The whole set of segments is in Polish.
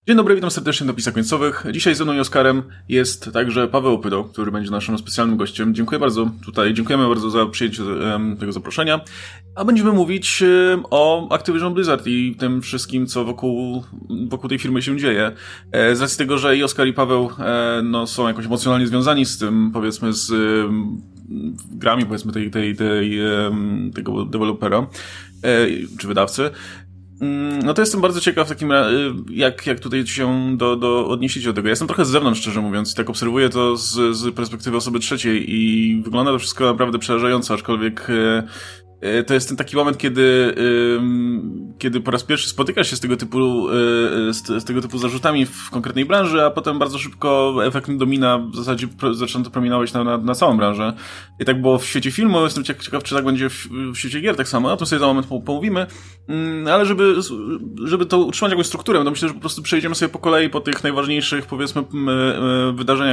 Dzień dobry, witam serdecznie na Napisach Końcowych. Dzisiaj ze mną i Oskarem jest także Paweł Opydo, który będzie naszym specjalnym gościem. Dziękujemy bardzo za przyjęcie tego zaproszenia. A będziemy mówić o Activision Blizzard i tym wszystkim, co wokół tej firmy się dzieje. Z racji tego, że i Oskar, i Paweł są jakoś emocjonalnie związani z tym, powiedzmy, z grami, powiedzmy, tego dewelopera, czy wydawcy. No to jestem bardzo ciekaw takim, jak tutaj się odniesiecie do tego. Ja jestem trochę z zewnątrz, szczerze mówiąc, i tak obserwuję to z perspektywy osoby trzeciej i wygląda to wszystko naprawdę przerażająco, aczkolwiek to jest ten taki moment, kiedy po raz pierwszy spotykasz się z tego typu zarzutami w konkretnej branży, a potem bardzo szybko efekt domina w zasadzie zaczyna to promienować na całą branżę. I tak było w świecie filmu, jestem ciekaw, czy tak będzie w świecie gier tak samo, o tym sobie za moment pomówimy, ale żeby to utrzymać jakąś strukturę, to myślę, że po prostu przejdziemy sobie po kolei po tych najważniejszych, powiedzmy, wydarzeniach,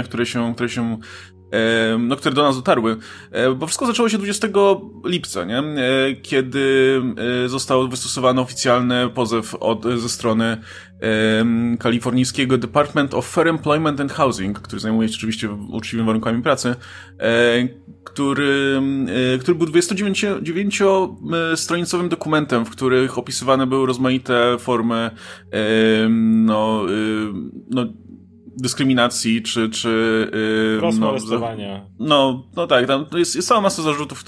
które do nas dotarły. Bo wszystko zaczęło się 20 lipca, nie? Kiedy został wystosowany oficjalny pozew ze strony kalifornijskiego Department of Fair Employment and Housing, który zajmuje się oczywiście uczciwymi warunkami pracy, który był 29-stronicowym dokumentem, w których opisywane były rozmaite formy dyskryminacji, czy molestowania. Tak, tam jest cała masa zarzutów,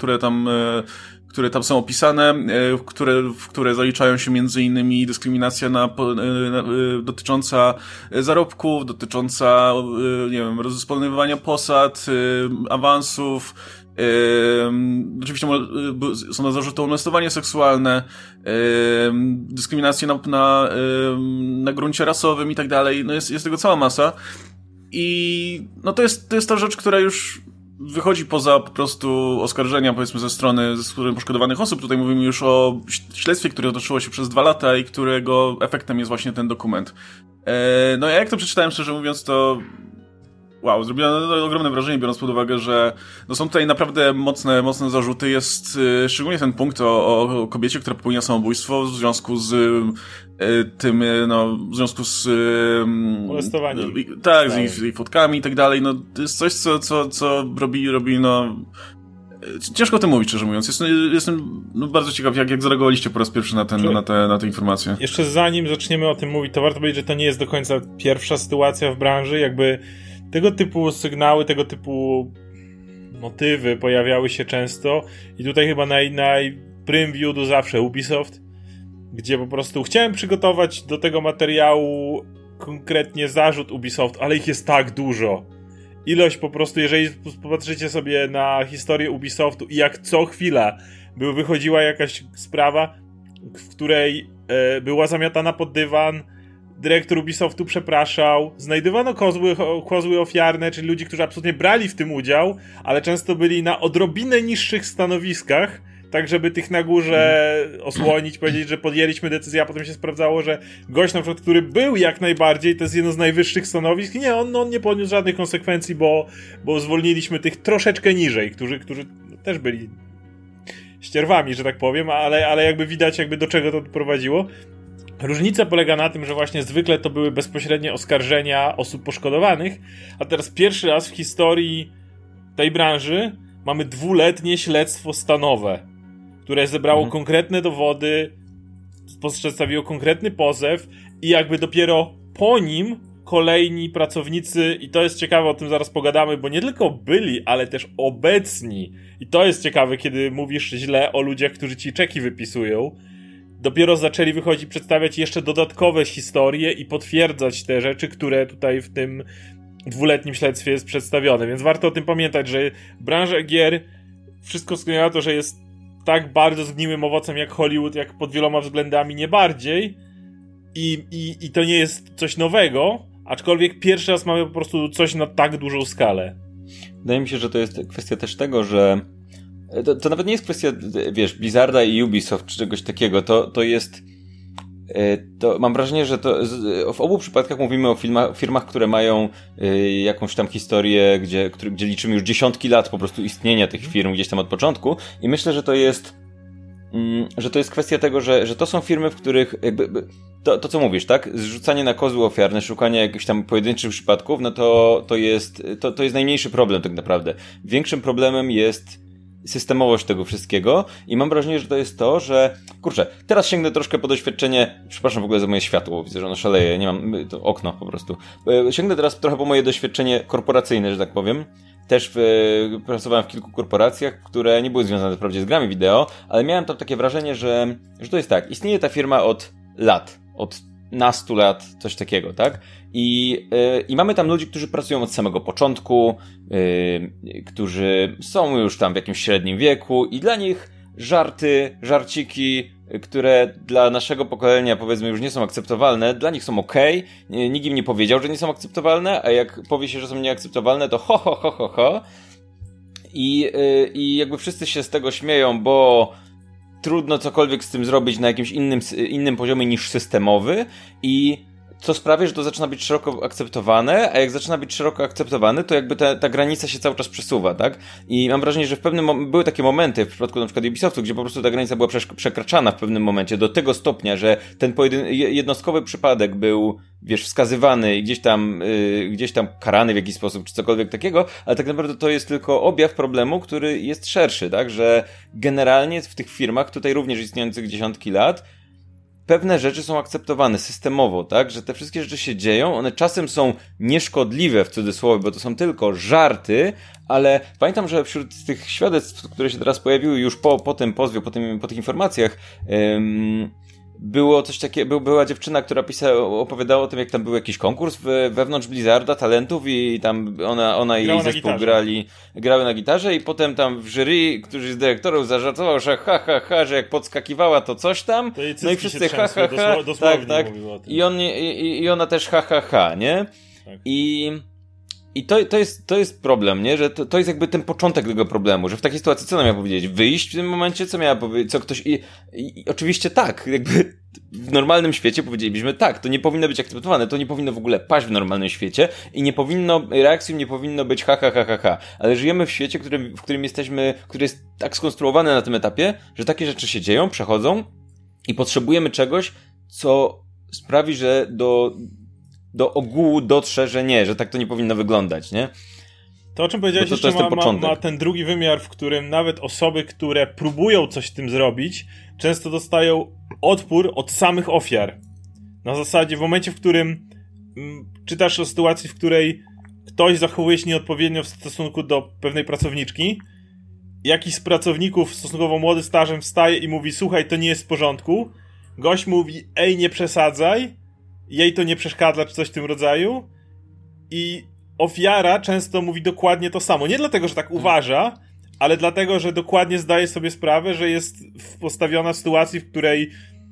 które tam są opisane, które zaliczają się między innymi dyskryminacja dotycząca zarobków, dotycząca, nie wiem, rozdysponowywania posad, awansów. Oczywiście są zarzuty o molestowanie seksualne, dyskryminację na gruncie rasowym i tak dalej. No jest tego cała masa. I no to jest ta rzecz, która już wychodzi poza po prostu oskarżenia, powiedzmy, ze strony poszkodowanych osób. Tutaj mówimy już o śledztwie, które toczyło się przez 2 lata i którego efektem jest właśnie ten dokument. No ja jak to przeczytałem, szczerze mówiąc, to wow, zrobiło ogromne wrażenie, biorąc pod uwagę, że są tutaj naprawdę mocne zarzuty. Jest szczególnie ten punkt o kobiecie, która popełnia samobójstwo w związku z tym, w związku z molestowaniem. Tak, z jej fotkami i tak dalej. No, to jest coś, co robi, ciężko o tym mówić, szczerze mówiąc. Jestem bardzo ciekaw, jak zareagowaliście po raz pierwszy na te informacje. Jeszcze zanim zaczniemy o tym mówić, to warto powiedzieć, że to nie jest do końca pierwsza sytuacja w branży, jakby tego typu sygnały, tego typu motywy pojawiały się często i tutaj chyba prym view zawsze Ubisoft, gdzie po prostu chciałem przygotować do tego materiału konkretnie zarzut Ubisoft, ale ich jest tak dużo. Ilość po prostu, jeżeli popatrzycie sobie na historię Ubisoftu i jak co chwila wychodziła jakaś sprawa, w której była zamiatana pod dywan, dyrektor Ubisoftu przepraszał, znajdowano kozły ofiarne, czyli ludzi, którzy absolutnie brali w tym udział, ale często byli na odrobinę niższych stanowiskach, tak żeby tych na górze osłonić, powiedzieć, że podjęliśmy decyzję, a potem się sprawdzało, że gość na przykład, który był jak najbardziej, to jest jedno z najwyższych stanowisk, nie, on nie poniósł żadnych konsekwencji, bo zwolniliśmy tych troszeczkę niżej, którzy też byli ścierwami, że tak powiem, ale jakby widać, do czego to prowadziło. Różnica polega na tym, że właśnie zwykle to były bezpośrednie oskarżenia osób poszkodowanych, a teraz pierwszy raz w historii tej branży mamy 2-letnie śledztwo stanowe, które zebrało konkretne dowody, przedstawiło konkretny pozew i jakby dopiero po nim kolejni pracownicy, i to jest ciekawe, o tym zaraz pogadamy, bo nie tylko byli, ale też obecni, i to jest ciekawe, kiedy mówisz źle o ludziach, którzy ci czeki wypisują, dopiero zaczęli przedstawiać jeszcze dodatkowe historie i potwierdzać te rzeczy, które tutaj w tym 2-letnim śledztwie jest przedstawione. Więc warto o tym pamiętać, że branża gier, wszystko wskazuje na to, że jest tak bardzo zgniłym owocem jak Hollywood, jak pod wieloma względami nie bardziej. I to nie jest coś nowego, aczkolwiek pierwszy raz mamy po prostu coś na tak dużą skalę. Wydaje mi się, że to jest kwestia też tego, że to nawet nie jest kwestia, wiesz, Blizzarda i Ubisoft czy czegoś takiego. To jest... To mam wrażenie, że w obu przypadkach mówimy o firmach, które mają jakąś tam historię, gdzie liczymy już dziesiątki lat po prostu istnienia tych firm gdzieś tam od początku i myślę, że to jest kwestia tego, że to są firmy, w których jakby to co mówisz, tak? Zrzucanie na kozły ofiarne, szukanie jakichś tam pojedynczych przypadków, no to jest najmniejszy problem tak naprawdę. Większym problemem jest systemowość tego wszystkiego i mam wrażenie, że to jest to, że kurczę, teraz sięgnę troszkę po doświadczenie, przepraszam w ogóle za moje światło, widzę, że ono szaleje, nie mam, to okno po prostu. Sięgnę teraz trochę po moje doświadczenie korporacyjne, że tak powiem. Też pracowałem w kilku korporacjach, które nie były związane wprawdzie z grami wideo, ale miałem tam takie wrażenie, że to jest tak, istnieje ta firma od lat, od nastu lat, coś takiego, tak? I mamy tam ludzi, którzy pracują od samego początku, którzy są już tam w jakimś średnim wieku i dla nich żarciki, które dla naszego pokolenia powiedzmy już nie są akceptowalne, dla nich są okej, nikt im nie powiedział, że nie są akceptowalne, a jak powie się, że są nieakceptowalne, to ho. I jakby wszyscy się z tego śmieją, bo trudno cokolwiek z tym zrobić na jakimś innym poziomie niż systemowy i co sprawia, że to zaczyna być szeroko akceptowane, a jak zaczyna być szeroko akceptowane, to jakby ta granica się cały czas przesuwa, tak? I mam wrażenie, że były takie momenty w przypadku na przykład Ubisoftu, gdzie po prostu ta granica była przekraczana w pewnym momencie do tego stopnia, że ten jednostkowy przypadek był, wiesz, wskazywany i gdzieś tam karany w jakiś sposób, czy cokolwiek takiego, ale tak naprawdę to jest tylko objaw problemu, który jest szerszy, tak? Że generalnie w tych firmach, tutaj również istniejących dziesiątki lat, pewne rzeczy są akceptowane systemowo, tak? Że te wszystkie rzeczy się dzieją, one czasem są nieszkodliwe w cudzysłowie, bo to są tylko żarty, ale pamiętam, że wśród tych świadectw, które się teraz pojawiły już po tym pozwie, po tych informacjach, było coś takiego, była dziewczyna, która opowiadała o tym, jak tam był jakiś konkurs wewnątrz Blizzarda talentów i tam ona i jej zespół grały na gitarze i potem tam w jury, któryś z dyrektorów zażartował, że że jak podskakiwała to coś tam, to no i wszyscy dosłownie tak. I ona też nie? Tak. I to jest problem, nie? Że to jest jakby ten początek tego problemu, że w takiej sytuacji co ona miała powiedzieć? Wyjść w tym momencie? Co miała powiedzieć? Co ktoś... I oczywiście tak, jakby w normalnym świecie powiedzielibyśmy tak, to nie powinno być akceptowane, to nie powinno w ogóle paść w normalnym świecie i reakcją nie powinno być ale żyjemy w świecie, w którym jesteśmy, który jest tak skonstruowany na tym etapie, że takie rzeczy się dzieją, przechodzą i potrzebujemy czegoś, co sprawi, że do ogółu dotrze, że nie, że tak to nie powinno wyglądać, nie? To, o czym powiedziałeś, to jeszcze ma ten drugi wymiar, w którym nawet osoby, które próbują coś z tym zrobić, często dostają odpór od samych ofiar. Na zasadzie, w momencie, w którym czytasz o sytuacji, w której ktoś zachowuje się nieodpowiednio w stosunku do pewnej pracowniczki, jakiś z pracowników stosunkowo młody stażem wstaje i mówi, słuchaj, to nie jest w porządku, gość mówi, ej, nie przesadzaj, jej to nie przeszkadza, czy coś w tym rodzaju i ofiara często mówi dokładnie to samo. Nie dlatego, że tak uważa, ale dlatego, że dokładnie zdaje sobie sprawę, że jest postawiona w sytuacji, w której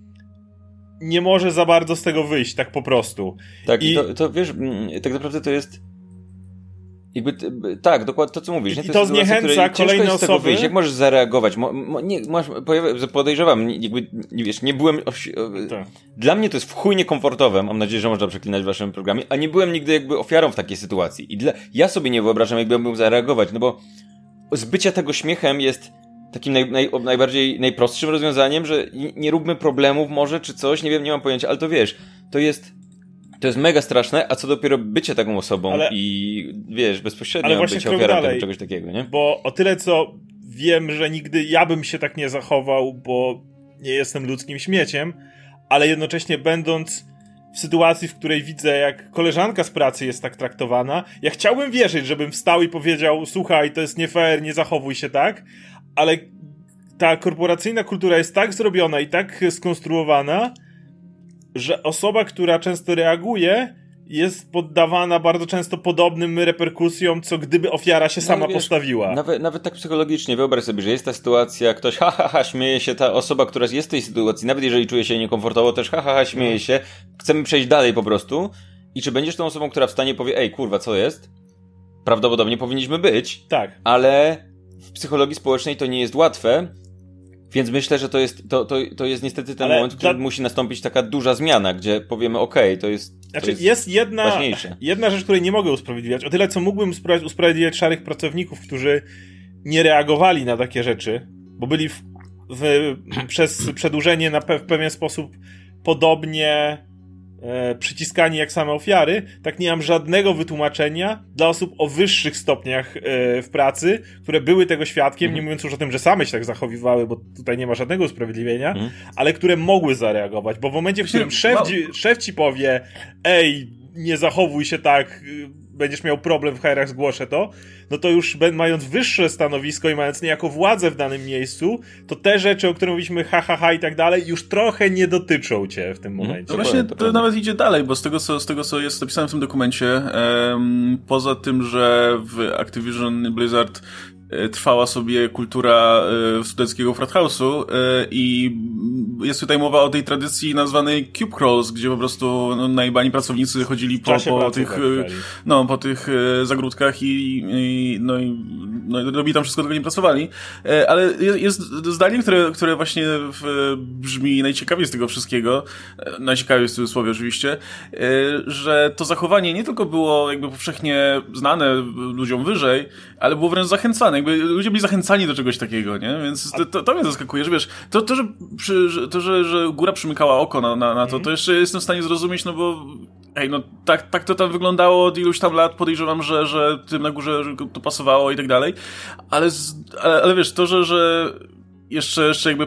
nie może za bardzo z tego wyjść, tak po prostu. Tak, i to wiesz, tak naprawdę to jest jakby, tak, dokładnie to, co mówisz. Nie? I to zniechęca kolejne osoby. Wyjść. Jak możesz zareagować? Podejrzewam, jakby, wiesz, nie byłem... Tak. Dla mnie to jest w chuj niekomfortowe, mam nadzieję, że można przeklinać w waszym programie, a nie byłem nigdy jakby ofiarą w takiej sytuacji. Ja sobie nie wyobrażam, jakbym mógł zareagować, no bo zbycie tego śmiechem jest takim najprostszym rozwiązaniem, że nie róbmy problemów może, czy coś, nie wiem, nie mam pojęcia, ale to wiesz, to jest mega straszne, a co dopiero bycie taką osobą i wiesz, bezpośrednio bycie ofiarą czegoś takiego, nie? Bo o tyle, co wiem, że nigdy ja bym się tak nie zachował, bo nie jestem ludzkim śmieciem, ale jednocześnie będąc w sytuacji, w której widzę, jak koleżanka z pracy jest tak traktowana, ja chciałbym wierzyć, żebym wstał i powiedział, słuchaj, to jest nie fair, nie zachowuj się tak, ale ta korporacyjna kultura jest tak zrobiona i tak skonstruowana, że osoba, która często reaguje, jest poddawana bardzo często podobnym reperkusjom, co gdyby ofiara się sama postawiła. Nawet tak psychologicznie, wyobraź sobie, że jest ta sytuacja, ktoś śmieje się, ta osoba, która jest w tej sytuacji, nawet jeżeli czuje się niekomfortowo, też śmieje się, chcemy przejść dalej po prostu i czy będziesz tą osobą, która wstanie i powie, ej, kurwa, co jest? Prawdopodobnie powinniśmy być, tak, ale w psychologii społecznej to nie jest łatwe. Więc myślę, że to jest niestety ten moment, w którym musi nastąpić taka duża zmiana, gdzie powiemy, okej, to jest ważniejsze. Jedna rzecz, której nie mogę usprawiedliwiać. O tyle, co mógłbym usprawiedliwiać szarych pracowników, którzy nie reagowali na takie rzeczy, bo byli przez przedłużenie w pewien sposób podobnie przyciskani jak same ofiary, tak nie mam żadnego wytłumaczenia dla osób o wyższych stopniach w pracy, które były tego świadkiem, nie mówiąc już o tym, że same się tak zachowywały, bo tutaj nie ma żadnego usprawiedliwienia, ale które mogły zareagować, bo w momencie, w którym szef ci powie, ej, nie zachowuj się tak, będziesz miał problem w HR-ach, zgłoszę to, no to już mając wyższe stanowisko i mając niejako władzę w danym miejscu, to te rzeczy, o których mówiliśmy i tak dalej, już trochę nie dotyczą cię w tym momencie. No właśnie to nawet idzie dalej, bo z tego co jest napisane w tym dokumencie, poza tym, że w Activision Blizzard trwała sobie kultura studenckiego frat house'u i jest tutaj mowa o tej tradycji nazwanej cube crawls, gdzie po prostu najebani pracownicy chodzili po tych zagródkach i robili tam wszystko, tylko nie pracowali. Ale jest zdanie, które właśnie brzmi najciekawiej z tego wszystkiego, najciekawiej w cudzysłowie oczywiście, że to zachowanie nie tylko było jakby powszechnie znane ludziom wyżej, ale było wręcz zachęcane. Jakby ludzie byli zachęcani do czegoś takiego, nie? Więc to mnie zaskakuje, że wiesz, że góra przymykała oko na to jeszcze jestem w stanie zrozumieć, no bo tak to tam wyglądało od iluś tam lat, podejrzewam, że tym na górze to pasowało i tak dalej, ale wiesz, to, że jeszcze jakby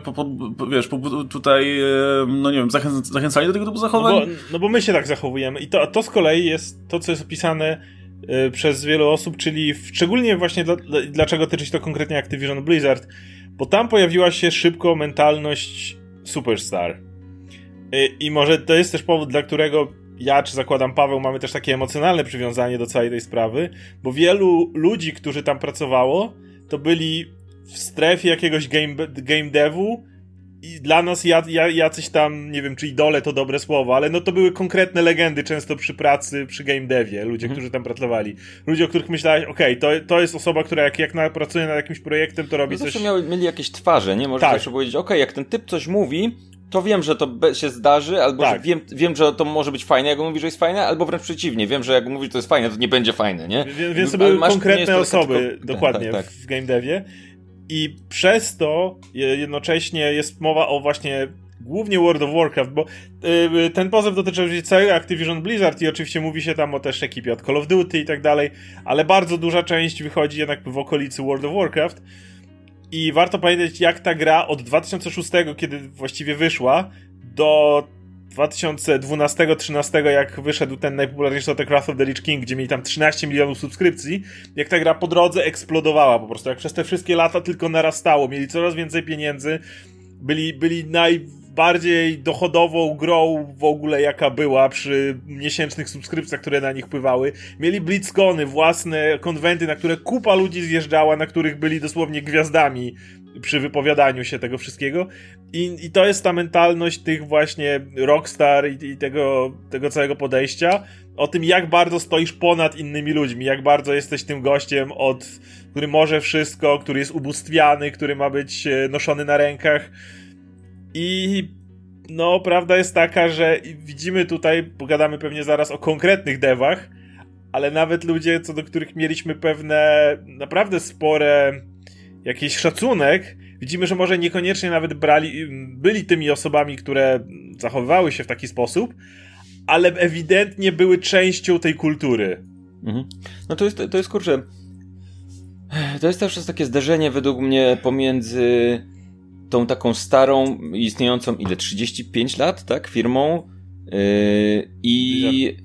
tutaj, no nie wiem, zachęcali do tego typu zachowań? No bo my się tak zachowujemy i to z kolei jest to, co jest opisane przez wielu osób, czyli szczególnie właśnie dlaczego tyczy się to konkretnie Activision Blizzard, bo tam pojawiła się szybko mentalność superstar. I może to jest też powód, dla którego ja, czy zakładam Paweł, mamy też takie emocjonalne przywiązanie do całej tej sprawy, bo wielu ludzi, którzy tam pracowało, to byli w strefie jakiegoś game devu i dla nas jacyś tam, nie wiem, czy idole to dobre słowo, ale no to były konkretne legendy często przy pracy, przy game devie, ludzie, którzy tam pracowali. Ludzie, o których myślałeś, to jest osoba, która jak pracuje nad jakimś projektem, to robi coś... Zawsze mieli jakieś twarze, nie? Można zawsze powiedzieć, jak ten typ coś mówi, to wiem, że to się zdarzy, albo że wiem, że to może być fajne, jak on mówi, że jest fajne, albo wręcz przeciwnie, wiem, że jak mówi, że to jest fajne, to nie będzie fajne, nie? Więc to były konkretne osoby, dokładnie, w game devie. I przez to jednocześnie jest mowa o właśnie głównie World of Warcraft, bo ten pozew dotyczy całego Activision Blizzard i oczywiście mówi się tam o też ekipie od Call of Duty i tak dalej, ale bardzo duża część wychodzi jednak w okolicy World of Warcraft i warto pamiętać, jak ta gra od 2006, kiedy właściwie wyszła, do 2012-13, jak wyszedł ten najpopularniejszy dodatek Wrath of the Lich King, gdzie mieli tam 13 milionów subskrypcji, jak ta gra po drodze eksplodowała po prostu, jak przez te wszystkie lata tylko narastało, mieli coraz więcej pieniędzy, byli najbardziej dochodową grą w ogóle jaka była przy miesięcznych subskrypcjach, które na nich pływały, mieli BlizzCony, własne konwenty, na które kupa ludzi zjeżdżała, na których byli dosłownie gwiazdami przy wypowiadaniu się tego wszystkiego i to jest ta mentalność tych właśnie Rockstar i tego całego podejścia o tym, jak bardzo stoisz ponad innymi ludźmi, jak bardzo jesteś tym gościem, który może wszystko, który jest ubóstwiany, który ma być noszony na rękach i no prawda jest taka, że widzimy tutaj, pogadamy pewnie zaraz o konkretnych devach, ale nawet ludzie, co do których mieliśmy pewne naprawdę spore jakiś szacunek, widzimy, że może niekoniecznie nawet byli tymi osobami, które zachowywały się w taki sposób, ale ewidentnie były częścią tej kultury. No to jest kurczę, to jest też takie zderzenie według mnie pomiędzy tą taką starą, istniejącą 35 lat, tak, firmą i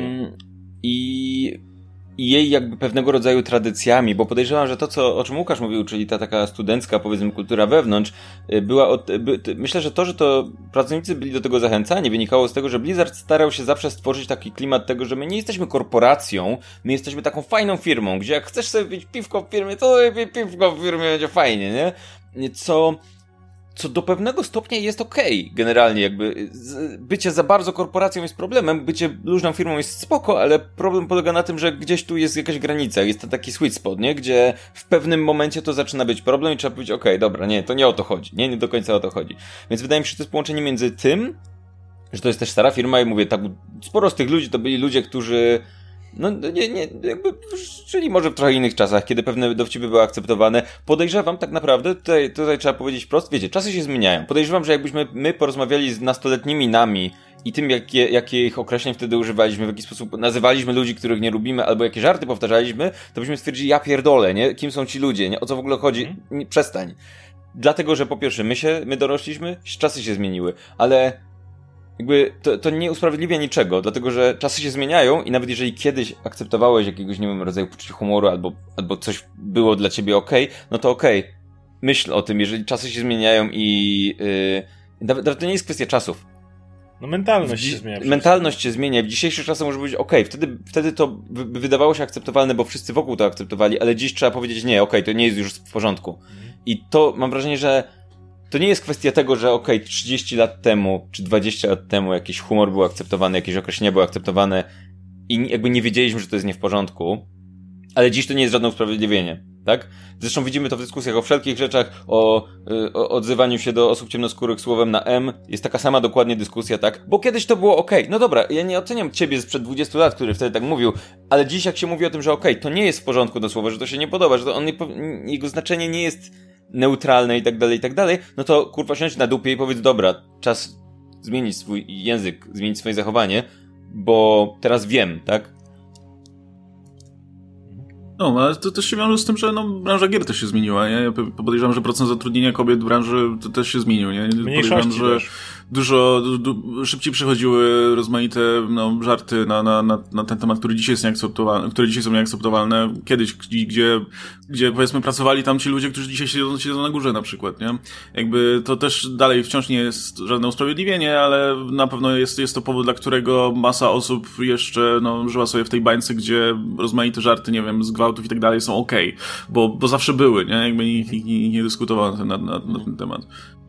jej jakby pewnego rodzaju tradycjami, bo podejrzewam, że to, o czym Łukasz mówił, czyli ta taka studencka, powiedzmy, kultura wewnątrz, myślę, że to pracownicy byli do tego zachęcani, wynikało z tego, że Blizzard starał się zawsze stworzyć taki klimat tego, że my nie jesteśmy korporacją, my jesteśmy taką fajną firmą, gdzie jak chcesz sobie pić piwko w firmie, to piwko w firmie będzie fajnie, nie? Co do pewnego stopnia jest okej, generalnie jakby bycie za bardzo korporacją jest problemem, bycie luźną firmą jest spoko, ale problem polega na tym, że gdzieś tu jest jakaś granica, jest to taki sweet spot, nie? Gdzie w pewnym momencie to zaczyna być problem i trzeba powiedzieć, dobra, nie, to nie o to chodzi, nie do końca o to chodzi. Więc wydaje mi się, że to jest połączenie między tym, że to jest też stara firma i mówię, tak, sporo z tych ludzi to byli ludzie, którzy No nie, jakby, czyli może w trochę innych czasach, kiedy pewne dowcipy były akceptowane. Podejrzewam tak naprawdę, tutaj trzeba powiedzieć wprost, wiecie, czasy się zmieniają. Podejrzewam, że jakbyśmy my porozmawiali z nastoletnimi nami i tym, jakie ich określeń wtedy używaliśmy, w jaki sposób nazywaliśmy ludzi, których nie lubimy, albo jakie żarty powtarzaliśmy, to byśmy stwierdzili, ja pierdolę, nie? Kim są ci ludzie, nie? O co w ogóle chodzi? Przestań. Dlatego, że po pierwsze, my dorośliśmy, czasy się zmieniły, ale jakby to nie usprawiedliwia niczego, dlatego że czasy się zmieniają i nawet jeżeli kiedyś akceptowałeś jakiegoś, nie wiem, rodzaju poczucia humoru albo coś było dla ciebie okej, no to okej. Myśl o tym, jeżeli czasy się zmieniają i nawet to nie jest kwestia czasów. No mentalność się zmienia. Mentalność się zmienia. W dzisiejszych czasach może być okej, wtedy to wydawało się akceptowalne, bo wszyscy wokół to akceptowali, ale dziś trzeba powiedzieć nie, to nie jest już w porządku. I to mam wrażenie, że to nie jest kwestia tego, że 30 lat temu, czy 20 lat temu jakiś humor był akceptowany, jakieś określenia były akceptowane i jakby nie wiedzieliśmy, że to jest nie w porządku, ale dziś to nie jest żadne usprawiedliwienie, tak? Zresztą widzimy to w dyskusjach o wszelkich rzeczach, o odzywaniu się do osób ciemnoskórych słowem na M. Jest taka sama dokładnie dyskusja, tak? Bo kiedyś to było no dobra, ja nie oceniam ciebie sprzed 20 lat, który wtedy tak mówił, ale dziś jak się mówi o tym, że to nie jest w porządku do słowa, że to się nie podoba, że to jego znaczenie nie jest neutralne i tak dalej, no to kurwa siądź na dupie i powiedz, dobra, czas zmienić swój język, zmienić swoje zachowanie, bo teraz wiem, tak? No, ale to też się wiąże z tym, że branża gier też się zmieniła, nie? Ja podejrzewam, że procent zatrudnienia kobiet w branży to też się zmienił, nie? Podejrzewam, że dużo szybciej przychodziły rozmaite żarty na ten temat, które dzisiaj są nieakceptowalne. Kiedyś, gdzie powiedzmy pracowali tam ci ludzie, którzy dzisiaj siedzą na górze na przykład, nie? Jakby to też dalej wciąż nie jest żadne usprawiedliwienie, ale na pewno jest to powód, dla którego masa osób jeszcze żyła sobie w tej bańce, gdzie rozmaite żarty, nie wiem, z gwałtów i tak dalej są okej, bo zawsze były, nie? Jakby nikt nie dyskutował na ten temat.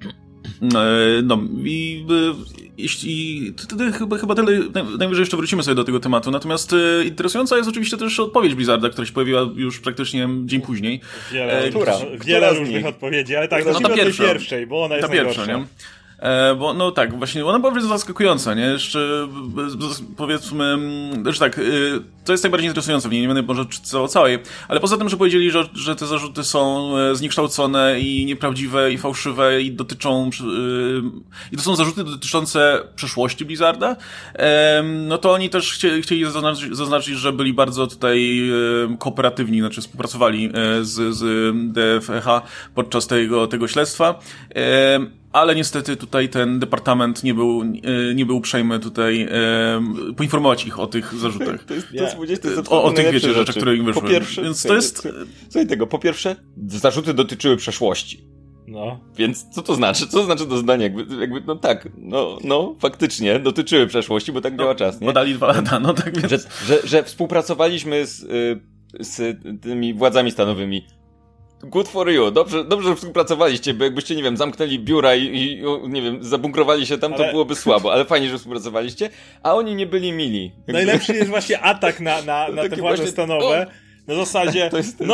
No i jeśli wtedy chyba tyle, najwyżej jeszcze wrócimy sobie do tego tematu, natomiast interesująca jest oczywiście też odpowiedź Blizzarda, która się pojawiła już praktycznie dzień później. Wiele różnych odpowiedzi, ale tak, zacznijmy od tej pierwszej, bo ona jest najgorsza. Nie? Bo tak, właśnie ona była bardzo zaskakująca, nie? Jeszcze powiedzmy, że tak, to jest najbardziej interesujące w niej, nie będę może czytać o całej, ale poza tym, że powiedzieli, że te zarzuty są zniekształcone i nieprawdziwe i fałszywe i dotyczą i to są zarzuty dotyczące przeszłości Blizzarda, no to oni też chcieli zaznaczyć, że byli bardzo tutaj kooperatywni, znaczy współpracowali z DFEH podczas tego śledztwa. Ale niestety tutaj ten departament nie był uprzejmy tutaj poinformować ich o tych zarzutach. To jest o tych, wiecie, rzeczach, które im wyszły. Po pierwsze, więc to jest... Słuchaj tego, po pierwsze, zarzuty dotyczyły przeszłości. No. Więc co to znaczy? Co to znaczy to zdanie? Jakby no tak, faktycznie dotyczyły przeszłości, bo tak działa czas, nie? Podali 2 lata, no tak więc... Że współpracowaliśmy z tymi władzami stanowymi. Good for you. Dobrze, że współpracowaliście, bo jakbyście, nie wiem, zamknęli biura i nie wiem, zabunkrowali się tam, to byłoby słabo, ale fajnie, że współpracowaliście, a oni nie byli mili. Najlepszy jest właśnie atak na te władze stanowe. Na zasadzie,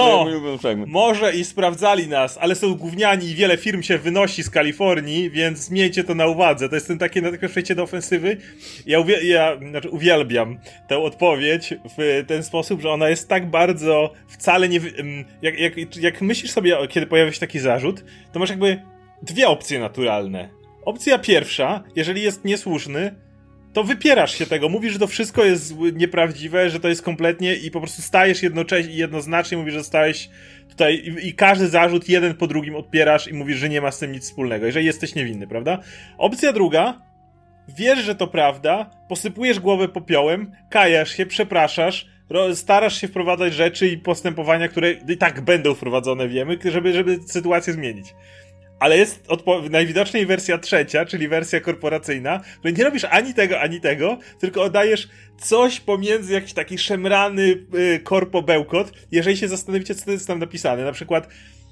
może i sprawdzali nas, ale są gówniani i wiele firm się wynosi z Kalifornii, więc miejcie to na uwadze. To jest ten taki natychmiast przejście do ofensywy. Ja uwielbiam tę odpowiedź w ten sposób, że ona jest tak bardzo wcale nie... Jak myślisz sobie, kiedy pojawia się taki zarzut, to masz jakby 2 opcje naturalne. Opcja pierwsza, jeżeli jest niesłuszny, to wypierasz się tego, mówisz, że to wszystko jest nieprawdziwe, że to jest kompletnie i po prostu stajesz jednoznacznie, mówisz, że stałeś tutaj i każdy zarzut jeden po drugim odpierasz i mówisz, że nie ma z tym nic wspólnego, jeżeli jesteś niewinny, prawda? Opcja druga, wiesz, że to prawda, posypujesz głowę popiołem, kajasz się, przepraszasz, starasz się wprowadzać rzeczy i postępowania, które i tak będą wprowadzone, wiemy, żeby sytuację zmienić. Ale jest najwidoczniej wersja trzecia, czyli wersja korporacyjna, że nie robisz ani tego, tylko oddajesz coś pomiędzy jakiś taki szemrany korpo-bełkot, jeżeli się zastanowicie, co to jest tam napisane. Na przykład,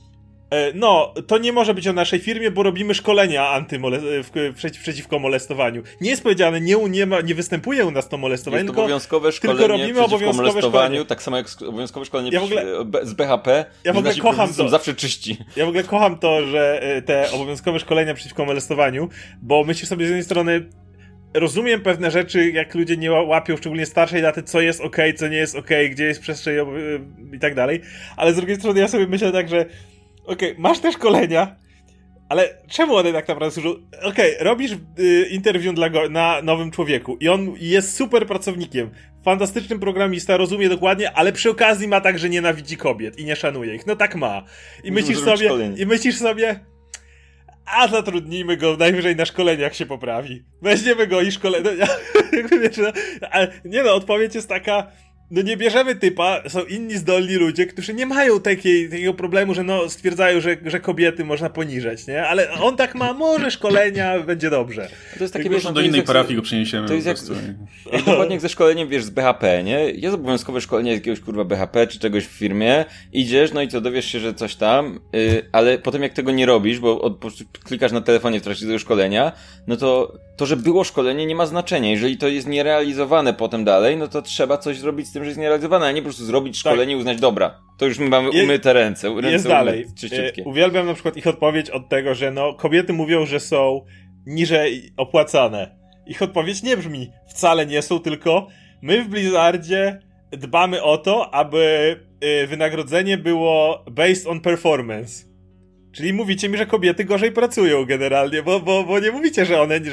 to nie może być o naszej firmie, bo robimy szkolenia przeciwko molestowaniu. Nie jest powiedziane, nie występuje u nas to molestowanie, jest obowiązkowe szkolenie tylko robimy obowiązkowe molestowaniu, tak samo jak obowiązkowe szkolenie z BHP. Ja w ogóle kocham to. Są zawsze czyści. Ja w ogóle kocham to, że te obowiązkowe szkolenia przeciwko molestowaniu, bo myślisz sobie z jednej strony, rozumiem pewne rzeczy, jak ludzie nie łapią, szczególnie starszej daty, co jest okej, co nie jest okej, gdzie jest przestrzeń i tak dalej, ale z drugiej strony ja sobie myślę tak, że masz te szkolenia, ale czemu one tak naprawdę służą? Robisz interwiu na Nowym Człowieku i on jest super pracownikiem, fantastycznym programista, rozumie dokładnie, ale przy okazji ma tak, że nienawidzi kobiet i nie szanuje ich. No tak ma. I myślisz sobie, a zatrudnijmy go, najwyżej na szkoleniach się poprawi. Weźmiemy go i szkolenia. Odpowiedź jest taka, nie bierzemy typa, są inni zdolni ludzie, którzy nie mają takiego problemu, że stwierdzają, że kobiety można poniżać, nie? Ale on tak ma, może szkolenia, będzie dobrze. To jest takie, do innej parafii go przeniesiemy. To jest jak dokładnie jak ze szkoleniem, z BHP, nie? Jest obowiązkowe szkolenie z jakiegoś BHP czy czegoś w firmie, idziesz, no i co, dowiesz się, że coś tam, ale potem jak tego nie robisz, bo po prostu klikasz na telefonie w trakcie tego szkolenia, no to, że było szkolenie nie ma znaczenia. Jeżeli to jest nierealizowane potem dalej, no to trzeba coś zrobić z tym, że jest nierealizowane, a nie po prostu zrobić szkolenie i uznać, dobra, to już my mamy umyte ręce jest dalej. Uwielbiam na przykład ich odpowiedź od tego, że kobiety mówią, że są niżej opłacane. Ich odpowiedź nie brzmi, wcale nie są, tylko my w Blizzardzie dbamy o to, aby wynagrodzenie było based on performance. Czyli mówicie mi, że kobiety gorzej pracują generalnie, bo nie mówicie, że one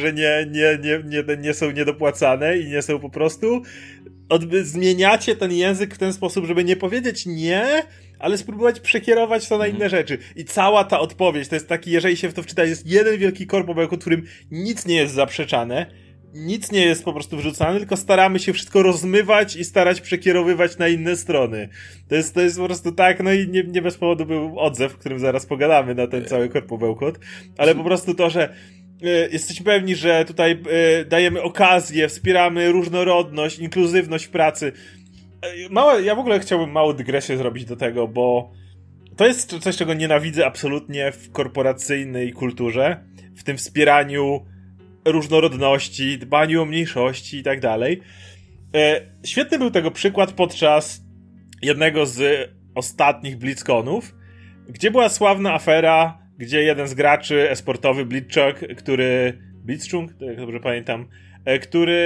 nie są niedopłacane i nie są po prostu... Zmieniacie ten język w ten sposób, żeby nie powiedzieć nie, ale spróbować przekierować to na inne rzeczy. I cała ta odpowiedź, to jest taki, jeżeli się w to wczyta, jest jeden wielki korpowełku, którym nic nie jest zaprzeczane, nic nie jest po prostu wrzucane, tylko staramy się wszystko rozmywać i starać przekierowywać na inne strony. To jest po prostu tak, no i nie bez powodu był odzew, w którym zaraz pogadamy na ten cały korpowełkot, ale po prostu to, że jesteśmy pewni, że tutaj dajemy okazję, wspieramy różnorodność, inkluzywność w pracy. Ja w ogóle chciałbym małą dygresję zrobić do tego, bo to jest coś, czego nienawidzę absolutnie w korporacyjnej kulturze, w tym wspieraniu różnorodności, dbaniu o mniejszości i tak dalej. Świetny był tego przykład podczas jednego z ostatnich BlizzConów, gdzie była sławna afera, gdzie jeden z graczy esportowy, Blitzchung, jak dobrze pamiętam, który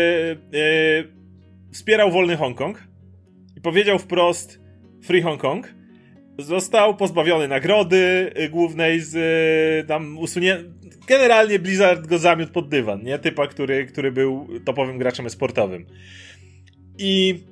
wspierał wolny Hongkong i powiedział wprost Free Hong Kong, został pozbawiony nagrody głównej tam generalnie Blizzard go zamiótł pod dywan, nie? Typa, który był topowym graczem esportowym. I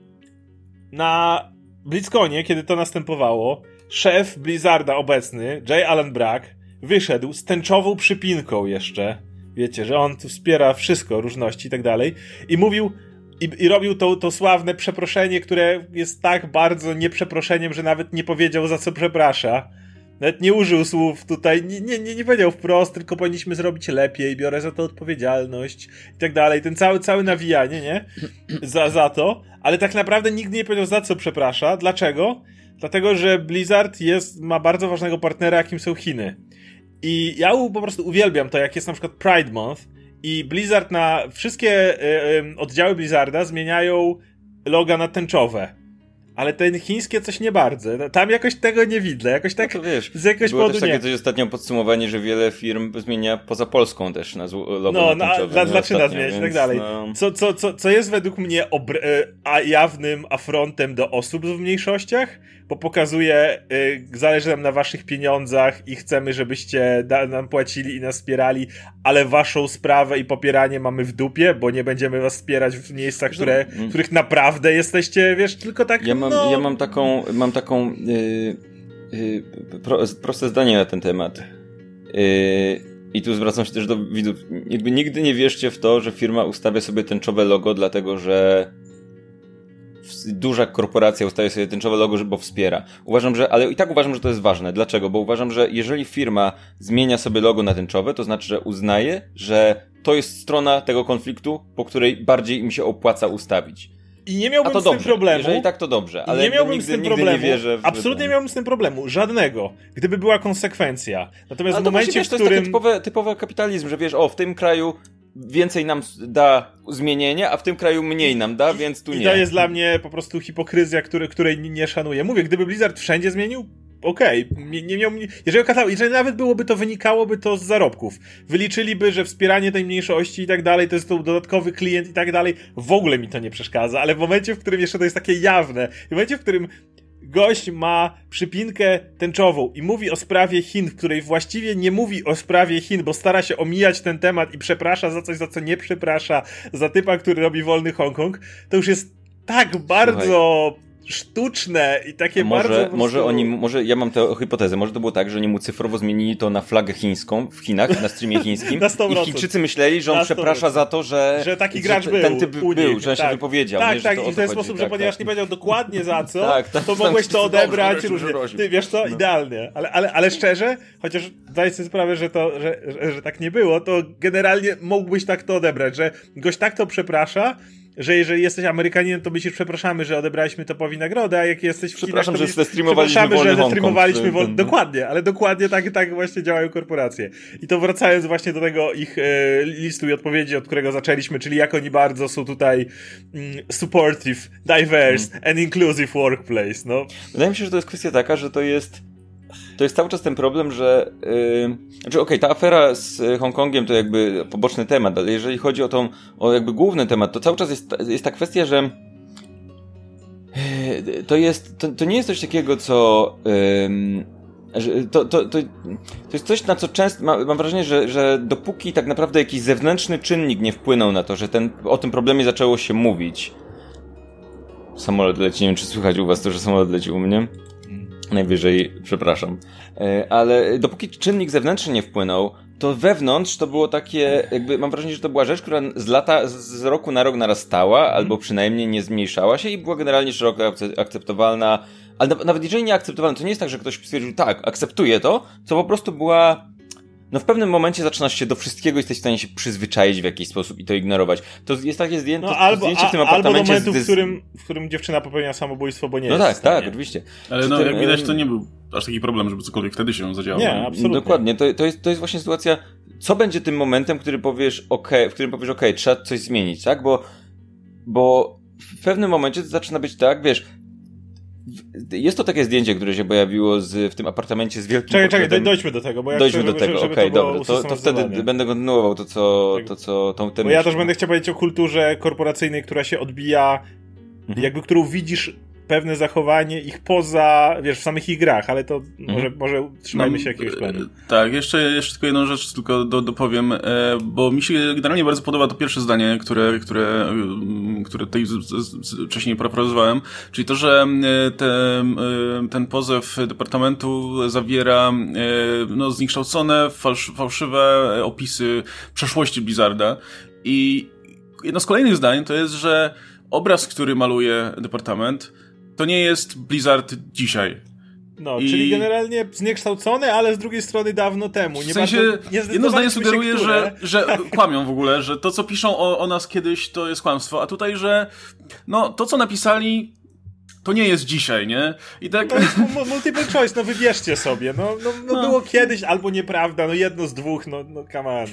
na BlizzConie, kiedy to następowało, szef Blizzarda obecny, J. Allen Brack, wyszedł z tęczową przypinką jeszcze, wiecie, że on tu wspiera wszystko, różności i tak dalej, i mówił, i robił to sławne przeproszenie, które jest tak bardzo nieprzeproszeniem, że nawet nie powiedział, za co przeprasza. Nawet nie użył słów tutaj, nie powiedział wprost, tylko powinniśmy zrobić lepiej, biorę za to odpowiedzialność i tak dalej. Ten cały nawijanie, nie? Za to, ale tak naprawdę nigdy nie powiedział, za co przeprasza. Dlaczego? Dlatego, że Blizzard ma bardzo ważnego partnera, jakim są Chiny. I ja po prostu uwielbiam to, jak jest na przykład Pride Month i Blizzard wszystkie oddziały Blizzarda zmieniają loga na tęczowe. Ale te chińskie coś nie bardzo. Tam jakoś tego nie widzę. Jakoś tak no to wiesz, z jakiegoś było powodu też takie coś ostatnio podsumowanie, że wiele firm zmienia poza Polską też na logo na tęczowe. Zaczyna zmieniać i tak dalej. Co jest według mnie jawnym afrontem do osób w mniejszościach, bo pokazuje, zależy nam na waszych pieniądzach i chcemy, żebyście nam płacili i nas wspierali, ale waszą sprawę i popieranie mamy w dupie, bo nie będziemy was wspierać w miejscach, w których naprawdę jesteście, wiesz, tylko tak... Ja mam taką proste zdanie na ten temat. I tu zwracam się też do widzów. Jakby nigdy nie wierzcie w to, że firma ustawia sobie tęczowe logo, dlatego że duża korporacja ustawia sobie tęczowe logo, bo wspiera. Ale i tak uważam, że to jest ważne. Dlaczego? Bo uważam, że jeżeli firma zmienia sobie logo na tęczowe, to znaczy, że uznaje, że to jest strona tego konfliktu, po której bardziej im się opłaca ustawić. I nie miałbym z tym problemu. Jeżeli tak, to dobrze. Ale nie miałbym z tym problemu. Nie wierzę Absolutnie nie miałbym z tym problemu. Żadnego. Gdyby była konsekwencja. Natomiast w momencie, w którym... To jest taki typowy kapitalizm, że wiesz, w tym kraju więcej nam da zmienienia, a w tym kraju mniej nam da, więc tu nie. I to jest dla mnie po prostu hipokryzja, której nie szanuję. Mówię, gdyby Blizzard wszędzie zmienił, okej, nie miał, jeżeli nawet byłoby to wynikałoby to z zarobków, wyliczyliby, że wspieranie tej mniejszości i tak dalej, to jest to dodatkowy klient i tak dalej, w ogóle mi to nie przeszkadza, ale w momencie, w którym jeszcze to jest takie jawne, w momencie, w którym gość ma przypinkę tęczową i mówi o sprawie Chin, w której właściwie nie mówi o sprawie Chin, bo stara się omijać ten temat i przeprasza za coś, za co nie przeprasza, za typa, który robi wolny Hongkong, to już jest tak bardzo sztuczne i takie bardzo... Może ja mam tę hipotezę, może to było tak, że oni mu cyfrowo zmienili to na flagę chińską w Chinach, na streamie chińskim na 100%. I Chińczycy myśleli, że on przeprasza za to, że taki gracz był. Ten typ był, że on się wypowiedział. Tak, nie, tak, że i w ten sposób, że ponieważ nie powiedział dokładnie za co, to mogłeś to odebrać różnie. Ty wiesz co, idealnie. Ale szczerze, chociaż zdaj sobie sprawę, że tak nie było, to generalnie mógłbyś tak to odebrać, że gość tak to przeprasza, że jeżeli jesteś Amerykaninem, to myślisz, przepraszamy, że odebraliśmy topowi nagrodę, a jak jesteś w Chinach, to streamowaliśmy wolny Dokładnie, ale dokładnie tak właśnie działają korporacje. I to wracając właśnie do tego ich listu i odpowiedzi, od którego zaczęliśmy, czyli jak oni bardzo są tutaj supportive, diverse and inclusive workplace, no. Wydaje mi się, że to jest kwestia taka, że to jest cały czas ten problem, że ta afera z Hongkongiem to jakby poboczny temat, ale jeżeli chodzi o jakby główny temat, to cały czas jest ta kwestia, że to nie jest coś takiego, co to jest coś, na co często mam wrażenie, że dopóki tak naprawdę jakiś zewnętrzny czynnik nie wpłynął na to, że o tym problemie zaczęło się mówić. Samolot leci, nie wiem, czy słychać u was to, że samolot leci u mnie. Najwyżej, przepraszam. Ale dopóki czynnik zewnętrzny nie wpłynął, to wewnątrz to było takie, jakby mam wrażenie, że to była rzecz, która z roku na rok narastała, albo przynajmniej nie zmniejszała się i była generalnie szeroko akceptowalna. Ale nawet jeżeli nie akceptowalna, to nie jest tak, że ktoś stwierdził, tak, akceptuję to, co po prostu była... No w pewnym momencie zaczynasz się do wszystkiego i jesteś w stanie się przyzwyczaić w jakiś sposób i to ignorować. To jest takie zdjęcie, zdjęcie w tym apartamencie... Albo momentu, w którym dziewczyna popełnia samobójstwo, bo nie jest tak, oczywiście. Ale jak widać, to nie był aż taki problem, żeby cokolwiek wtedy się zadziało. Nie, absolutnie. Dokładnie. To jest właśnie sytuacja, co będzie tym momentem, w którym powiesz, okej, trzeba coś zmienić, tak? Bo w pewnym momencie to zaczyna być tak, wiesz... Jest to takie zdjęcie, które się pojawiło w tym apartamencie z wielkim portretem. Czekaj, dojdźmy do tego, bo dojdźmy do tego, okej, dobra. To wtedy będę kontynuował tą Bo ja też będę chciał powiedzieć o kulturze korporacyjnej, która się odbija, jakby którą widzisz pewne zachowanie ich poza, w samych ich grach, ale to może trzymajmy się jakiegoś planu. Tak, jeszcze tylko jedną rzecz tylko dopowiem, bo mi się generalnie bardzo podoba to pierwsze zdanie, które tutaj wcześniej parafrazowałem, czyli to, że ten pozew departamentu zawiera zniekształcone, fałszywe opisy przeszłości Blizzarda i jedno z kolejnych zdań to jest, że obraz, który maluje departament, to nie jest Blizzard dzisiaj. Czyli generalnie zniekształcony, ale z drugiej strony dawno temu. W sensie, jedno zdanie sugeruje, że kłamią w ogóle, że to, co piszą o nas kiedyś, to jest kłamstwo, a tutaj, że to, co napisali, to nie jest dzisiaj, nie? I tak... To jest multiple choice, wybierzcie sobie. Było kiedyś, albo nieprawda, jedno z dwóch, come on.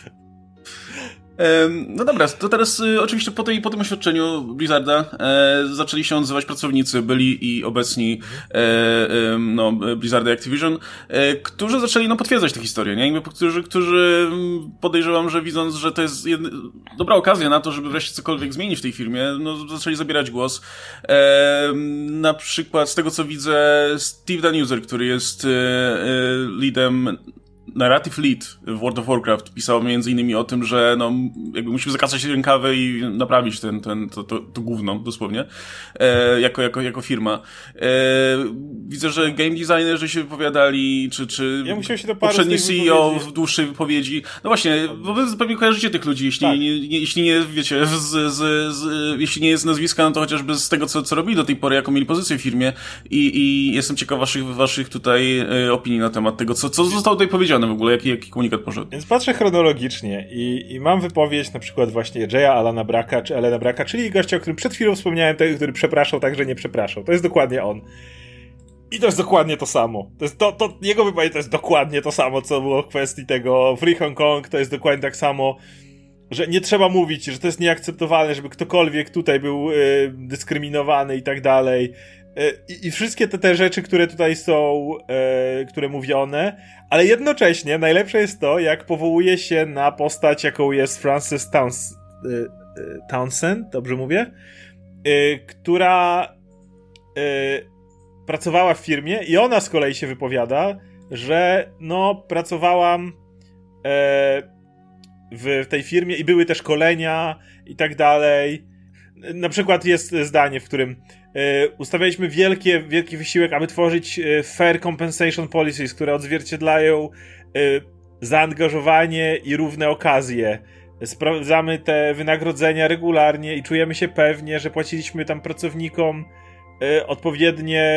No dobra, to teraz oczywiście po tym oświadczeniu Blizzarda zaczęli się odzywać pracownicy, byli i obecni Blizzard i Activision, którzy zaczęli potwierdzać tę historię, nie? Którzy podejrzewam, że widząc, że to jest dobra okazja na to, żeby wreszcie cokolwiek zmienić w tej firmie, zaczęli zabierać głos. Na przykład z tego, co widzę, Steve Danuser, który jest leadem Narrative Lead w World of Warcraft, pisał między innymi o tym, że jakby musimy zakasać rękawy i naprawić to gówno, dosłownie, jako firma. Widzę, że game designerzy się wypowiadali, czy poprzedni CEO w dłuższej wypowiedzi. No właśnie, bo wy pewnie kojarzycie tych ludzi, jeśli nie wiecie, jeśli nie jest nazwiska, to chociażby z tego, co robili do tej pory, jaką mieli pozycję w firmie i jestem ciekaw waszych tutaj opinii na temat tego, co zostało tutaj powiedziane w ogóle, jaki komunikat poszedł. Więc patrzę chronologicznie i mam wypowiedź na przykład właśnie Jaya Alana Bracka, czyli gościa, o którym przed chwilą wspomniałem, tego, który przepraszał tak, że nie przepraszał. To jest dokładnie on. I to jest dokładnie to samo. Jego wypowiedź to jest dokładnie to samo, co było w kwestii tego Free Hong Kong, to jest dokładnie tak samo, że nie trzeba mówić, że to jest nieakceptowalne, żeby ktokolwiek tutaj był dyskryminowany i tak dalej. I wszystkie te rzeczy, które tutaj są, które mówione, ale jednocześnie najlepsze jest to, jak powołuje się na postać, jaką jest Frances Townsend, dobrze mówię? Która pracowała w firmie i ona z kolei się wypowiada, że no pracowałam w tej firmie i były te szkolenia i tak dalej. Na przykład jest zdanie, w którym ustawialiśmy wielki wysiłek, aby tworzyć fair compensation policies, które odzwierciedlają zaangażowanie i równe okazje. Sprawdzamy te wynagrodzenia regularnie i czujemy się pewnie, że płaciliśmy tam pracownikom odpowiednie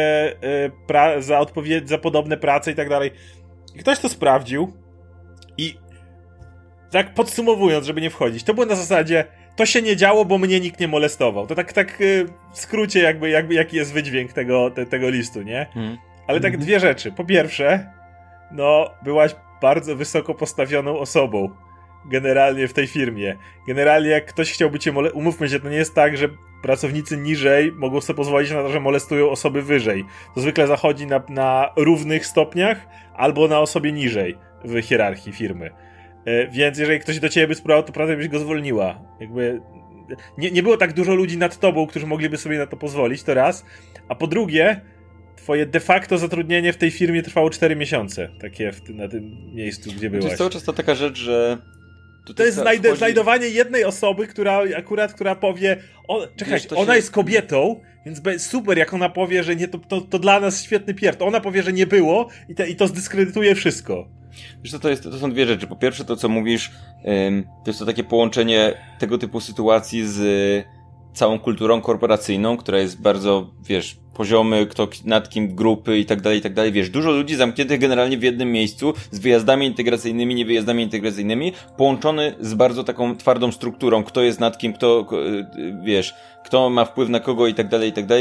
za podobne prace i tak dalej. I ktoś to sprawdził i tak podsumowując, żeby nie wchodzić, to było na zasadzie, to się nie działo, bo mnie nikt nie molestował. To tak w skrócie jakby jaki jest wydźwięk tego listu, nie? Ale tak dwie rzeczy. Po pierwsze, no byłaś bardzo wysoko postawioną osobą generalnie w tej firmie. Generalnie jak ktoś chciałby cię umówmy się, to nie jest tak, że pracownicy niżej mogą sobie pozwolić na to, że molestują osoby wyżej. To zwykle zachodzi na równych stopniach albo na osobie niżej w hierarchii firmy. Więc jeżeli ktoś do ciebie by spróbował, to prawda byś go zwolniła. Jakby nie było tak dużo ludzi nad tobą, którzy mogliby sobie na to pozwolić, to raz. A po drugie, twoje de facto zatrudnienie w tej firmie trwało 4 miesiące. Takie na tym miejscu, gdzie byłaś. To jest cały czas to taka rzecz, że... To jest znajdowanie jednej osoby, która powie, czekaj, ona jest kobietą, więc super, jak ona powie, że nie, to dla nas świetny pierd. Ona powie, że nie było i to zdyskredytuje wszystko. Wiesz co, to są dwie rzeczy. Po pierwsze, to co mówisz, to jest to takie połączenie tego typu sytuacji z całą kulturą korporacyjną, która jest bardzo, wiesz, poziomy, kto nad kim, grupy i tak dalej, wiesz, dużo ludzi zamkniętych generalnie w jednym miejscu, z wyjazdami integracyjnymi, niewyjazdami integracyjnymi, połączony z bardzo taką twardą strukturą, kto jest nad kim, wiesz, kto ma wpływ na kogo i tak dalej,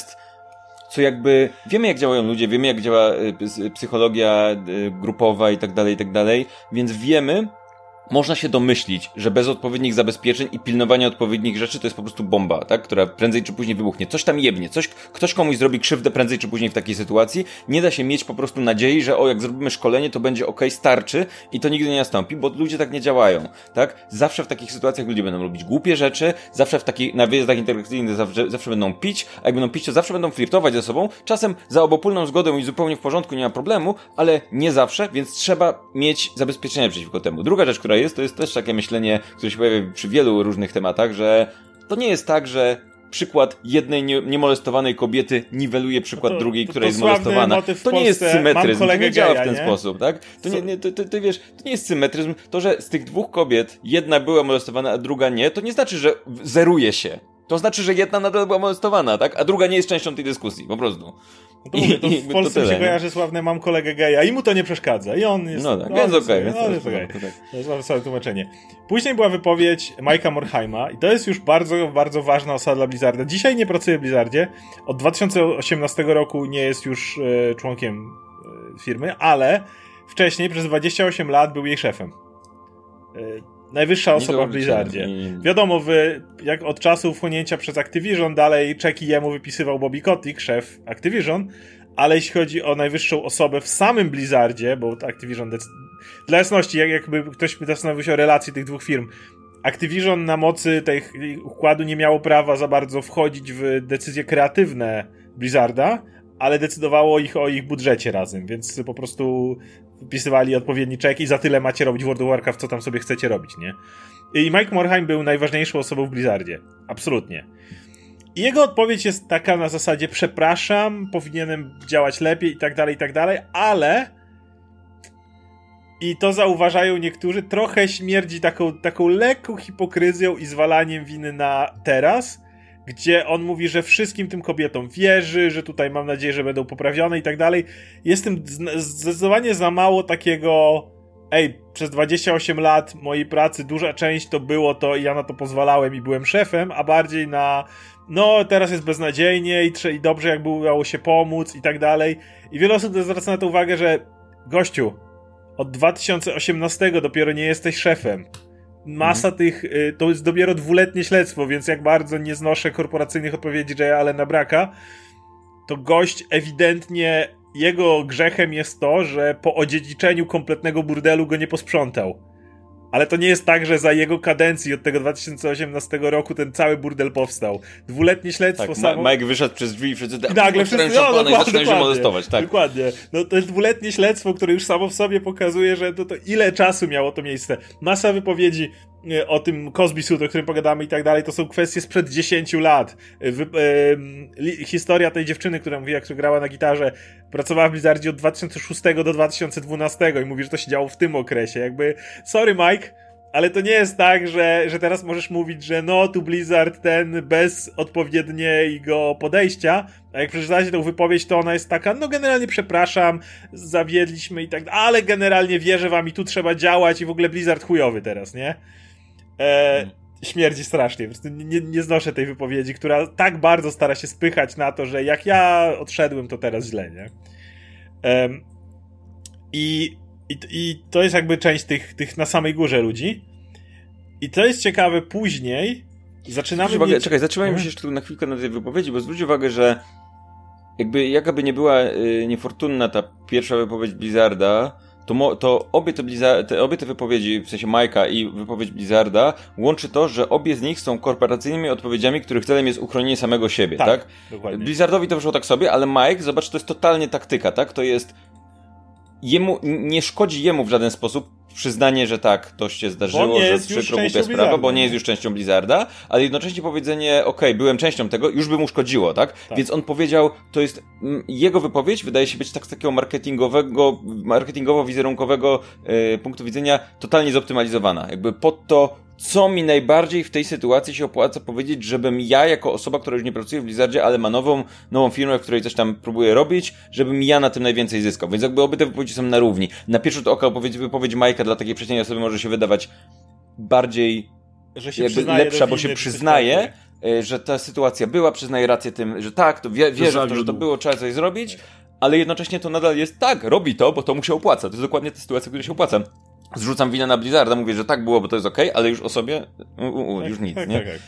co jakby, wiemy jak działają ludzie, wiemy jak działa psychologia grupowa i tak dalej, więc wiemy, można się domyślić, że bez odpowiednich zabezpieczeń i pilnowania odpowiednich rzeczy to jest po prostu bomba, tak? Która prędzej czy później wybuchnie. Coś tam jebnie, ktoś komuś zrobi krzywdę prędzej czy później w takiej sytuacji. Nie da się mieć po prostu nadziei, że jak zrobimy szkolenie, to będzie starczy i to nigdy nie nastąpi, bo ludzie tak nie działają, tak? Zawsze w takich sytuacjach ludzie będą robić głupie rzeczy, zawsze na wyjazdach integracyjnych zawsze będą pić, a jak będą pić, to zawsze będą flirtować ze sobą, czasem za obopólną zgodę i zupełnie w porządku, nie ma problemu, ale nie zawsze, więc trzeba mieć zabezpieczenia przeciwko temu. Druga rzecz, która to jest też takie myślenie, które się pojawia przy wielu różnych tematach, że to nie jest tak, że przykład jednej niemolestowanej kobiety niweluje przykład drugiej, która jest molestowana. To nie jest symetryzm, to nie działa w ten sposób, tak? To wiesz, to nie jest symetryzm. To, że z tych dwóch kobiet jedna była molestowana, a druga nie, to nie znaczy, że zeruje się. To znaczy, że jedna nadal była molestowana, tak? A druga nie jest częścią tej dyskusji, po prostu. No to mówię, to w Polsce się kojarzy sławne mam kolegę geja i mu to nie przeszkadza. I on jest... No tak, więc okej. To jest całe tłumaczenie. Później była wypowiedź Mike'a Morhaima i to jest już bardzo, bardzo ważna osoba dla Blizzarda. Dzisiaj nie pracuje w Blizzardzie. Od 2018 roku nie jest już członkiem firmy, ale wcześniej przez 28 lat był jej szefem. Najwyższa osoba w Blizzardzie. Wiadomo, jak od czasu wchłonięcia przez Activision dalej czeki jemu wypisywał Bobby Kotick, szef Activision, ale jeśli chodzi o najwyższą osobę w samym Blizzardzie, bo Activision dla jasności, jakby ktoś by zastanowił się o relacji tych dwóch firm, Activision na mocy tej układu nie miało prawa za bardzo wchodzić w decyzje kreatywne Blizzarda, ale decydowało o ich budżecie razem, więc po prostu wpisywali odpowiedni czek i za tyle macie robić World of Warcraft, co tam sobie chcecie robić, nie? I Mike Morhaime był najważniejszą osobą w Blizzardzie. Absolutnie. I jego odpowiedź jest taka na zasadzie przepraszam, powinienem działać lepiej i tak dalej, ale i to zauważają niektórzy, trochę śmierdzi taką lekką hipokryzją i zwalaniem winy na teraz, gdzie on mówi, że wszystkim tym kobietom wierzy, że tutaj mam nadzieję, że będą poprawione i tak dalej. Jest tym zdecydowanie za mało takiego przez 28 lat mojej pracy duża część to było to i ja na to pozwalałem i byłem szefem, a bardziej na teraz jest beznadziejnie i dobrze jakby udało się pomóc i tak dalej. I wiele osób zwraca na to uwagę, że gościu, od 2018 dopiero nie jesteś szefem. Masa tych, to jest dopiero 2-letnie śledztwo, więc jak bardzo nie znoszę korporacyjnych odpowiedzi Jaya Allena Bracka, to gość ewidentnie, jego grzechem jest to, że po odziedziczeniu kompletnego burdelu go nie posprzątał. Ale to nie jest tak, że za jego kadencji od tego 2018 roku ten cały burdel powstał. 2-letnie śledztwo tak, samo... Mike wyszedł przez drzwi i wszyscy... I nagle wszyscy... zaczynają się molestować, tak. Dokładnie. No to jest 2-letnie śledztwo, które już samo w sobie pokazuje, że to ile czasu miało to miejsce. Masa wypowiedzi o tym Cosby Suit, o którym pogadamy i tak dalej, to są kwestie sprzed 10 lat. Historia tej dziewczyny, która mówiła, która grała na gitarze, pracowała w Blizzardzie od 2006 do 2012 i mówi, że to się działo w tym okresie. Jakby, sorry Mike, ale to nie jest tak, że teraz możesz mówić, że no, tu Blizzard ten bez odpowiedniego podejścia, a jak przeczytacie tą wypowiedź, to ona jest taka, no generalnie przepraszam, zawiedliśmy i tak, ale generalnie wierzę wam i tu trzeba działać i w ogóle Blizzard chujowy teraz, nie? Śmierdzi strasznie, po prostu nie znoszę tej wypowiedzi, która tak bardzo stara się spychać na to, że jak ja odszedłem, to teraz źle, nie? I to jest jakby część tych na samej górze ludzi. I to jest ciekawe, później zaczynamy uwagę, czekaj, zatrzymajmy się jeszcze tu na chwilkę na tej wypowiedzi, bo zwróć uwagę, że jakby jakaby nie była niefortunna ta pierwsza wypowiedź Blizzarda, to obie te wypowiedzi, w sensie Mike'a i wypowiedź Blizzarda, łączy to, że obie z nich są korporacyjnymi odpowiedziami, których celem jest uchronienie samego siebie, tak? Dokładnie. Blizzardowi to wyszło tak sobie, ale Mike, zobacz, to jest totalnie taktyka, tak? To jest nie szkodzi jemu w żaden sposób przyznanie, że tak, to się zdarzyło, że przykro głupia sprawa, bo nie jest już częścią Blizzarda, ale jednoczecznie powiedzenie, okej, byłem częścią tego, już by mu szkodziło, tak? Więc on powiedział, to jest, jego wypowiedź wydaje się być tak z takiego marketingowo-wizerunkowego punktu widzenia totalnie zoptymalizowana. Jakby pod to, co mi najbardziej w tej sytuacji się opłaca powiedzieć, żebym ja, jako osoba, która już nie pracuje w Blizzardzie, ale ma nową firmę, w której coś tam próbuję robić, żebym ja na tym najwięcej zyskał. Więc jakby obie te wypowiedzi są na równi. Na pierwszy rzut oka wypowiedź Majka dla takiej przeciętnej osoby może się wydawać bardziej że się lepsza, bo się przyznaje, że ta sytuacja była, przyznaje rację tym, że tak, to wierzę w to, że to było, trzeba coś zrobić, ale jednocześnie to nadal jest tak, robi to, bo to mu się opłaca. To jest dokładnie ta sytuacja, która się opłaca. Zrzucam winę na Blizzarda, mówię, że tak było, bo to jest okej, ale już o sobie już nic, nie? Tak.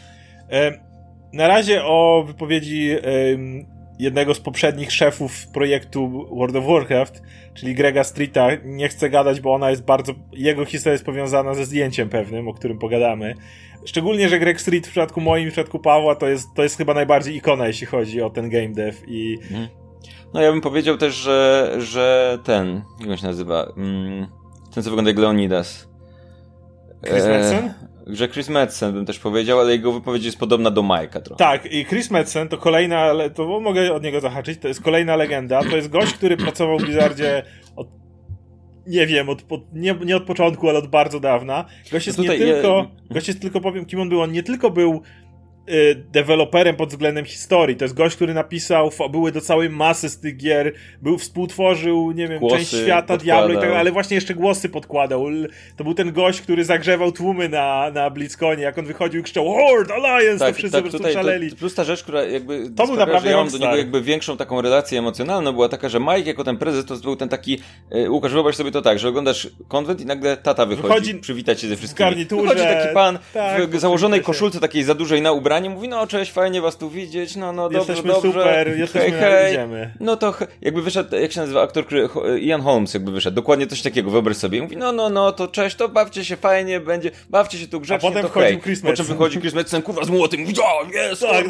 Na razie o wypowiedzi jednego z poprzednich szefów projektu World of Warcraft, czyli Grega Streeta, nie chcę gadać, bo ona jest bardzo... Jego historia jest powiązana ze zdjęciem pewnym, o którym pogadamy. Szczególnie, że Greg Street w przypadku moim, w przypadku Pawła, to jest chyba najbardziej ikona, jeśli chodzi o ten game dev i... No ja bym powiedział też, że ten... Jak on się nazywa? Ten, co wygląda jak Leonidas. Chris Metzen? Że Chris Metzen bym też powiedział, ale jego wypowiedź jest podobna do Mike'a trochę. Tak, i Chris Metzen to kolejna, to mogę od niego zahaczyć, to jest kolejna legenda, to jest gość, który pracował w Blizzardzie od, nie wiem, nie od początku, ale od bardzo dawna. Gość jest gość jest tylko, powiem kim on był, on nie tylko był deweloperem pod względem historii. To jest gość, który napisał fabuły do całej masy z tych gier, współtworzył, nie wiem, głosy część świata Diablo i tak dalej, ale właśnie jeszcze głosy podkładał. To był ten gość, który zagrzewał tłumy na BlizzConie, jak on wychodził i krzyczał Horde, Alliance, tak, to wszyscy po prostu szaleli. Plus ta rzecz, która jakby to był naprawdę że ja mam do niego jakby większą taką relację emocjonalną, była taka, że Mike jako ten prezes to był ten taki, Łukasz, wyobraź sobie to tak, że oglądasz konwent i nagle tata wychodzi przywitać się ze wszystkimi. Wychodzi taki pan w założonej koszulce takiej za dużej na ubraniu, mówi, no cześć, fajnie was tu widzieć, no jesteśmy dobrze, super, jesteśmy, hej. idziemy. No to jakby wyszedł, jak się nazywa aktor, Ian Holmes jakby wyszedł, dokładnie coś takiego, wyobraź sobie, i mówi, no to cześć, to bawcie się fajnie, bawcie się tu grzecznie, a potem to wchodził Chris Metzen. Po czym wychodzi Chris Metzen, kurwa z młotem, mówi, jest, tak,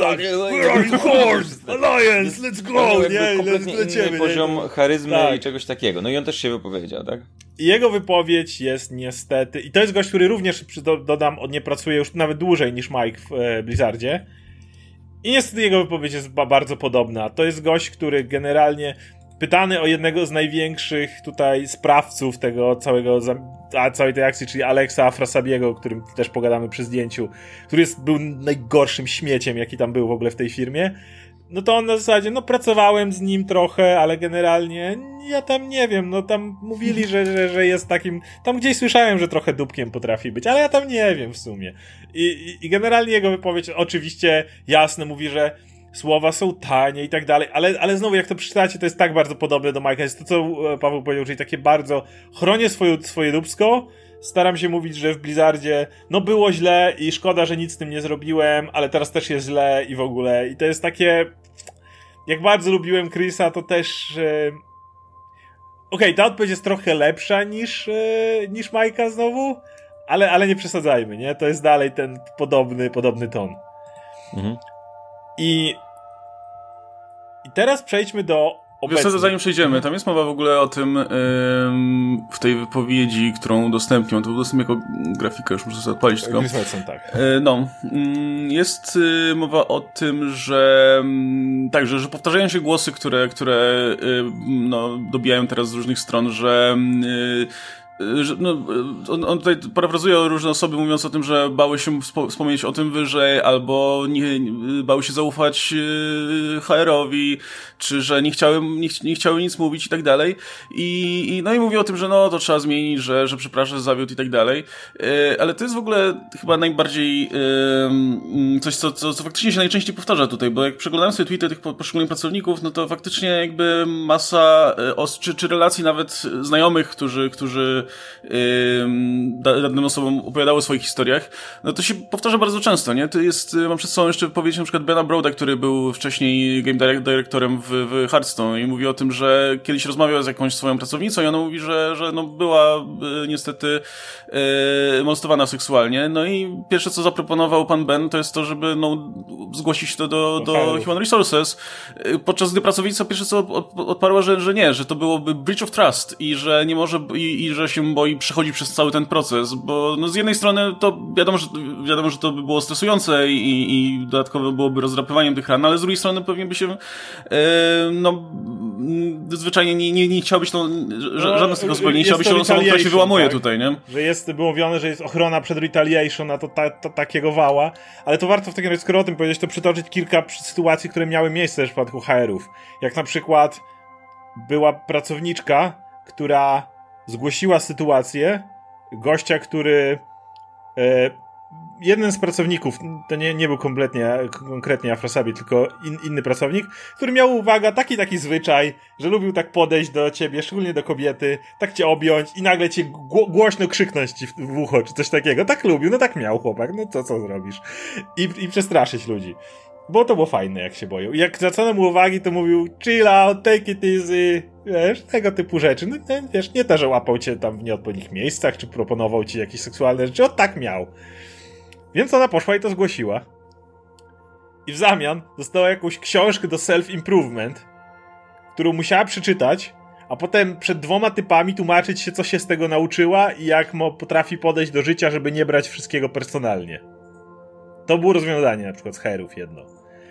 Horse, Alliance, let's go, lecimy. Poziom charyzmy i czegoś takiego, no i on też się wypowiedział, tak? I jego wypowiedź jest niestety, i to jest gość, który również, dodam, nie pracuje już nawet dłużej niż Mike w Blizzardzie. I niestety jego wypowiedź jest bardzo podobna. To jest gość, który generalnie pytany o jednego z największych tutaj sprawców tego całej tej akcji, czyli Alexa Afrasabiego, o którym też pogadamy przy zdjęciu, który był najgorszym śmieciem, jaki tam był w ogóle w tej firmie. No to on na zasadzie, pracowałem z nim trochę, ale generalnie ja tam nie wiem, tam mówili, że jest takim, tam gdzieś słyszałem, że trochę dupkiem potrafi być, ale ja tam nie wiem w sumie. I generalnie jego wypowiedź oczywiście jasno mówi, że słowa są tanie i tak dalej, ale znowu jak to przeczytacie, to jest tak bardzo podobne do Mike'a, jest to, co Paweł powiedział, czyli takie bardzo chronię swoje dupsko, staram się mówić, że w Blizzardzie było źle i szkoda, że nic z tym nie zrobiłem, ale teraz też jest źle i w ogóle. I to jest takie... jak bardzo lubiłem Chrisa, to też... Okej, ta odpowiedź jest trochę lepsza niż Mike'a znowu, ale nie przesadzajmy, nie? To jest dalej ten podobny ton. Mhm. I teraz przejdźmy do obecnych. Wiesz co, zanim przejdziemy, tam jest mowa w ogóle o tym w tej wypowiedzi, którą udostępnią, to udostępnię jako grafikę, już muszę sobie odpalić tylko. Tak. Jest mowa o tym, że tak, że powtarzają się głosy, które dobijają teraz z różnych stron, że on tutaj parafrazuje różne osoby, mówiąc o tym, że bały się wspomnieć o tym wyżej, albo bały się zaufać HR-owi, czy że nie chciały nic mówić i tak dalej. I mówi o tym, że to trzeba zmienić, że przeprasza, że zawiódł i tak dalej. Ale to jest w ogóle chyba najbardziej coś, co faktycznie się najczęściej powtarza tutaj, bo jak przeglądałem sobie tweety tych poszczególnych pracowników, no to faktycznie jakby masa czy relacji nawet znajomych, którzy danym osobom opowiadały o swoich historiach, no to się powtarza bardzo często, nie? Mam przed sobą jeszcze wypowiedź na przykład Bena Broda, który był wcześniej game directorem w Hearthstone i mówi o tym, że kiedyś rozmawiał z jakąś swoją pracownicą i ona mówi, że była niestety molestowana seksualnie, no i pierwsze co zaproponował pan Ben, to jest to, żeby zgłosić to do Human Resources, podczas gdy pracownica pierwsze co odparła, że nie, że to byłoby breach of trust i że nie może i że się boi przechodzić przez cały ten proces, bo z jednej strony to wiadomo, że to by było stresujące i dodatkowo byłoby rozdrapywaniem tych ran, ale z drugiej strony pewnie by się zwyczajnie nie chciałby się żadne z tego zupełnie nie chciałby się osobą, która się wyłamuje tutaj, nie? Że było mówione, że jest ochrona przed retaliation, a to takiego wała, ale to warto w takim razie, skoro o tym powiedzieć, to przytoczyć kilka sytuacji, które miały miejsce w przypadku HR-ów. Jak na przykład była pracowniczka, która zgłosiła sytuację gościa, który jeden z pracowników, to nie był konkretnie Afrosabi, tylko inny pracownik, który miał, uwaga, taki zwyczaj, że lubił tak podejść do ciebie, szczególnie do kobiety, tak cię objąć i nagle cię głośno krzyknąć ci w ucho, czy coś takiego. Tak lubił, tak miał chłopak, co zrobisz? I przestraszyć ludzi. Bo to było fajne, jak się boją. I jak zwracano mu uwagi, to mówił chill out, take it easy, wiesz, tego typu rzeczy. No wiesz, nie to, że łapał cię tam w nieodpowiednich miejscach, czy proponował ci jakieś seksualne rzeczy, tak miał. Więc ona poszła i to zgłosiła. I w zamian dostała jakąś książkę do self-improvement, którą musiała przeczytać, a potem przed 2 typami tłumaczyć się, co się z tego nauczyła i jak potrafi podejść do życia, żeby nie brać wszystkiego personalnie. To było rozwiązanie na przykład z HR-ów jedno.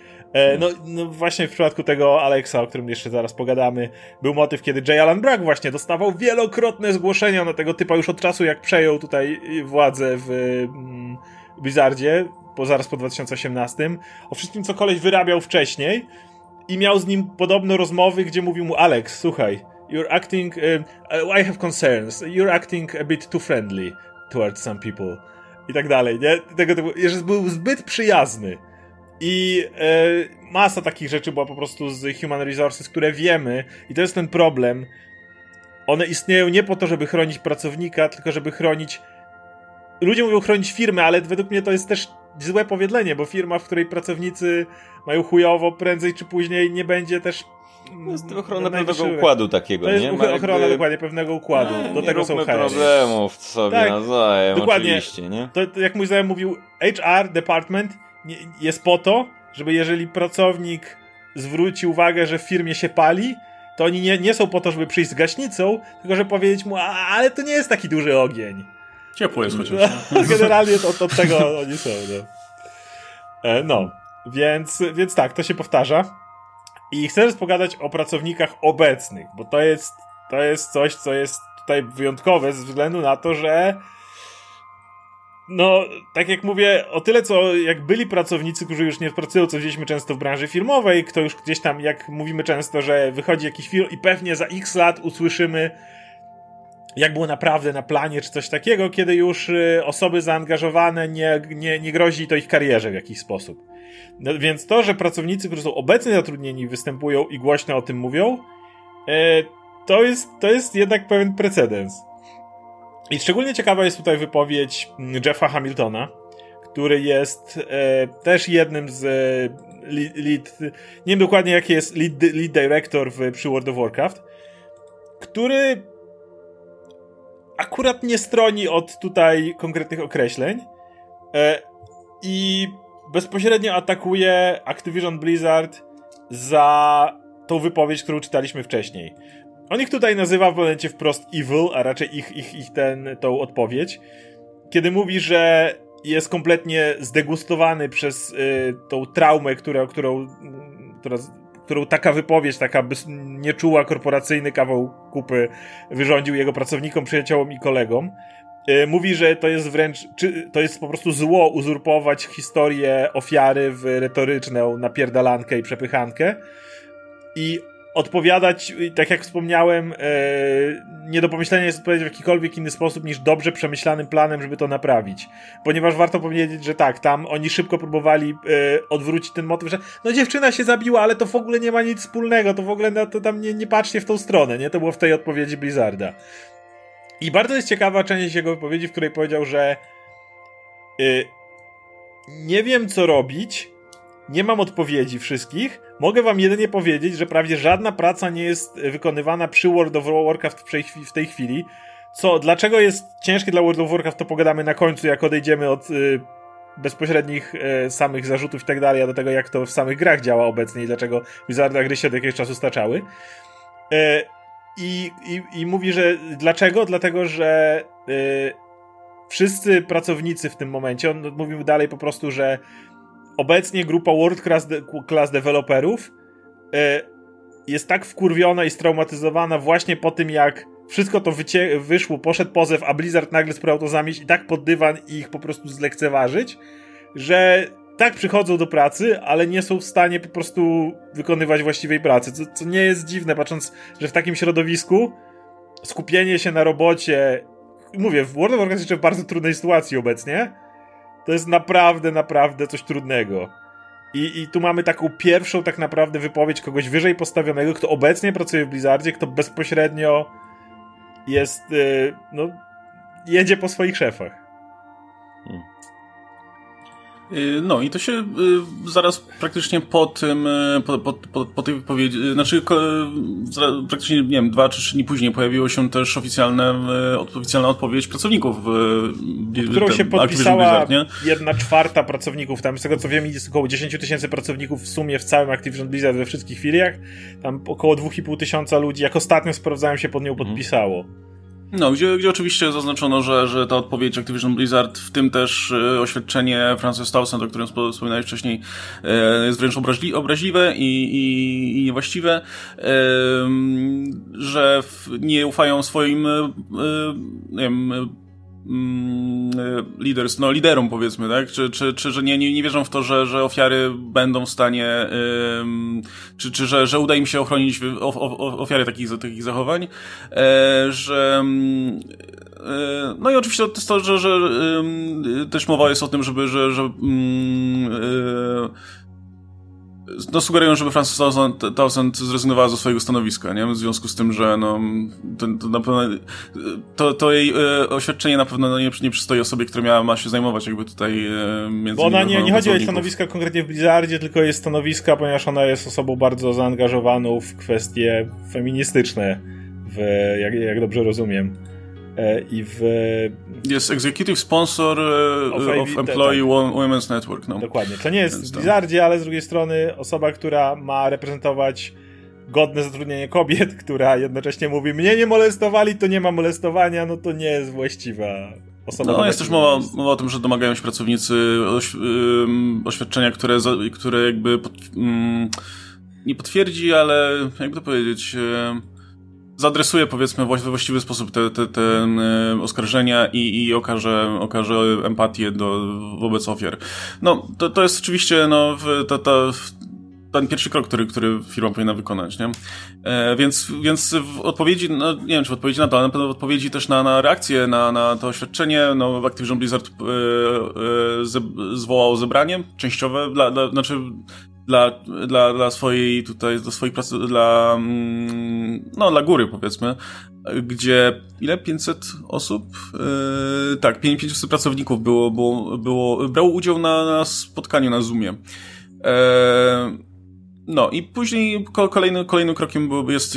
No właśnie w przypadku tego Alexa, o którym jeszcze zaraz pogadamy, był motyw, kiedy J. Allen Brack właśnie dostawał wielokrotne zgłoszenia na tego typa już od czasu, jak przejął tutaj władzę w Blizzardzie, zaraz po 2018, o wszystkim, co koleś wyrabiał wcześniej i miał z nim podobno rozmowy, gdzie mówił mu: Alex, słuchaj, you're acting, I have concerns, you're acting a bit too friendly towards some people i tak dalej, nie? Tego typu, że był zbyt przyjazny. I masa takich rzeczy była po prostu z Human Resources, które wiemy, i to jest ten problem. One istnieją nie po to, żeby chronić pracownika, tylko żeby chronić... Ludzie mówią chronić firmę, ale według mnie to jest też złe powiedzenie, bo firma, w której pracownicy mają chujowo, prędzej czy później nie będzie też... To jest ochrona pewnego układu takiego, to jest nie? ochrona dokładnie pewnego układu. Do tego są HR. Problemów sobie tak, nawzajem, dokładnie. Oczywiście, nie? To jak mój znajomy mówił, HR department jest po to, żeby jeżeli pracownik zwróci uwagę, że w firmie się pali, to oni nie są po to, żeby przyjść z gaśnicą, tylko żeby powiedzieć mu, ale to nie jest taki duży ogień. Ciepło jest chociaż. Generalnie od tego oni są. Więc tak, to się powtarza. I chcę teraz pogadać o pracownikach obecnych, bo to jest coś, co jest tutaj wyjątkowe ze względu na to, że tak jak mówię, o tyle co jak byli pracownicy, którzy już nie pracują, co widzieliśmy często w branży filmowej, kto już gdzieś tam, jak mówimy często, że wychodzi jakiś film i pewnie za x lat usłyszymy, jak było naprawdę na planie, czy coś takiego, kiedy już osoby zaangażowane nie grozi to ich karierze w jakiś sposób. No, więc to, że pracownicy, którzy są obecnie zatrudnieni, występują i głośno o tym mówią, to jest jednak pewien precedens. I szczególnie ciekawa jest tutaj wypowiedź Jeffa Hamiltona, który jest też jednym z lead, nie wiem dokładnie jaki jest lead director przy World of Warcraft, który akurat nie stroni od tutaj konkretnych określeń i bezpośrednio atakuje Activision Blizzard za tą wypowiedź, którą czytaliśmy wcześniej. On ich tutaj nazywa w momencie wprost evil, a raczej tą odpowiedź, kiedy mówi, że jest kompletnie zdegustowany przez tą traumę, którą taka wypowiedź, taka nieczuła korporacyjny kawał kupy wyrządził jego pracownikom, przyjaciołom i kolegom. Mówi, że to jest to jest po prostu zło uzurpować historię ofiary w retoryczną napierdalankę i przepychankę i odpowiadać, tak jak wspomniałem, nie do pomyślenia jest odpowiedzieć w jakikolwiek inny sposób niż dobrze przemyślanym planem, żeby to naprawić. Ponieważ warto powiedzieć, że tak, tam oni szybko próbowali odwrócić ten motyw, że no dziewczyna się zabiła, ale to w ogóle nie ma nic wspólnego, to w ogóle to tam nie patrzcie w tą stronę, nie? To było w tej odpowiedzi Blizzarda. I bardzo jest ciekawa część jego wypowiedzi, w której powiedział, że nie wiem co robić, nie mam odpowiedzi wszystkich, mogę wam jedynie powiedzieć, że prawie żadna praca nie jest wykonywana przy World of Warcraft w tej chwili. Dlaczego jest ciężkie dla World of Warcraft, to pogadamy na końcu, jak odejdziemy od bezpośrednich samych zarzutów i tak dalej, a do tego, jak to w samych grach działa obecnie i dlaczego Blizzarda gry się od jakiegoś czasu staczały. I mówi, że dlaczego? Dlatego, że wszyscy pracownicy w tym momencie, on mówił dalej po prostu, że obecnie grupa World Class deweloperów jest tak wkurwiona i straumatyzowana właśnie po tym, jak wszystko to wyszło, poszedł pozew, a Blizzard nagle spróbował to zamieść i tak pod dywan i ich po prostu zlekceważyć, że tak przychodzą do pracy, ale nie są w stanie po prostu wykonywać właściwej pracy, co nie jest dziwne, patrząc, że w takim środowisku skupienie się na robocie, mówię, w World of Warcraft jeszcze w bardzo trudnej sytuacji obecnie, to jest naprawdę coś trudnego. I tu mamy taką pierwszą tak naprawdę wypowiedź kogoś wyżej postawionego, kto obecnie pracuje w Blizzardzie, kto bezpośrednio jest, jedzie po swoich szefach. No i to się zaraz praktycznie po tej wypowiedzi, znaczy praktycznie, nie wiem, 2 czy 3 dni później pojawiła się też oficjalna odpowiedź pracowników, którą się podpisała 1/4 pracowników, tam z tego co wiem jest około 10 000 pracowników w sumie w całym Activision Blizzard we wszystkich filiach, tam około 2,5 tysiąca ludzi, jak ostatnio sprawdzałem, się pod nią podpisało. No, gdzie oczywiście zaznaczono, że ta odpowiedź Activision Blizzard, w tym też oświadczenie Francis Townsend, o którym wspominałeś wcześniej, jest wręcz obraźliwe i niewłaściwe, że nie ufają swoim nie wiem, liderom, powiedzmy, tak? Czy że nie wierzą w to, że ofiary będą w stanie, czy że uda im się ochronić ofiary takich zachowań, że no i oczywiście to jest to, że też mowa jest o tym, żeby no sugerują, żeby Francis Townsend zrezygnowała ze swojego stanowiska, nie? W związku z tym, że no to na pewno to jej oświadczenie na pewno nie przystoi osobie, która ma się zajmować jakby tutaj między bo ona nie chodzi o jej stanowiska konkretnie w Blizzardzie, tylko jej stanowiska, ponieważ ona jest osobą bardzo zaangażowaną w kwestie feministyczne, jak dobrze rozumiem. Jest Executive Sponsor of Employee Women's Network. No. Dokładnie. To nie jest w Blizzardzie, ale z drugiej strony osoba, która ma reprezentować godne zatrudnienie kobiet, która jednocześnie mówi, mnie nie molestowali, to nie ma molestowania, no to nie jest właściwa osoba. No jest też mowa o tym, że domagają się pracownicy oświadczenia, które jakby nie potwierdzi, ale jakby to powiedzieć... zaadresuje, powiedzmy, we właściwy sposób te oskarżenia i okaże empatię wobec ofiar. No, to jest oczywiście, no, ten pierwszy krok, który firma powinna wykonać, nie? Więc w odpowiedzi, no, nie wiem, czy w odpowiedzi na to, ale na pewno w odpowiedzi też na reakcję na to oświadczenie, no, Activision Blizzard zwołał zebranie częściowe, dla swojej tutaj, dla swoich prac, dla góry, powiedzmy, gdzie ile? 500 osób? Tak, 500 pracowników brało udział na spotkaniu na Zoomie. No i później kolejnym krokiem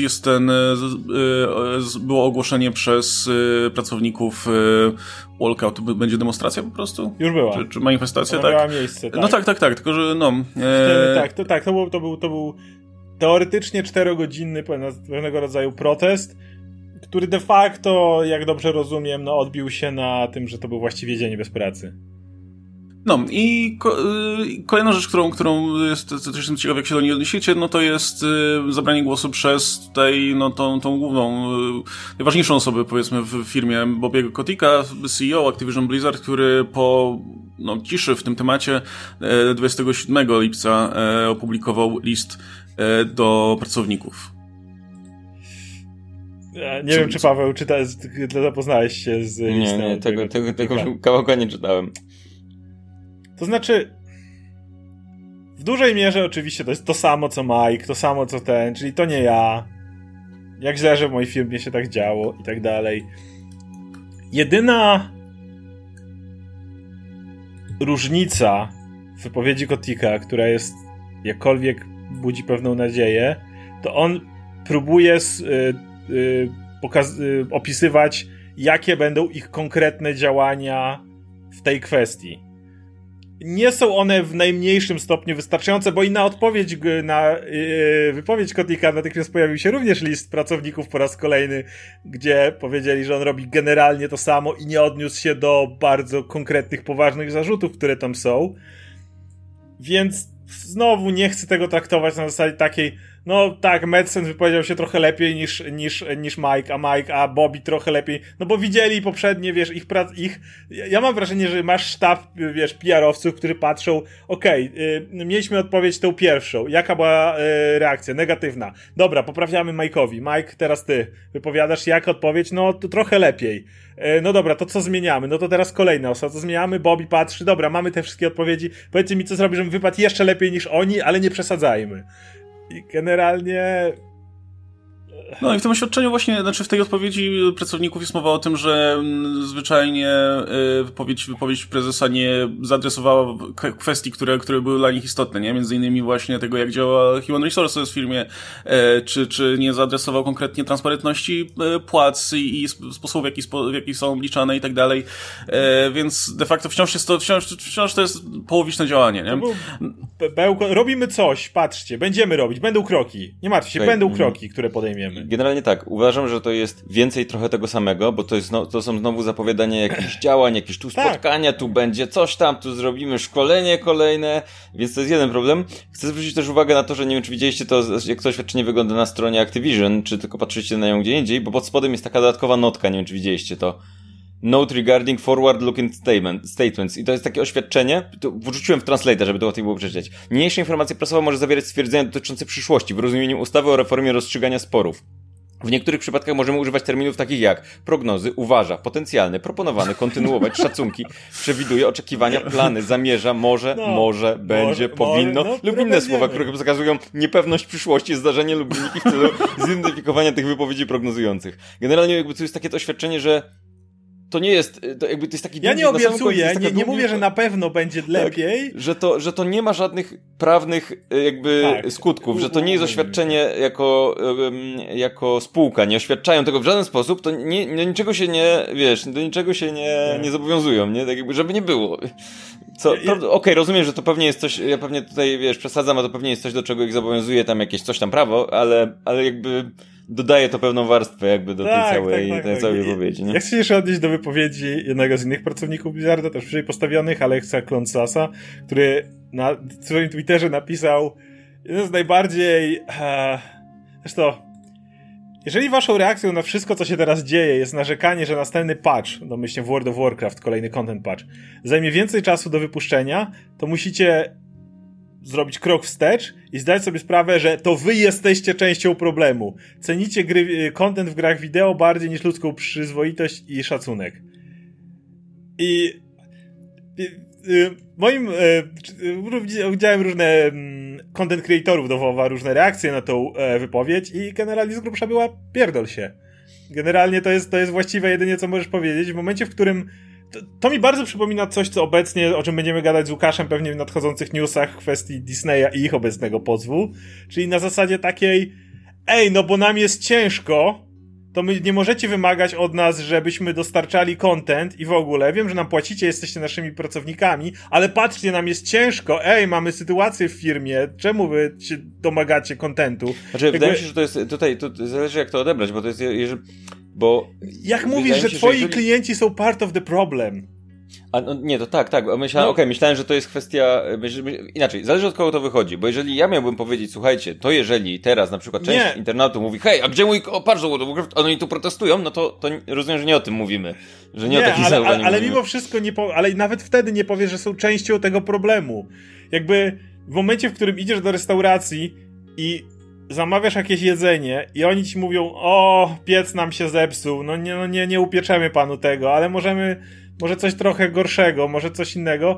było ogłoszenie przez pracowników walkout. Będzie demonstracja po prostu? Już była. Czy manifestacja, tak? Miała miejsce, tak. No tak, tylko że no... To był teoretycznie 4-godzinny pewnego rodzaju protest, który de facto, jak dobrze rozumiem, odbił się na tym, że to był właściwie dzień bez pracy. No i kolejna rzecz, którą jestem ciekaw, jak się do niej odniesiecie, no to jest zabranie głosu przez tutaj, no tą główną, najważniejszą osobę, powiedzmy, w firmie Bobiego Koticka, CEO Activision Blizzard, który po ciszy w tym temacie 27 lipca opublikował list do pracowników. Nie wiem, czy Paweł zapoznałeś się z listem. Nie, tego kawałka nie czytałem. To znaczy, w dużej mierze oczywiście to jest to samo co Mike, to samo co ten, czyli to nie ja. Jak źle, że w mojej firmie się tak działo i tak dalej. Jedyna różnica w wypowiedzi Koticka, która jest jakkolwiek budzi pewną nadzieję, to on próbuje opisywać, jakie będą ich konkretne działania w tej kwestii. Nie są one w najmniejszym stopniu wystarczające, bo i na odpowiedź na wypowiedź Koticka natychmiast pojawił się również list pracowników po raz kolejny, gdzie powiedzieli, że on robi generalnie to samo i nie odniósł się do bardzo konkretnych, poważnych zarzutów, które tam są. Więc znowu nie chcę tego traktować na zasadzie takiej, no tak, Madsen wypowiedział się trochę lepiej niż Mike, a Bobby trochę lepiej, no bo widzieli poprzednie, wiesz, ja mam wrażenie, że masz sztab, wiesz, PR-owców, którzy patrzą, mieliśmy odpowiedź tą pierwszą, jaka była reakcja? Negatywna. Dobra, poprawiamy Mike'owi. Mike, teraz ty wypowiadasz, jaka odpowiedź? No, to trochę lepiej. No dobra, to co zmieniamy? No to teraz kolejna osoba, co zmieniamy? Bobby patrzy, dobra, mamy te wszystkie odpowiedzi, powiedzcie mi, co zrobić, żebym wypadł jeszcze lepiej niż oni, ale nie przesadzajmy. I generalnie... No i w tym oświadczeniu właśnie, w tej odpowiedzi pracowników jest mowa o tym, że zwyczajnie wypowiedź prezesa nie zaadresowała kwestii, które były dla nich istotne, nie? Między innymi właśnie tego, jak działa Human Resources w firmie, czy nie zaadresował konkretnie transparentności płac i sposobów, w jaki są obliczane i tak dalej. Więc de facto wciąż to jest połowiczne działanie, nie? Robimy coś, patrzcie, będziemy robić, będą kroki. Nie martwcie się, będą kroki, które podejmiemy. Generalnie tak, uważam, że to jest więcej trochę tego samego, bo to są znowu zapowiadania jakichś działań, jakieś tu spotkania, tu będzie coś tam, tu zrobimy szkolenie kolejne, więc to jest jeden problem. Chcę zwrócić też uwagę na to, że nie wiem, czy widzieliście to, jak to oświadczenie wygląda na stronie Activision, czy tylko patrzyliście na nią gdzie indziej, bo pod spodem jest taka dodatkowa notka, nie wiem, czy widzieliście to. Note regarding forward-looking statements. I to jest takie oświadczenie, to wrzuciłem w translator, żeby to łatwiej było przeczytać. Niniejsza informacja prasowa może zawierać stwierdzenia dotyczące przyszłości w rozumieniu ustawy o reformie rozstrzygania sporów. W niektórych przypadkach możemy używać terminów takich jak prognozy, uważa, potencjalny, proponowany, kontynuować, szacunki, przewiduje, oczekiwania, plany, zamierza, może, będzie, powinno lub inne słowa, które wskazują niepewność przyszłości, zdarzenie lub wyniki w celu zidentyfikowania tych wypowiedzi prognozujących. Generalnie jakby to jest takie to oświadczenie, że to nie jest, to jakby to jest taki... Ja nie obiecuję, nie mówię, że na pewno będzie lepiej. Tak, że to nie ma żadnych prawnych jakby skutków, że to nie jest oświadczenie jako spółka, nie oświadczają tego w żaden sposób, to do niczego się nie, wiesz, do niczego się nie zobowiązują, nie? Tak jakby, żeby nie było. Okej, rozumiem, że to pewnie jest coś, ja pewnie tutaj, wiesz, przesadzam, a to pewnie jest coś, do czego ich zobowiązuje tam jakieś coś tam prawo, ale jakby dodaje to pewną warstwę jakby do tej całej wypowiedzi, nie? Ja chcę się jeszcze odnieść do wypowiedzi jednego z innych pracowników Blizzarda, też wyżej postawionych, Alexa Klonsasa, który na swoim Twitterze napisał jeden z najbardziej... Zresztą, jeżeli waszą reakcją na wszystko, co się teraz dzieje, jest narzekanie, że następny patch, domyślnie w World of Warcraft, kolejny content patch, zajmie więcej czasu do wypuszczenia, to musicie zrobić krok wstecz i zdać sobie sprawę, że to wy jesteście częścią problemu. Cenicie content w grach wideo bardziej niż ludzką przyzwoitość i szacunek. Widziałem różne content creatorów do WoWa, różne reakcje na tą wypowiedź i generalnie z grubsza była pierdol się. Generalnie to jest właściwe jedynie, co możesz powiedzieć. W momencie, w którym... To mi bardzo przypomina coś, co obecnie, o czym będziemy gadać z Łukaszem pewnie w nadchodzących newsach w kwestii Disneya i ich obecnego pozwu. Czyli na zasadzie takiej, no bo nam jest ciężko, to my nie możecie wymagać od nas, żebyśmy dostarczali content i w ogóle. Wiem, że nam płacicie, jesteście naszymi pracownikami, ale patrzcie, nam jest ciężko, mamy sytuację w firmie, czemu wy się domagacie contentu? Znaczy, wydaje mi się, że to jest, tutaj, to zależy jak to odebrać, bo to jest, bo... Jak mówisz, że twoi klienci są part of the problem? Nie, to tak. Myślałem, że to jest kwestia... Inaczej, zależy od kogo to wychodzi, bo jeżeli ja miałbym powiedzieć, słuchajcie, to jeżeli teraz na przykład część internautu mówi, hej, a gdzie mój... patrz, oni tu protestują, no to rozumiem, że nie o tym mówimy. Że nie o takich założeniach ale mimo wszystko ale nawet wtedy nie powiesz, że są częścią tego problemu. Jakby w momencie, w którym idziesz do restauracji i zamawiasz jakieś jedzenie i oni ci mówią, piec nam się zepsuł, nie upieczemy panu tego, ale może coś trochę gorszego, może coś innego,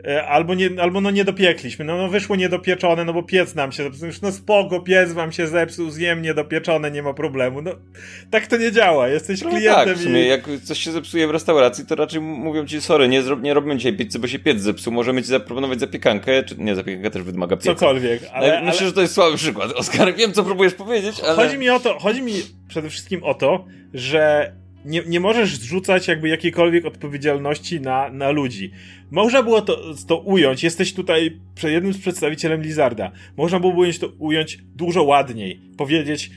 albo nie dopiekliśmy, wyszło niedopieczone, bo piec nam się zepsuł, spoko, piec wam się zepsuł, zjem niedopieczone, nie ma problemu, tak to nie działa, jesteś klientem tak, w sumie, jak coś się zepsuje w restauracji, to raczej mówią ci, sorry, nie robimy dzisiaj pizzy, bo się piec zepsuł, możemy ci zaproponować zapiekankę, czy nie, zapiekanka też wymaga pieca. Cokolwiek, ale... Myślę, że to jest słaby przykład, Oskar, wiem, co próbujesz powiedzieć, ale... Chodzi mi przede wszystkim o to, że nie możesz zrzucać jakby jakiejkolwiek odpowiedzialności na ludzi. Można było to ująć, jesteś tutaj jednym z przedstawicielem Blizzarda, można było to ująć dużo ładniej, powiedzieć,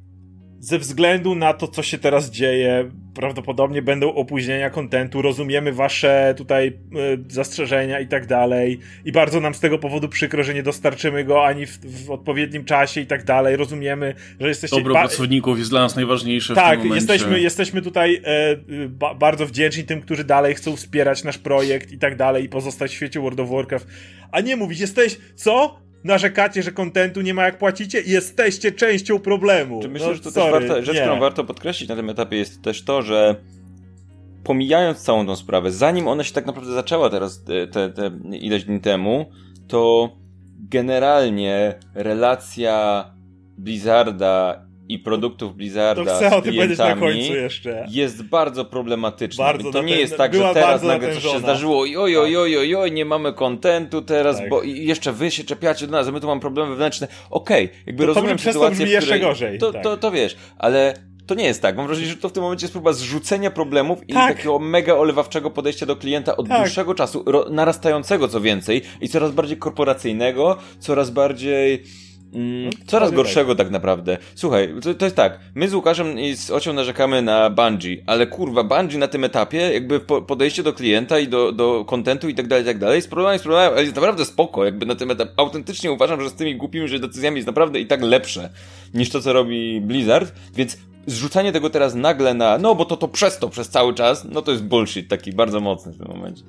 ze względu na to, co się teraz dzieje, prawdopodobnie będą opóźnienia kontentu, rozumiemy wasze tutaj zastrzeżenia i tak dalej i bardzo nam z tego powodu przykro, że nie dostarczymy go ani w odpowiednim czasie i tak dalej, rozumiemy, że jesteście... Dobro pracowników jest dla nas najważniejsze w tym momencie. Tak, jesteśmy tutaj bardzo wdzięczni tym, którzy dalej chcą wspierać nasz projekt i tak dalej i pozostać w świecie World of Warcraft, a nie mówić, co? Narzekacie, że kontentu nie ma jak płacicie i jesteście częścią problemu. Myślę, że to też rzecz, którą warto podkreślić na tym etapie jest też to, że pomijając całą tą sprawę, zanim ona się tak naprawdę zaczęła teraz te ileś dni temu, to generalnie relacja Blizzarda i produktów Blizzarda z klientami jest bardzo problematyczna. To nie jest tak, że teraz nagle coś się zdarzyło i oj, nie mamy kontentu teraz, bo i jeszcze wy się czepiacie do nas, a my tu mamy problemy wewnętrzne. Okej, jakby rozumiem sytuację, w której... gorzej. To wiesz, ale to nie jest tak. Mam wrażenie, że to w tym momencie jest próba zrzucenia problemów i takiego mega olewawczego podejścia do klienta od dłuższego czasu, narastającego co więcej i coraz bardziej korporacyjnego, coraz bardziej... coraz gorszego tak naprawdę. Słuchaj, to jest tak, my z Łukaszem i z Ocią narzekamy na Bungie, ale kurwa, Bungie na tym etapie, jakby podejście do klienta i do kontentu i tak dalej, z problemami, ale jest naprawdę spoko, jakby na tym etapie. Autentycznie uważam, że z tymi głupimi decyzjami jest naprawdę i tak lepsze niż to, co robi Blizzard, więc zrzucanie tego teraz nagle bo to przez cały czas, to jest bullshit taki bardzo mocny w tym momencie.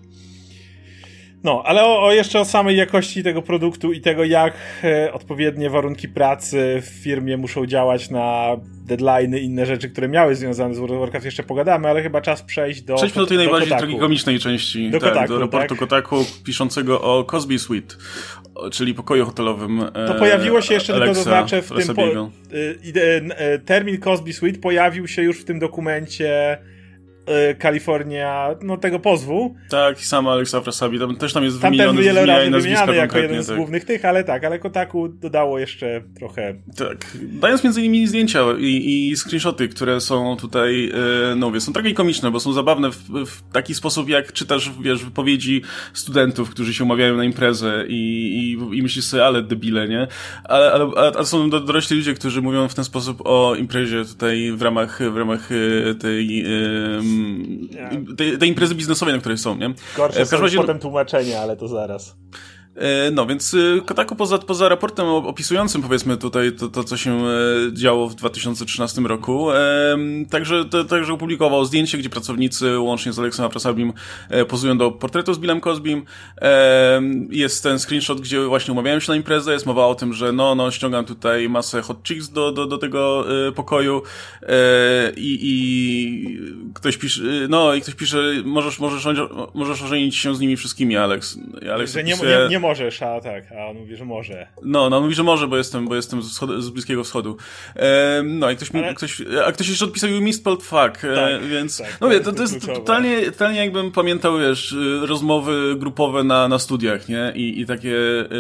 Ale jeszcze o samej jakości tego produktu i tego, jak odpowiednie warunki pracy w firmie muszą działać na deadline'y i inne rzeczy, które miały związane z World of Warcraft, jeszcze pogadamy, ale chyba czas przejść do Przejdźmy do tej najbardziej tragikomicznej części, do raportu Kotaku piszącego o Cosby Suite, czyli pokoju hotelowym. To pojawiło się jeszcze, tylko zaznaczę, w tym termin Cosby Suite pojawił się już w tym dokumencie Kalifornia, tego pozwu. Tak, i sama Alexa Frasabi, tam jest wymieniony jako jeden z głównych tych, ale Kotaku dodało jeszcze trochę. Tak, dając między innymi zdjęcia i screenshoty, które są tutaj, są tragikomiczne, bo są zabawne w taki sposób, jak czytasz, wypowiedzi studentów, którzy się umawiają na imprezę i myślisz sobie, ale debile, nie? Ale są dorośli ludzie, którzy mówią w ten sposób o imprezie tutaj w ramach tej imprezy biznesowej, na której są, nie? Gorsze są potem tłumaczenia, ale to zaraz. Więc Kotaku poza raportem opisującym, powiedzmy, tutaj to co się działo w 2013 roku, także opublikował zdjęcie, gdzie pracownicy łącznie z Alexem Frasabim pozują do portretu z Billem Cosbym. Jest ten screenshot, gdzie właśnie umawiałem się na imprezę, jest mowa o tym, że ściągam tutaj masę hot chicks do tego pokoju i ktoś pisze, możesz ożenić się z nimi wszystkimi, Alex. Że możesz, a tak, a on mówi, że może. No, on mówi, że może, bo jestem z Bliskiego Wschodu. No i ktoś jeszcze odpisał You missed spelled fuck, więc... Tak, no wie, to jest totalnie jakbym pamiętał, wiesz, rozmowy grupowe na studiach, nie? I takie...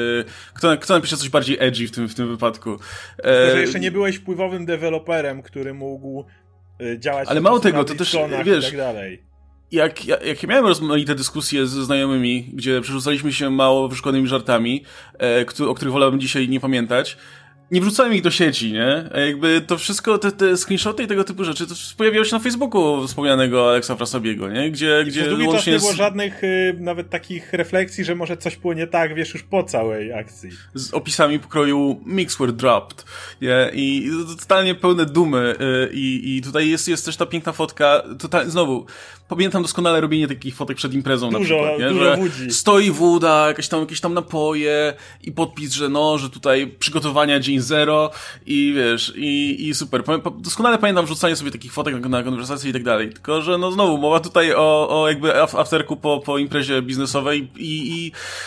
Kto napisze coś bardziej edgy w tym wypadku? Że jeszcze nie byłeś wpływowym deweloperem, który mógł działać... Ale mało tego, to też, wiesz... I tak dalej. Jak ja miałem rozmaite dyskusje ze znajomymi, gdzie przerzucaliśmy się mało wyszkolonymi żartami, o których wolałbym dzisiaj nie pamiętać, nie wrzucałem ich do sieci, nie? A jakby to wszystko, te screenshoty i tego typu rzeczy, to pojawiało się na Facebooku wspomnianego Alexa Frasabiego, nie? Gdzie przez długi czas nie było żadnych nawet takich refleksji, że może coś było nie tak, wiesz, już po całej akcji. Z opisami pokroju Mix were dropped, nie? I totalnie pełne dumy. I tutaj jest też ta piękna fotka, znowu, pamiętam doskonale robienie takich fotek przed imprezą na przykład, nie? Dużo wódzi. Stoi woda, jakieś tam napoje i podpis, że tutaj przygotowania dzień zero i wiesz, i super. Doskonale pamiętam wrzucanie sobie takich fotek na konwersacje i tak dalej. Tylko, że no znowu, mowa tutaj o jakby afterku po imprezie biznesowej i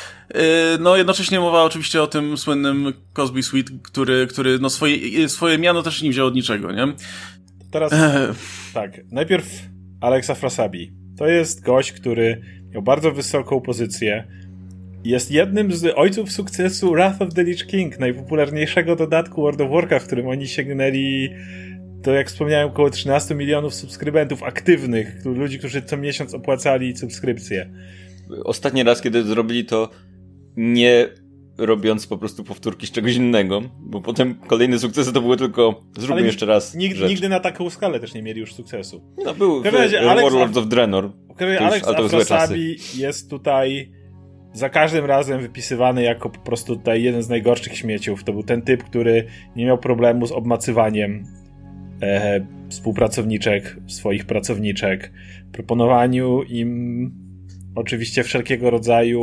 no jednocześnie mowa oczywiście o tym słynnym Cosby Suite, który no swoje miano też nie wziął od niczego, nie? Teraz tak, najpierw Alexa Frasabi. To jest gość, który miał bardzo wysoką pozycję. Jest jednym z ojców sukcesu Wrath of the Lich King, najpopularniejszego dodatku World of Warcraft, w którym oni sięgnęli, to jak wspomniałem, około 13 milionów subskrybentów aktywnych, ludzi, którzy co miesiąc opłacali subskrypcję. Ostatni raz, kiedy zrobili to, nie robiąc po prostu powtórki z czegoś innego, bo potem kolejne sukcesy to były tylko zróbmy jeszcze raz nigdy na taką skalę też nie mieli już sukcesu. No był Warlords of Draenor. Alex Frasabi jest tutaj za każdym razem wypisywany jako po prostu tutaj jeden z najgorszych śmieciów. To był ten typ, który nie miał problemu z obmacywaniem współpracowniczek, swoich pracowniczek, proponowaniu im oczywiście wszelkiego rodzaju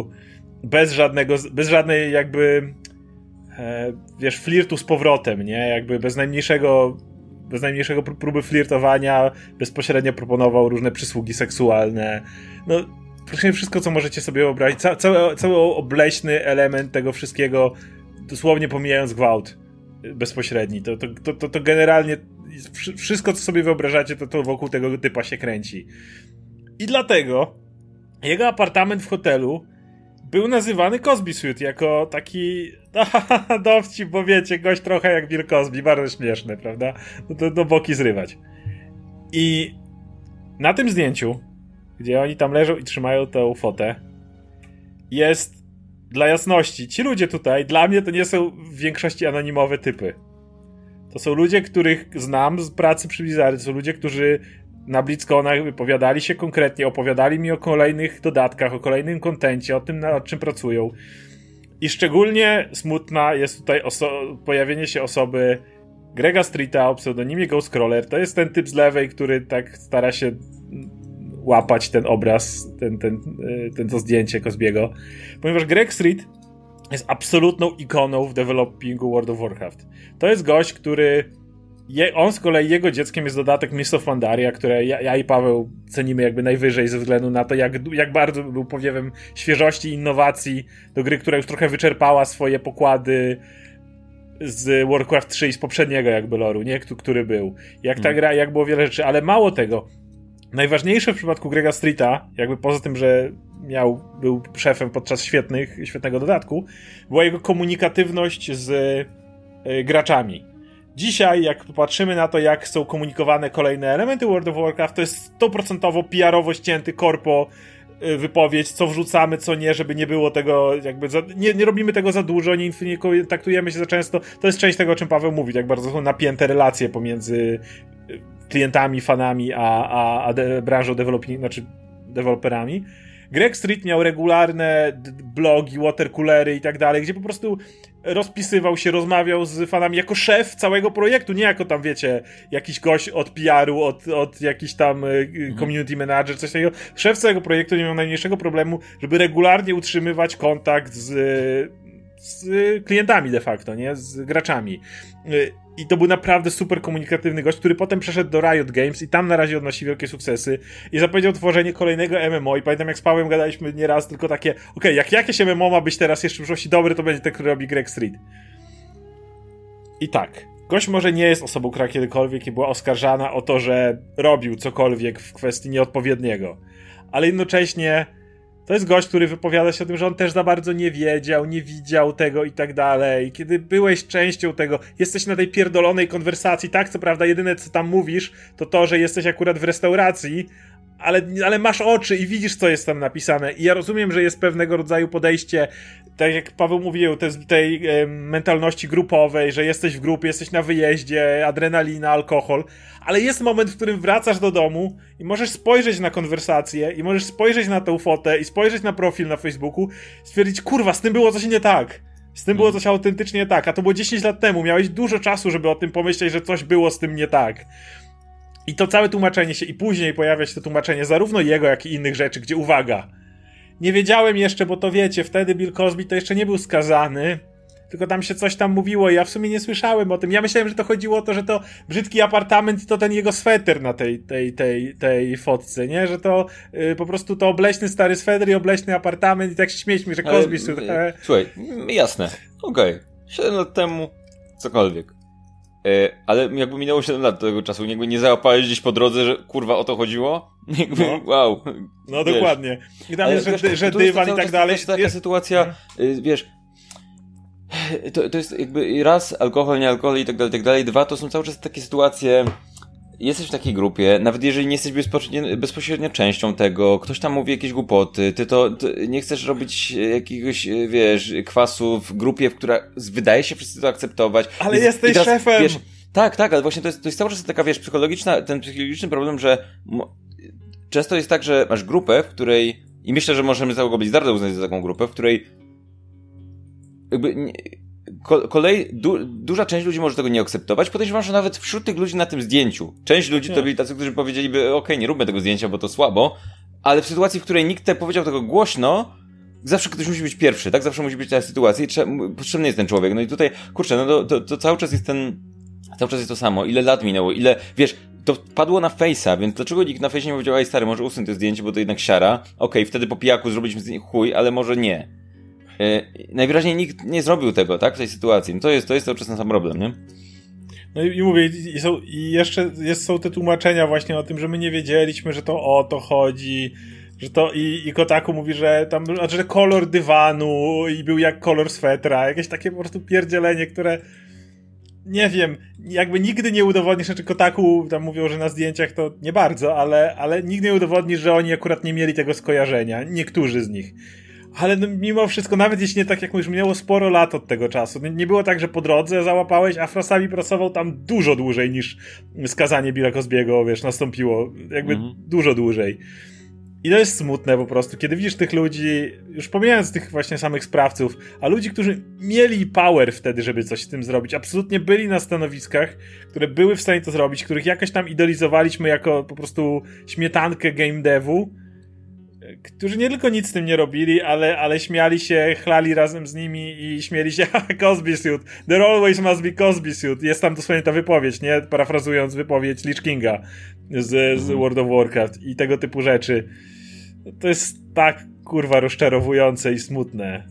bez żadnej jakby wiesz, flirtu z powrotem, nie? Jakby bez najmniejszego próby flirtowania bezpośrednio proponował różne przysługi seksualne. No praktycznie wszystko, co możecie sobie wyobrazić. Cały obleśny element tego wszystkiego, dosłownie pomijając gwałt bezpośredni. To generalnie wszystko, co sobie wyobrażacie, to wokół tego typa się kręci. I dlatego jego apartament w hotelu był nazywany Cosby Suite jako taki dowcip, bo wiecie, gość trochę jak Bill Cosby, bardzo śmieszny, prawda? No to do boki zrywać. I na tym zdjęciu, gdzie oni tam leżą i trzymają tę fotę, jest, dla jasności, ci ludzie tutaj, dla mnie to nie są w większości anonimowe typy. To są ludzie, których znam z pracy przy Blizzardzie, to są ludzie, którzy na BlizzConach wypowiadali się konkretnie, opowiadali mi o kolejnych dodatkach, o kolejnym kontencie, o tym, nad czym pracują. I szczególnie smutna jest tutaj pojawienie się osoby Grega Streeta o pseudonimie Ghostcrawler. To jest ten typ z lewej, który tak stara się łapać ten obraz, to zdjęcie Cosbiego. Ponieważ Greg Street jest absolutną ikoną w developingu World of Warcraft. To jest gość, który on z kolei, jego dzieckiem jest dodatek Mists of Pandaria, które ja i Paweł cenimy jakby najwyżej ze względu na to, jak bardzo był powiewem świeżości i innowacji do gry, która już trochę wyczerpała swoje pokłady z Warcraft 3 i z poprzedniego jakby loru, nie? Który był. Jak ta gra, jak było wiele rzeczy, ale mało tego. Najważniejsze w przypadku Grega Streeta, jakby poza tym, że był szefem podczas świetnego dodatku, była jego komunikatywność z graczami. Dzisiaj, jak popatrzymy na to, jak są komunikowane kolejne elementy World of Warcraft, to jest 100% PR-owo ścięty korpo wypowiedź, co wrzucamy, co nie, żeby nie było tego jakby nie robimy tego za dużo, nie kontaktujemy się za często. To jest część tego, o czym Paweł mówi, jak bardzo są napięte relacje pomiędzy klientami, fanami, a branżą deweloperami. Greg Street miał regularne blogi, watercoolery i tak dalej, gdzie po prostu rozpisywał się, rozmawiał z fanami jako szef całego projektu, nie jako tam, wiecie, jakiś gość od PR-u, od jakiś tam community manager, coś takiego. Szef całego projektu nie miał najmniejszego problemu, żeby regularnie utrzymywać kontakt z z klientami de facto, nie? Z graczami. I to był naprawdę super komunikatywny gość, który potem przeszedł do Riot Games i tam na razie odnosi wielkie sukcesy i zapowiedział tworzenie kolejnego MMO i pamiętam jak z Pawłem gadaliśmy nieraz tylko takie, jak jakieś MMO ma być teraz jeszcze w przyszłości dobre, to będzie ten, który robi Greg Street. I tak, gość może nie jest osobą, która kiedykolwiek była oskarżana o to, że robił cokolwiek w kwestii nieodpowiedniego, ale jednocześnie to jest gość, który wypowiada się o tym, że on też za bardzo nie wiedział, nie widział tego i tak dalej. Kiedy byłeś częścią tego, jesteś na tej pierdolonej konwersacji, tak, co prawda jedyne co tam mówisz, to, że jesteś akurat w restauracji, ale masz oczy i widzisz, co jest tam napisane. I ja rozumiem, że jest pewnego rodzaju podejście, tak jak Paweł mówił, tej mentalności grupowej, że jesteś w grupie, jesteś na wyjeździe, adrenalina, alkohol, ale jest moment, w którym wracasz do domu i możesz spojrzeć na konwersację i możesz spojrzeć na tę fotę i spojrzeć na profil na Facebooku i stwierdzić, kurwa, z tym było coś nie tak. Z tym było coś autentycznie nie tak, a to było 10 lat temu. Miałeś dużo czasu, żeby o tym pomyśleć, że coś było z tym nie tak. I to całe tłumaczenie się, i później pojawia się to tłumaczenie zarówno jego, jak i innych rzeczy, gdzie uwaga, nie wiedziałem jeszcze, bo to wiecie, wtedy Bill Cosby to jeszcze nie był skazany, tylko tam się coś tam mówiło i ja w sumie nie słyszałem o tym. Ja myślałem, że to chodziło o to, że to brzydki apartament i to ten jego sweter na tej fotce, nie? Że to po prostu to obleśny stary sweter i obleśny apartament i tak się śmieliśmy, że Cosby... Słuchaj, jasne, okej. 7 lat temu, cokolwiek. Ale jakby minęło 7 lat do tego czasu, jakby nie załapałeś gdzieś po drodze, że kurwa o to chodziło? Jakby, wow. No wiesz. Dokładnie. I tam jest, że dywan i tak dalej. To jest taka sytuacja, wiesz, to jest jakby raz alkohol, nie alkohol i tak dalej, dwa, to są cały czas takie sytuacje, jesteś w takiej grupie, nawet jeżeli nie jesteś bezpośrednio częścią tego, ktoś tam mówi jakieś głupoty, ty nie chcesz robić jakiegoś, wiesz, kwasu w grupie, która wydaje się wszyscy to akceptować. Ale jesteś teraz, szefem! Wiesz, tak, ale właśnie to jest cały czas taka, wiesz, ten psychologiczny problem, że często jest tak, że masz grupę, w której, i myślę, że możemy całego Blizzarda uznać za taką grupę, w której jakby duża część ludzi może tego nie akceptować. Podejrzewam, że nawet wśród tych ludzi na tym zdjęciu część ludzi to byli tacy, którzy powiedzieliby okej, nie róbmy tego zdjęcia, bo to słabo, ale w sytuacji, w której nikt powiedział tego głośno, zawsze ktoś musi być pierwszy, tak? Zawsze musi być ta sytuacja i potrzebny jest ten człowiek. No i tutaj, kurczę, no to cały czas jest cały czas jest to samo. Ile lat minęło, wiesz, to padło na Face'a, więc dlaczego nikt na Face'ie nie powiedział, ej stary, może usuń to zdjęcie, bo to jednak siara. Okej, wtedy po pijaku zrobiliśmy z nich chuj, ale może nie. Najwyraźniej nikt nie zrobił tego, tak, w tej sytuacji. No to jest cały czas ten sam problem, nie? No i mówię, i jeszcze są te tłumaczenia właśnie o tym, że my nie wiedzieliśmy, że to o to chodzi, że to i Kotaku mówi, że tam, znaczy, że kolor dywanu i był jak kolor swetra, jakieś takie po prostu pierdzielenie, które nie wiem, jakby nigdy nie udowodnisz, znaczy Kotaku tam mówią, że na zdjęciach to nie bardzo, ale nigdy nie udowodnisz, że oni akurat nie mieli tego skojarzenia, niektórzy z nich. Ale no, mimo wszystko, nawet jeśli nie tak jak mówisz, minęło sporo lat od tego czasu. Nie było tak, że po drodze załapałeś, a Frosami pracował tam dużo dłużej niż skazanie Billa Cosby'ego, wiesz, nastąpiło. Jakby dużo dłużej. I to jest smutne po prostu, kiedy widzisz tych ludzi, już pomijając tych właśnie samych sprawców, a ludzi, którzy mieli power wtedy, żeby coś z tym zrobić, absolutnie byli na stanowiskach, które były w stanie to zrobić, których jakoś tam idolizowaliśmy jako po prostu śmietankę game devu, którzy nie tylko nic z tym nie robili, ale śmiali się, chlali razem z nimi i śmieli się, Cosby suit, there always must be Cosby suit. Jest tam dosłownie ta wypowiedź, nie? Parafrazując wypowiedź Lich Kinga z World of Warcraft i tego typu rzeczy. To jest tak, kurwa, rozczarowujące i smutne.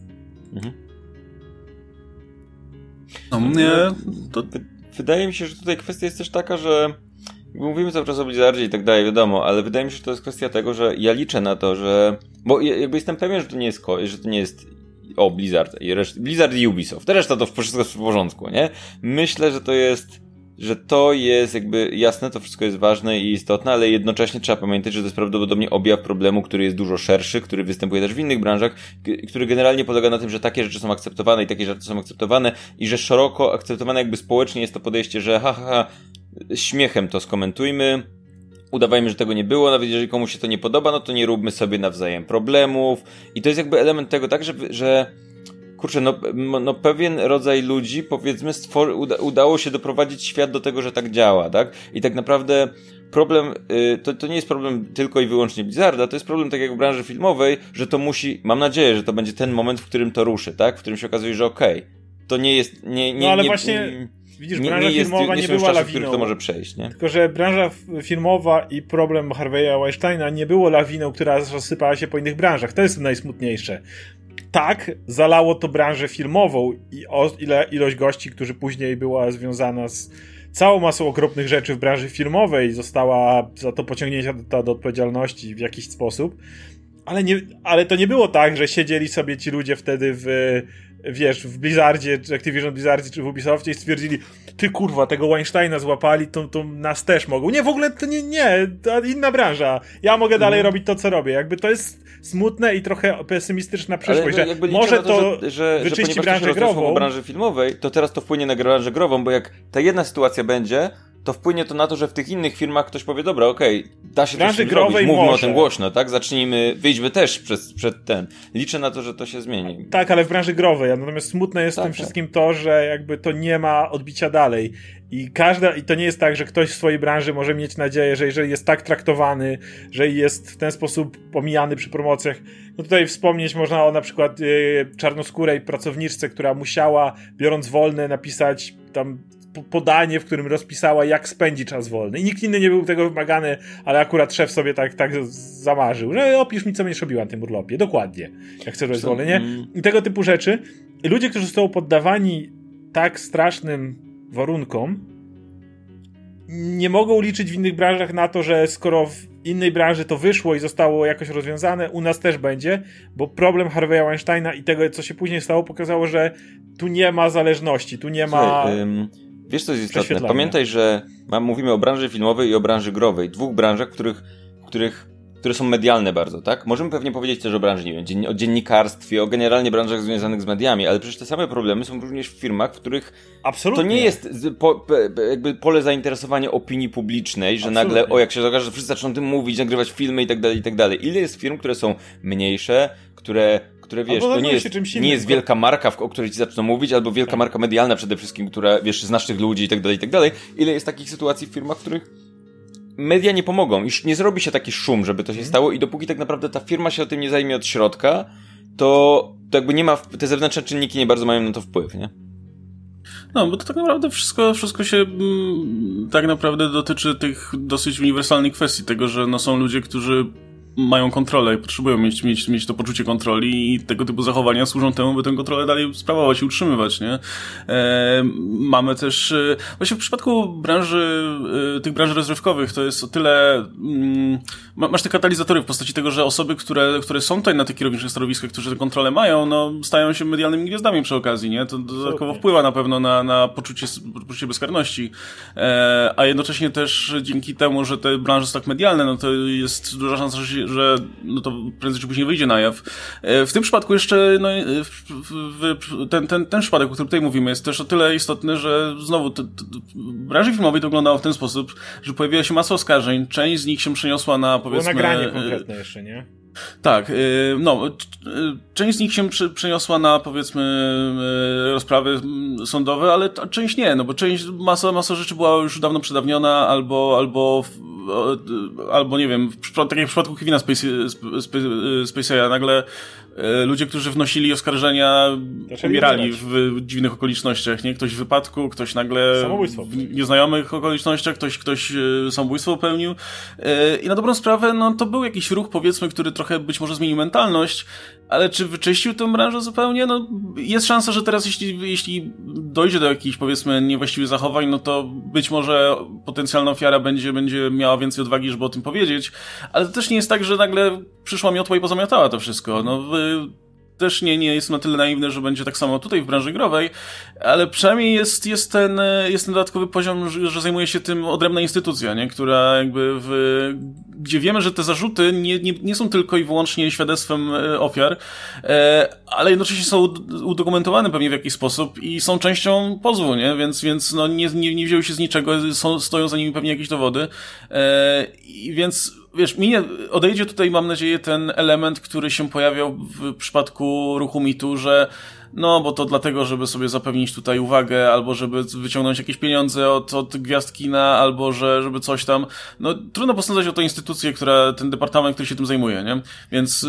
No mnie... Wydaje mi się, że tutaj kwestia jest też taka, że mówimy cały czas o Blizzardzie i tak dalej, wiadomo, ale wydaje mi się, że to jest kwestia tego, że ja liczę na to, że... Bo jakby jestem pewien, że to nie jest Blizzard Blizzard i Ubisoft. Reszta to wszystko jest w porządku, nie? Myślę, że to jest jakby jasne, to wszystko jest ważne i istotne, ale jednocześnie trzeba pamiętać, że to jest prawdopodobnie objaw problemu, który jest dużo szerszy, który występuje też w innych branżach, który generalnie polega na tym, że takie rzeczy są akceptowane i takie rzeczy są akceptowane i że szeroko akceptowane jakby społecznie jest to podejście, że śmiechem to skomentujmy, udawajmy, że tego nie było, nawet jeżeli komuś się to nie podoba, no to nie róbmy sobie nawzajem problemów i to jest jakby element tego, tak, że kurczę, no pewien rodzaj ludzi, powiedzmy, udało się doprowadzić świat do tego, że tak działa, tak? I tak naprawdę problem, to nie jest problem tylko i wyłącznie Blizzarda, to jest problem tak jak w branży filmowej, że to musi, mam nadzieję, że to będzie ten moment, w którym to ruszy, tak? W którym się okazuje, że to nie jest... właśnie... Widzisz, branża filmowa nie była czasy, lawiną. w których to może przejść, nie? Tylko, że branża filmowa i problem Harvey'a Weinsteina nie było lawiną, która rozsypała się po innych branżach. To jest najsmutniejsze. Tak, zalało to branżę filmową i ilość gości, którzy później była związana z całą masą okropnych rzeczy w branży filmowej, została za to pociągnięta do odpowiedzialności w jakiś sposób. Ale to nie było tak, że siedzieli sobie ci ludzie wtedy w Blizzardzie, czy Activision Blizzardzie, czy w Ubisoftie i stwierdzili, ty kurwa, tego Weinsteina złapali, to nas też mogą. Nie, w ogóle to nie, to inna branża. Ja mogę dalej robić to, co robię. Jakby to jest smutne i trochę pesymistyczna przyszłość, że może to wyczyści branżę grową. Branży filmowej, to teraz to wpłynie na branżę grową, bo jak ta jedna sytuacja będzie, to wpłynie to na to, że w tych innych firmach ktoś powie, dobra, okej, da się coś zrobić, mówmy o tym głośno, tak? Wyjdźmy też przed ten. Liczę na to, że to się zmieni. Tak, ale w branży growej, natomiast smutne jest w tym wszystkim to, że jakby to nie ma odbicia dalej. I to nie jest tak, że ktoś w swojej branży może mieć nadzieję, że jeżeli jest tak traktowany, że jest w ten sposób pomijany przy promocjach, no tutaj wspomnieć można o na przykład czarnoskórej pracowniczce, która musiała, biorąc wolne, napisać tam podanie, w którym rozpisała, jak spędzi czas wolny. I nikt inny nie był tego wymagany, ale akurat szef sobie tak zamarzył, że opisz mi, co będziesz robiła na tym urlopie. Dokładnie. Jak chcesz wolny, nie? I tego typu rzeczy. I ludzie, którzy są poddawani tak strasznym warunkom, nie mogą liczyć w innych branżach na to, że skoro w innej branży to wyszło i zostało jakoś rozwiązane, u nas też będzie, bo problem Harvey'a Weinsteina i tego, co się później stało, pokazało, że tu nie ma zależności, tu nie ma... Wiesz, co jest istotne? Pamiętaj, że mówimy o branży filmowej i o branży growej. Dwóch branżach, które są medialne bardzo, tak? Możemy pewnie powiedzieć też o branży, nie wiem, o dziennikarstwie, o generalnie branżach związanych z mediami, ale przecież te same problemy są również w firmach, w których absolutnie. To nie jest jakby pole zainteresowania opinii publicznej, że absolutnie. Nagle, jak się okaże, że wszyscy zaczną tym mówić, nagrywać filmy i tak dalej. Ile jest firm, które są mniejsze, które wiesz, to nie jest wielka marka, o której ci zaczną mówić, albo wielka marka medialna przede wszystkim, która, wiesz, znasz tych ludzi i tak dalej. Ile jest takich sytuacji w firmach, w których media nie pomogą, już nie zrobi się taki szum, żeby to się stało i dopóki tak naprawdę ta firma się o tym nie zajmie od środka, to jakby nie ma, te zewnętrzne czynniki nie bardzo mają na to wpływ, nie? No, bo to tak naprawdę wszystko się tak naprawdę dotyczy tych dosyć uniwersalnych kwestii, tego, że no, są ludzie, którzy mają kontrolę i potrzebują mieć to poczucie kontroli i tego typu zachowania służą temu, by tę kontrolę dalej sprawować i utrzymywać, nie? Mamy też, właśnie w przypadku tych branż rozrywkowych to jest o tyle, masz te katalizatory w postaci tego, że osoby, które są tutaj na tych kierowniczych stanowiskach, którzy tę kontrolę mają, no stają się medialnymi gwiazdami przy okazji, nie? To dodatkowo wpływa na pewno na poczucie bezkarności, a jednocześnie też dzięki temu, że te branże są tak medialne, no to jest duża szansa, że no to prędzej czy później wyjdzie na jaw. W tym przypadku jeszcze no, ten przypadek, o którym tutaj mówimy, jest też o tyle istotny, że znowu w branży filmowej to wyglądało w ten sposób, że pojawiła się masa oskarżeń, część z nich się przeniosła na, powiedzmy... Było nagranie konkretne jeszcze, nie? Tak, no, część z nich się przeniosła na, powiedzmy, rozprawy sądowe, ale część nie, no bo masa rzeczy była już dawno przedawniona, albo nie wiem, tak jak w przypadku Kevina Spacey'a, nagle ludzie, którzy wnosili oskarżenia, umierali w dziwnych okolicznościach, nie? Ktoś w wypadku, ktoś nagle w nieznajomych okolicznościach, ktoś samobójstwo popełnił. I na dobrą sprawę, no to był jakiś ruch, powiedzmy, który trochę być może zmienił mentalność, ale czy wyczyścił tę branżę zupełnie? No, jest szansa, że teraz jeśli dojdzie do jakichś, powiedzmy, niewłaściwych zachowań, no to być może potencjalna ofiara będzie miała więcej odwagi, żeby o tym powiedzieć, ale to też nie jest tak, że nagle przyszła miotła i pozamiatała to wszystko. No, też nie jestem na tyle naiwny, że będzie tak samo tutaj w branży growej, ale przynajmniej jest ten dodatkowy poziom, że zajmuje się tym odrębna instytucja, nie? Która jakby gdzie wiemy, że te zarzuty nie są tylko i wyłącznie świadectwem ofiar, ale jednocześnie są udokumentowane pewnie w jakiś sposób i są częścią pozwu, nie? Więc no nie wzięły się z niczego, stoją za nimi pewnie jakieś dowody, więc wiesz, odejdzie tutaj, mam nadzieję, ten element, który się pojawiał w przypadku ruchu MeToo, że no bo to dlatego, żeby sobie zapewnić tutaj uwagę, albo żeby wyciągnąć jakieś pieniądze od gwiazd kina, albo żeby coś tam. No trudno posądzać o to instytucję, ten departament, który się tym zajmuje, nie? Więc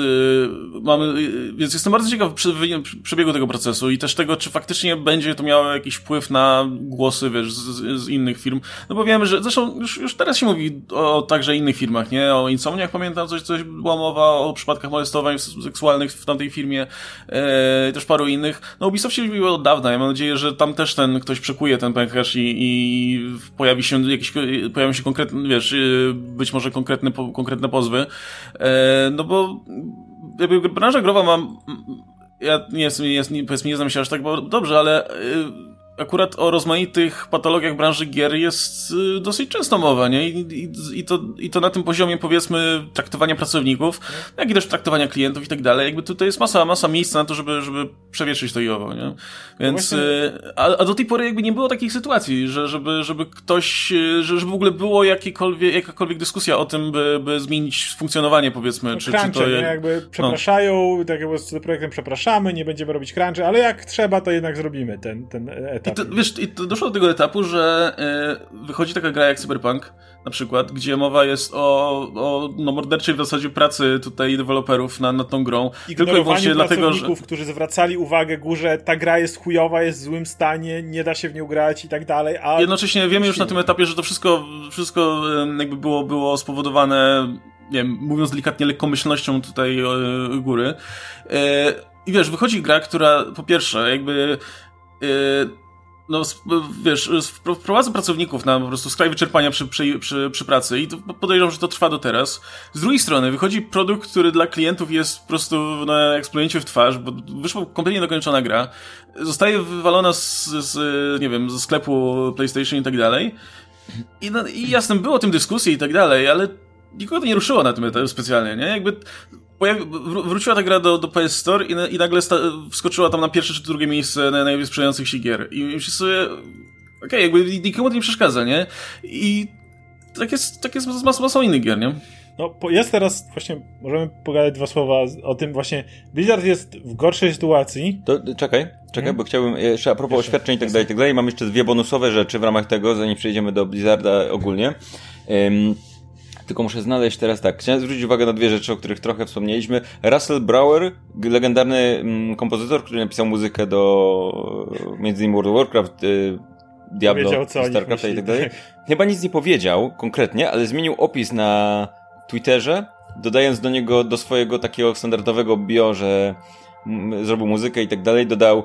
więc jestem bardzo ciekaw przebiegu tego procesu i też tego, czy faktycznie będzie to miało jakiś wpływ na głosy, wiesz, z innych firm. No bo wiemy, że zresztą już teraz się mówi o także innych firmach, nie? O Insomniach pamiętam, coś była mowa o przypadkach molestowań seksualnych w tamtej firmie, też paru innych. No Ubisoft się mówiło od dawna. Ja mam nadzieję, że tam też ktoś przekuje ten pęcherz i pojawią się konkretne, wiesz, być może konkretne pozwy. No bo jakby branża growa ja nie znam się aż tak dobrze, ale akurat o rozmaitych patologiach branży gier jest dosyć często mowa, nie? I to na tym poziomie, powiedzmy, traktowania pracowników, jak i też traktowania klientów i tak dalej. Jakby tutaj jest masa miejsca na to, żeby przewietrzyć to i owo, nie? Więc, a do tej pory jakby nie było takich sytuacji, żeby ktoś, żeby w ogóle było jakakolwiek dyskusja o tym, by zmienić funkcjonowanie, powiedzmy. No, czy to jakby przepraszają, tak jakby z projektem przepraszamy, nie będziemy robić crunchy, ale jak trzeba, to jednak zrobimy ten etap. I to doszło do tego etapu, że wychodzi taka gra jak Cyberpunk, na przykład, gdzie mowa jest o morderczej w zasadzie pracy tutaj deweloperów nad tą grą. Tylko i wyłącznie dlatego, że którzy zwracali uwagę górze, ta gra jest chujowa, jest w złym stanie, nie da się w nią grać i tak dalej. A jednocześnie wiemy już na tym etapie, że to wszystko jakby było spowodowane, nie wiem, mówiąc delikatnie, lekkomyślnością tutaj góry. I wiesz, wychodzi gra, która po pierwsze jakby no wiesz, wprowadza pracowników na po prostu skraj wyczerpania przy pracy i to podejrzewam, że to trwa do teraz. Z drugiej strony wychodzi produkt, który dla klientów jest po prostu na eksplojęciu w twarz, bo wyszła kompletnie dokończona gra, zostaje wywalona nie wiem, ze sklepu PlayStation i tak dalej. I jasne, było o tym dyskusji i tak dalej, ale nikogo to nie ruszyło na tym etapie specjalnie, nie? Jakby wróciła ta gra do PS Store i nagle wskoczyła tam na pierwsze czy drugie miejsce najlepiej sprzedających się gier. I myślę sobie, okej, jakby nikomu to nie przeszkadza, nie? I tak jest z masą innych gier, nie? No, jest teraz właśnie, możemy pogadać dwa słowa o tym właśnie. Blizzard jest w gorszej sytuacji. To czekaj, bo chciałbym jeszcze a propos oświadczeń i tak dalej, mam jeszcze dwie bonusowe rzeczy w ramach tego, zanim przejdziemy do Blizzarda ogólnie. Tylko muszę znaleźć teraz tak. Chciałem zwrócić uwagę na dwie rzeczy, o których trochę wspomnieliśmy. Russell Brower, legendarny kompozytor, który napisał muzykę do między innymi World of Warcraft, Diablo, StarCrafta i tak dalej. Chyba nic nie powiedział konkretnie, ale zmienił opis na Twitterze, dodając do niego, do swojego takiego standardowego bio, że zrobił muzykę i tak dalej, dodał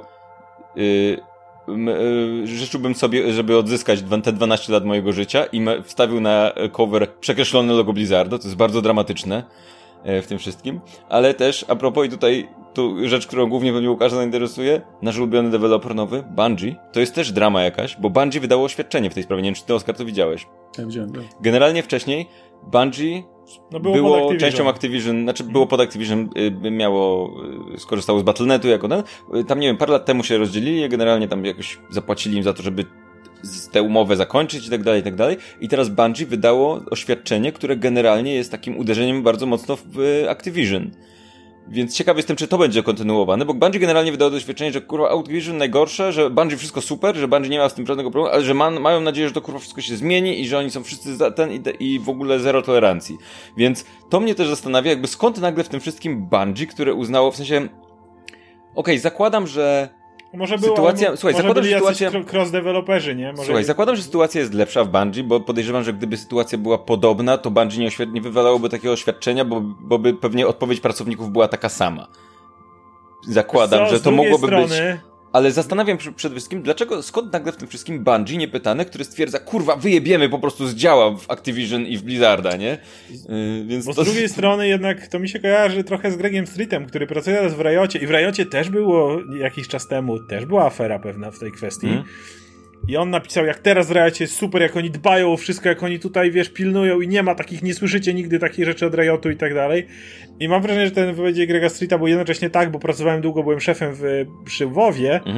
życzyłbym sobie, żeby odzyskać te 12 lat mojego życia i wstawił na cover przekreślone logo Blizzarda, to jest bardzo dramatyczne w tym wszystkim, ale też a propos i tutaj tu rzecz, którą głównie pewnie Łukasza zainteresuje, nasz ulubiony deweloper nowy, Bungie, to jest też drama jakaś, bo Bungie wydało oświadczenie w tej sprawie, nie wiem czy ty, Oskar, to widziałeś. Ja widziałem, tak. Generalnie wcześniej Bungie było częścią Activision, znaczy było pod Activision, skorzystało z Battle.netu jako ten. Tam nie wiem, parę lat temu się rozdzielili, generalnie tam jakoś zapłacili im za to, żeby tę umowę zakończyć i tak dalej, i tak dalej. I teraz Bungie wydało oświadczenie, które generalnie jest takim uderzeniem bardzo mocno w Activision. Więc ciekaw jestem, czy to będzie kontynuowane, bo Bungie generalnie wydało doświadczenie, że kurwa Activision najgorsze, że Bungie wszystko super, że Bungie nie ma z tym żadnego problemu, ale że mają nadzieję, że to kurwa wszystko się zmieni i że oni są wszyscy za i w ogóle zero tolerancji. Więc to mnie też zastanawia, jakby skąd nagle w tym wszystkim Bungie, które uznało, w sensie okej, zakładam, że może sytuacja, słuchaj, zakładam, że sytuacja cross-deweloperzy, nie? Słuchaj, zakładam, że sytuacja jest lepsza w Bungie, bo podejrzewam, że gdyby sytuacja była podobna, to Bungie nie wywalałoby takiego oświadczenia, bo by pewnie odpowiedź pracowników była taka sama. Zakładam, że to mogłoby być. Ale zastanawiam się przede wszystkim, skąd nagle w tym wszystkim Bungie niepytane, który stwierdza, kurwa, wyjebiemy po prostu z działa w Activision i w Blizzarda, nie? Więc bo z drugiej strony jednak to mi się kojarzy trochę z Gregiem Streetem, który pracuje teraz w Riocie i w Riocie też było jakiś czas temu, też była afera pewna w tej kwestii. I on napisał, jak teraz w Riocie jest super, jak oni dbają o wszystko, jak oni tutaj, wiesz, pilnują i nie ma takich, nie słyszycie nigdy takich rzeczy od Riotu i tak dalej. I mam wrażenie, że ten wypowiedź Grega Streeta był jednocześnie tak, bo pracowałem długo, byłem szefem przy WoWie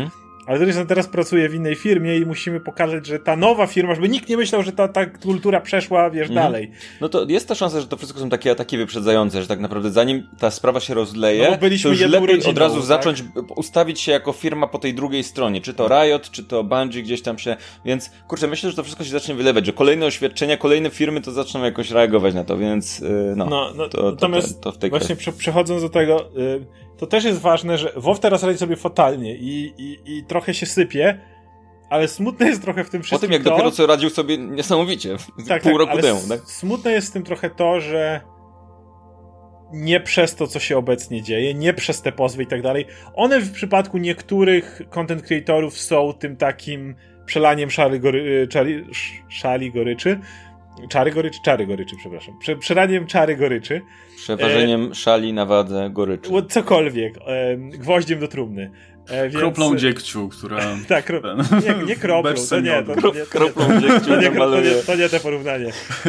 ale zresztą teraz pracuje w innej firmie i musimy pokazać, że ta nowa firma, żeby nikt nie myślał, że ta kultura przeszła, dalej. No to jest ta szansa, że to wszystko są takie ataki wyprzedzające, że tak naprawdę zanim ta sprawa się rozleje, to już lepiej od razu zacząć ustawić się jako firma po tej drugiej stronie, czy to Riot, czy to Bungie gdzieś tam się, więc kurczę, myślę, że to wszystko się zacznie wylewać, że kolejne oświadczenia, kolejne firmy to zaczną jakoś reagować na to, więc to w tej właśnie przechodząc do tego, to też jest ważne, że WoW teraz radzi sobie fatalnie i trochę się sypie, ale smutne jest trochę w tym wszystkim po tym, jak dopiero co radził sobie niesamowicie pół roku temu. Tak? Smutne jest w tym trochę to, że nie przez to, co się obecnie dzieje, nie przez te pozwy i tak dalej. One w przypadku niektórych content creatorów są tym takim przelaniem czary goryczy, przepraszam. Przelaniem czary goryczy. Przeważeniem szali na wadze goryczy. Cokolwiek. Gwoździem do trumny. Więc... Kroplą dziegciu, która... Tak, nie kroplą, to nie. Kroplą dziegciu to nie te porównanie.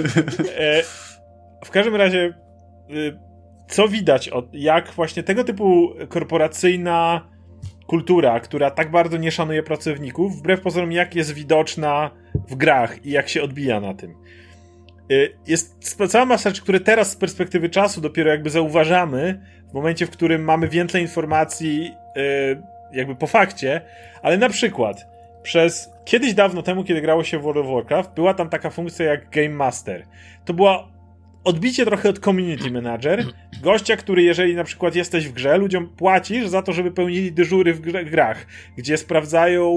W każdym razie, co widać, jak właśnie tego typu korporacyjna kultura, która tak bardzo nie szanuje pracowników, wbrew pozorom jak jest widoczna w grach i jak się odbija na tym. Jest cała masa rzeczy, które teraz z perspektywy czasu dopiero jakby zauważamy w momencie, w którym mamy więcej informacji jakby po fakcie, ale na przykład kiedyś dawno temu, kiedy grało się w World of Warcraft, była tam taka funkcja jak Game Master. To była odbicie trochę od Community Manager, gościa, który jeżeli na przykład jesteś w grze, ludziom płacisz za to, żeby pełnili dyżury w grach, gdzie sprawdzają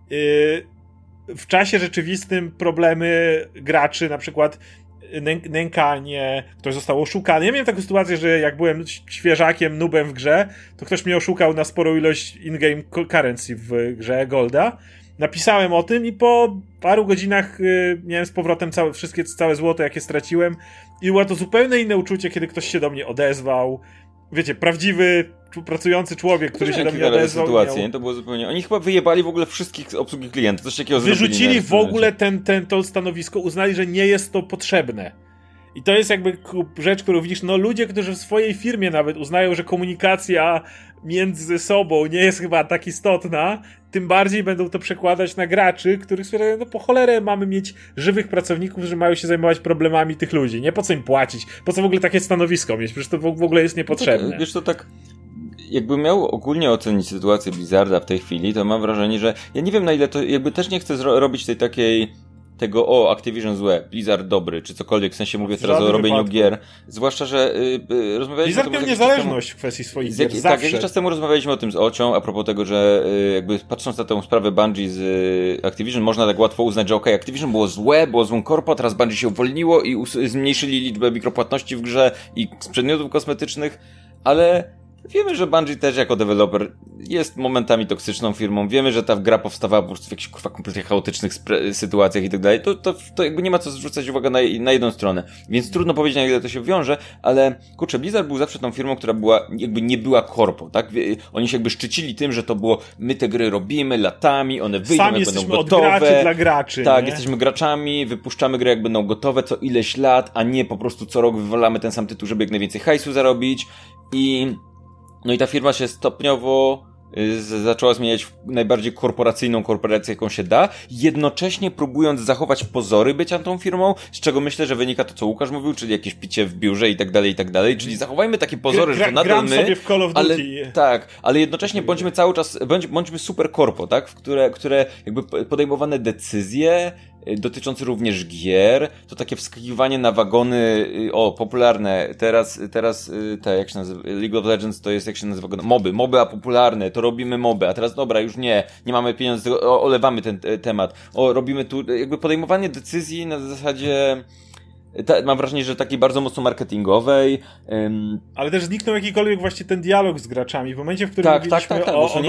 w czasie rzeczywistym problemy graczy, na przykład nękanie, ktoś został oszukany. Ja miałem taką sytuację, że jak byłem świeżakiem, noobem w grze, to ktoś mnie oszukał na sporą ilość in-game currency w grze Golda. Napisałem o tym i po paru godzinach miałem z powrotem całe złoto, jakie straciłem, i było to zupełnie inne uczucie, kiedy ktoś się do mnie odezwał. Wiecie, prawdziwy, pracujący człowiek, który się do mnie odezwał. Sytuację, to było zupełnie... Oni chyba wyjebali w ogóle wszystkich obsługi klientów. Coś takiego wyrzucili w ogóle to stanowisko, uznali, że nie jest to potrzebne. I to jest jakby rzecz, którą widzisz, ludzie, którzy w swojej firmie nawet uznają, że komunikacja między sobą nie jest chyba tak istotna, tym bardziej będą to przekładać na graczy, których stwierdzają, po cholerę mamy mieć żywych pracowników, którzy mają się zajmować problemami tych ludzi. Nie po co im płacić? Po co w ogóle takie stanowisko mieć? Przecież to w ogóle jest niepotrzebne. Tak, wiesz, to tak... Jakbym miał ogólnie ocenić sytuację Blizzarda w tej chwili, to mam wrażenie, że ja nie wiem, na ile to... Jakby też nie chcę robić tej takiej... Activision złe, Blizzard dobry, czy cokolwiek, w sensie mówię teraz o robieniu gier. Zwłaszcza, że rozmawialiśmy Blizzard miał niezależność w kwestii swoich gier, zawsze. Tak, jakiś czas temu rozmawialiśmy o tym z Ocią, a propos tego, że jakby patrząc na tę sprawę Bungie z Activision, można tak łatwo uznać, że Activision było złe, było złą korpo, teraz Bungie się uwolniło i zmniejszyli liczbę mikropłatności w grze i z przedmiotów kosmetycznych, ale... Wiemy, że Bungie też jako deweloper jest momentami toksyczną firmą. Wiemy, że ta gra powstawała po prostu w jakichś kompletnie chaotycznych sytuacjach i tak dalej. To jakby nie ma co zwrócać uwagę na jedną stronę. Więc trudno powiedzieć, na ile to się wiąże, ale kurczę, Blizzard był zawsze tą firmą, która nie była korpo, tak? Oni się jakby szczycili tym, że to było, my te gry robimy latami, one wyjdą, jak będą gotowe. Od graczy dla graczy. Tak, nie? Jesteśmy graczami, wypuszczamy gry, jak będą gotowe co ileś lat, a nie po prostu co rok wywalamy ten sam tytuł, żeby jak najwięcej hajsu zarobić. No i ta firma się stopniowo zaczęła zmieniać w najbardziej korporacyjną korporację, jaką się da, jednocześnie próbując zachować pozory bycia tą firmą, z czego myślę, że wynika to, co Łukasz mówił, czyli jakieś picie w biurze i tak dalej, czyli zachowajmy takie pozory, że to nadal my, sobie w Call of Duty. ale jednocześnie bądźmy cały czas, bądźmy super korpo, tak, w które jakby podejmowane decyzje dotyczące również gier, to takie wskakiwanie na wagony, popularne, teraz jak się nazywa, League of Legends to jest, jak się nazywa, moby, a popularne, to robimy moby, a teraz dobra, już nie mamy pieniędzy, olewamy ten temat, robimy tu, jakby podejmowanie decyzji na zasadzie, mam wrażenie, że takiej bardzo mocno marketingowej. Ale też zniknął jakikolwiek właśnie ten dialog z graczami. W momencie, w którym mówiliśmy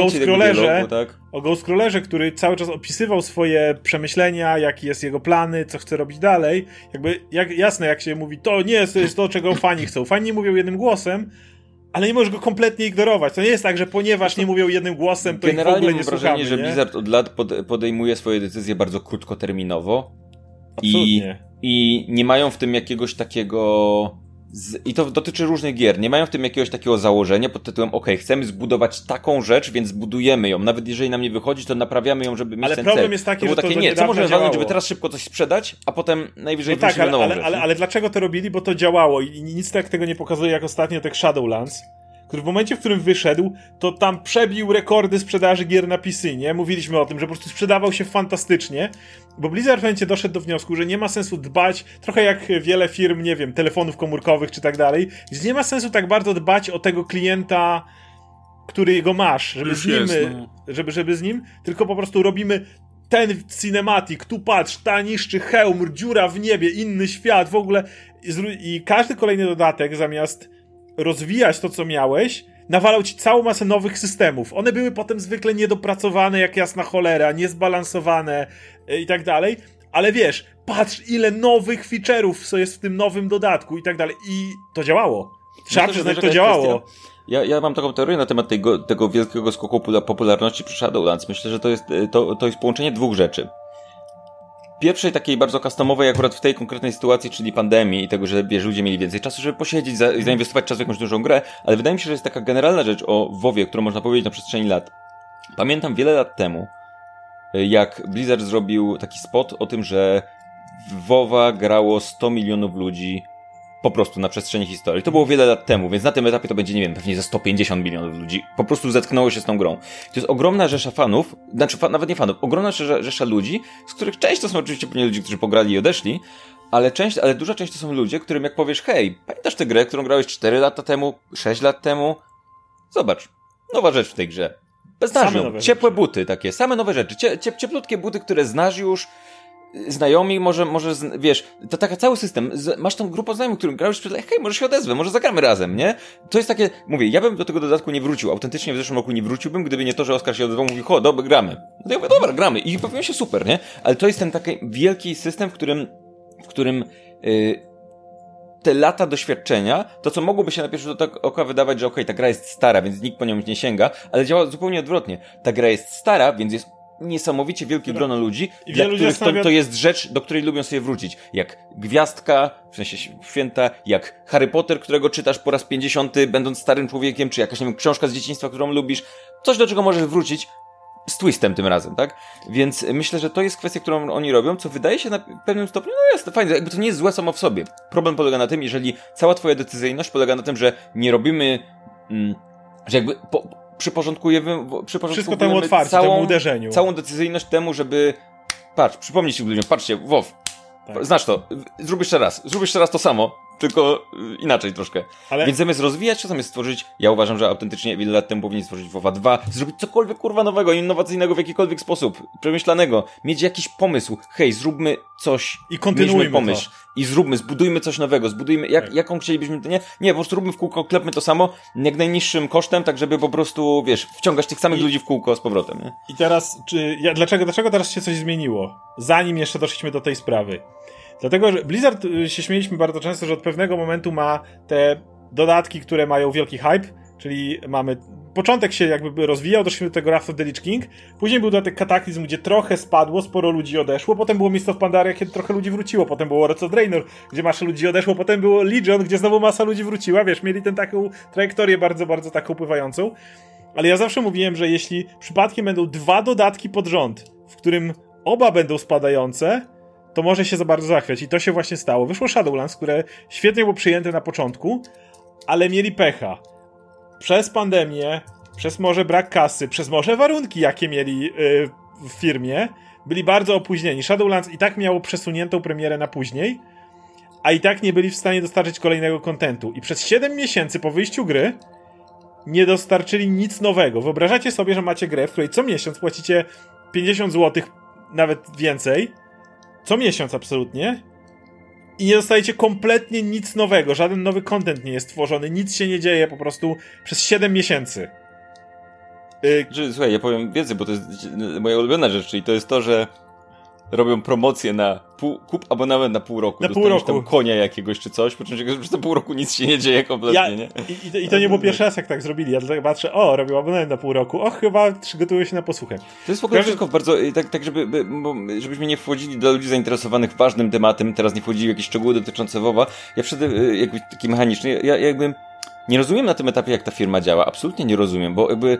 o Ghostcrawlerze, który cały czas opisywał swoje przemyślenia, jakie jest jego plany, co chce robić dalej. Jakby, jasne, jak się mówi, to nie jest to, czego fani chcą. Fani mówią jednym głosem, ale nie możesz go kompletnie ignorować. To nie jest tak, że ponieważ nie mówią jednym głosem, to ich w ogóle nie słuchamy. Generalnie mam wrażenie, że Blizzard od lat podejmuje swoje decyzje bardzo krótkoterminowo. Absolutnie. I nie mają w tym jakiegoś takiego I to dotyczy różnych gier. Nie mają w tym jakiegoś takiego założenia pod tytułem chcemy zbudować taką rzecz, więc budujemy ją. Nawet jeżeli nam nie wychodzi, to naprawiamy ją, żeby mieć ten cel. Ale problem jest taki, że to nie, co możemy walnąć, żeby teraz szybko coś sprzedać, a potem najwyżej wrócimy nową rzecz. Ale dlaczego to robili? Bo to działało i nic tak tego nie pokazuje jak ostatnio tak Shadowlands, który w momencie, w którym wyszedł, to tam przebił rekordy sprzedaży gier na PC, nie? Mówiliśmy o tym, że po prostu sprzedawał się fantastycznie, bo Blizzard w momencie doszedł do wniosku, że nie ma sensu dbać, trochę jak wiele firm, nie wiem, telefonów komórkowych czy tak dalej, gdzie nie ma sensu tak bardzo dbać o tego klienta, który go masz, żeby z nim, tylko po prostu robimy ten cinematic, tu patrz, ta niszczy hełm, dziura w niebie, inny świat, w ogóle i każdy kolejny dodatek zamiast rozwijać to, co miałeś, nawalał ci całą masę nowych systemów. One były potem zwykle niedopracowane jak jasna cholera, niezbalansowane i tak dalej, ale wiesz, patrz ile nowych feature'ów jest w tym nowym dodatku i tak dalej. I to działało. Trzeba przyznać, to działało. Ja mam taką teorię na temat tego wielkiego skoku popularności przy Shadowlands. Myślę, że to jest połączenie dwóch rzeczy. Pierwszej takiej bardzo customowej akurat w tej konkretnej sytuacji, czyli pandemii i tego, że ludzie mieli więcej czasu, żeby posiedzieć i zainwestować czas w jakąś dużą grę, ale wydaje mi się, że jest taka generalna rzecz o WoWie, którą można powiedzieć na przestrzeni lat. Pamiętam wiele lat temu, jak Blizzard zrobił taki spot o tym, że w WoWa grało 100 milionów ludzi po prostu na przestrzeni historii. To było wiele lat temu, więc na tym etapie to będzie, nie wiem, pewnie za 150 milionów ludzi. Po prostu zetknęło się z tą grą. To jest ogromna rzesza fanów, nawet nie fanów, ogromna rzesza ludzi, z których część to są oczywiście pewnie ludzie, którzy pograli i odeszli, ale duża część to są ludzie, którym jak powiesz, hej, pamiętasz tę grę, którą grałeś 4 lata temu, 6 lat temu? Zobacz, nowa rzecz w tej grze. Znasz ją, ciepłe buty takie, same nowe rzeczy, cieplutkie buty, które znasz już, znajomi, może wiesz, to taki cały system, masz tą grupę znajomych, którym grałeś przed hej, może się odezwę, może zagramy razem, nie? To jest takie, mówię, ja bym do tego dodatku nie wrócił, autentycznie w zeszłym roku nie wróciłbym, gdyby nie to, że Oskar się odezwał, mówił, dobra, gramy. No to ja mówię, dobra, gramy i bawiłem się super, nie? Ale to jest ten taki wielki system, w którym te lata doświadczenia, to co mogłoby się na pierwszy rzut oka wydawać, że ta gra jest stara, więc nikt po nią nie sięga, ale działa zupełnie odwrotnie. Ta gra jest stara, więc jest niesamowicie wielkie grono ludzi, dla których to jest rzecz, do której lubią sobie wrócić. Jak Gwiazdka, w sensie Święta, jak Harry Potter, którego czytasz po raz 50, będąc starym człowiekiem, czy jakaś, nie wiem, książka z dzieciństwa, którą lubisz. Coś, do czego możesz wrócić z twistem tym razem, tak? Więc myślę, że to jest kwestia, którą oni robią, co wydaje się na pewnym stopniu, jest fajne, jakby to nie jest złe samo w sobie. Problem polega na tym, jeżeli cała twoja decyzyjność polega na tym, że nie robimy, że jakby przyporządkujemy wszystko temu otwarciu, temu uderzeniu. Całą decyzyjność temu, żeby przypomnieć ludziom, patrzcie, WoW, znasz to, zrób jeszcze raz to samo, tylko inaczej troszkę. Więc zamiast rozwijać się, zamiast stworzyć, ja uważam, że autentycznie wiele lat temu powinien stworzyć WoWa 2, zrobić cokolwiek nowego, innowacyjnego w jakikolwiek sposób, przemyślanego, mieć jakiś pomysł, hej, zróbmy coś, i kontynuujmy pomysł. I zbudujmy coś nowego, jaką chcielibyśmy, nie, po prostu róbmy w kółko, klepmy to samo, jak najniższym kosztem, tak żeby po prostu, wiesz, wciągać tych samych ludzi w kółko z powrotem, nie? I teraz, dlaczego teraz się coś zmieniło? Zanim jeszcze doszliśmy do tej sprawy. Dlatego, że Blizzard, się śmieliśmy bardzo często, że od pewnego momentu ma te dodatki, które mają wielki hype, czyli mamy... Początek się jakby rozwijał, doszliśmy do tego Wrath of the Lich King, później był dodatek Kataklizm, gdzie trochę spadło, sporo ludzi odeszło, potem było Mist of Pandaria, kiedy trochę ludzi wróciło, potem było Lords of Draenor, gdzie masa ludzi odeszło, potem było Legion, gdzie znowu masa ludzi wróciła, wiesz, mieli tę taką trajektorię bardzo, bardzo taką upływającą, ale ja zawsze mówiłem, że jeśli przypadkiem będą 2 dodatki pod rząd, w którym oba będą spadające, to może się za bardzo zachwiać i to się właśnie stało. Wyszło Shadowlands, które świetnie było przyjęte na początku, ale mieli pecha. Przez pandemię, przez może brak kasy, przez może warunki, jakie mieli w firmie, byli bardzo opóźnieni. Shadowlands i tak miało przesuniętą premierę na później, a i tak nie byli w stanie dostarczyć kolejnego kontentu. I przez 7 miesięcy po wyjściu gry nie dostarczyli nic nowego. Wyobrażacie sobie, że macie grę, w której co miesiąc płacicie 50 zł, nawet więcej, co miesiąc absolutnie, i nie dostajecie kompletnie nic nowego, żaden nowy content nie jest tworzony, nic się nie dzieje po prostu przez 7 miesięcy. Słuchaj, ja powiem więcej, bo to jest moja ulubiona rzecz, czyli to jest to, że robią promocję na kup abonament na pół roku. Na pół roku. Tam konia jakiegoś czy coś, po czym przez to pół roku nic się nie dzieje kompletnie, nie? I to nie było pierwszy raz, jak tak zrobili. Ja tak patrzę, robią abonament na pół roku, chyba gotują się na posłuchę. To jest w ogóle wszystko bardzo, tak żebyśmy nie wchodzili dla ludzi zainteresowanych ważnym tematem, teraz nie wchodzili w jakieś szczegóły dotyczące WoWa. Ja przede jakby taki mechaniczny, ja jakby nie rozumiem na tym etapie, jak ta firma działa. Absolutnie nie rozumiem, bo jakby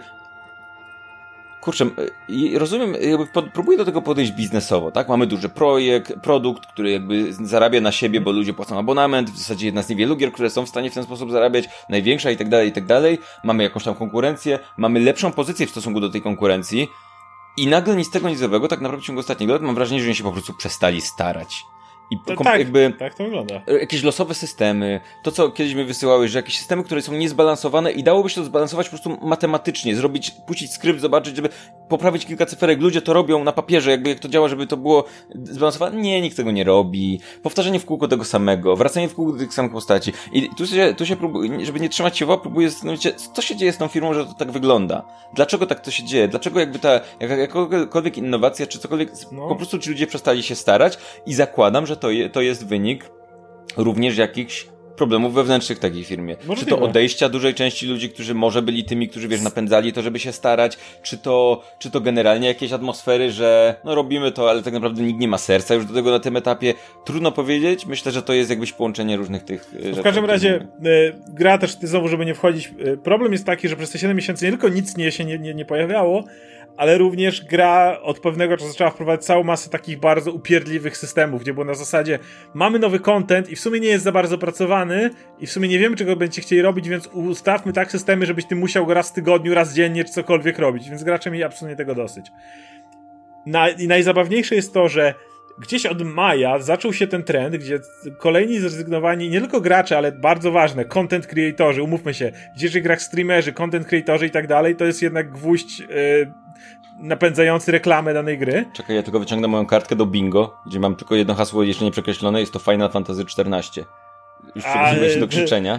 kurczę, rozumiem, jakby próbuję do tego podejść biznesowo, tak? Mamy duży produkt, który jakby zarabia na siebie, bo ludzie płacą abonament, w zasadzie jedna z niewielu gier, które są w stanie w ten sposób zarabiać, największa i tak dalej. Mamy jakąś tam konkurencję, mamy lepszą pozycję w stosunku do tej konkurencji i nagle nic z tego, nic złego, tak naprawdę w ciągu ostatnich lat mam wrażenie, że oni się po prostu przestali starać. I tak to wygląda. Jakieś losowe systemy, to co kiedyś mi wysyłałeś, że jakieś systemy, które są niezbalansowane i dałoby się to zbalansować po prostu matematycznie, puścić skrypt, zobaczyć, żeby poprawić kilka cyferek. Ludzie to robią na papierze, jakby jak to działa, żeby to było zbalansowane. Nie, nikt tego nie robi. Powtarzanie w kółko tego samego, wracanie w kółko do tych samych postaci. I tu się próbuje, żeby nie trzymać się próbuję zastanowić się, co się dzieje z tą firmą, że to tak wygląda. Dlaczego tak to się dzieje? Dlaczego jakby jakakolwiek innowacja, czy cokolwiek, po prostu ci ludzie przestali się starać i zakładam, że to jest wynik również jakichś problemów wewnętrznych w takiej firmie. Możliwe. Czy to odejścia dużej części ludzi, którzy może byli tymi, którzy napędzali to, żeby się starać, czy to generalnie jakieś atmosfery, że robimy to, ale tak naprawdę nikt nie ma serca już do tego na tym etapie. Trudno powiedzieć. Myślę, że to jest jakbyś połączenie różnych tych rzeczy. W każdym razie gra też, znowu, żeby nie wchodzić, problem jest taki, że przez te 7 miesięcy nie tylko nic się nie pojawiało, ale również gra od pewnego czasu zaczęła wprowadzać całą masę takich bardzo upierdliwych systemów, gdzie było na zasadzie mamy nowy content i w sumie nie jest za bardzo opracowany i w sumie nie wiemy, czego będziecie chcieli robić, więc ustawmy tak systemy, żebyś ty musiał go raz w tygodniu, raz dziennie czy cokolwiek robić, więc gracze mieli absolutnie tego dosyć. I najzabawniejsze jest to, że gdzieś od maja zaczął się ten trend, gdzie kolejni zrezygnowani, nie tylko gracze, ale bardzo ważne, content creatorzy, umówmy się, w dzisiejszych grach streamerzy, content creatorzy i tak dalej, to jest jednak gwóźdź napędzający reklamę danej gry. Czekaj, ja tylko wyciągnę moją kartkę do bingo, gdzie mam tylko jedno hasło jeszcze nieprzekreślone, jest to Final Fantasy XIV. Już przechodzimy się do krzyczenia.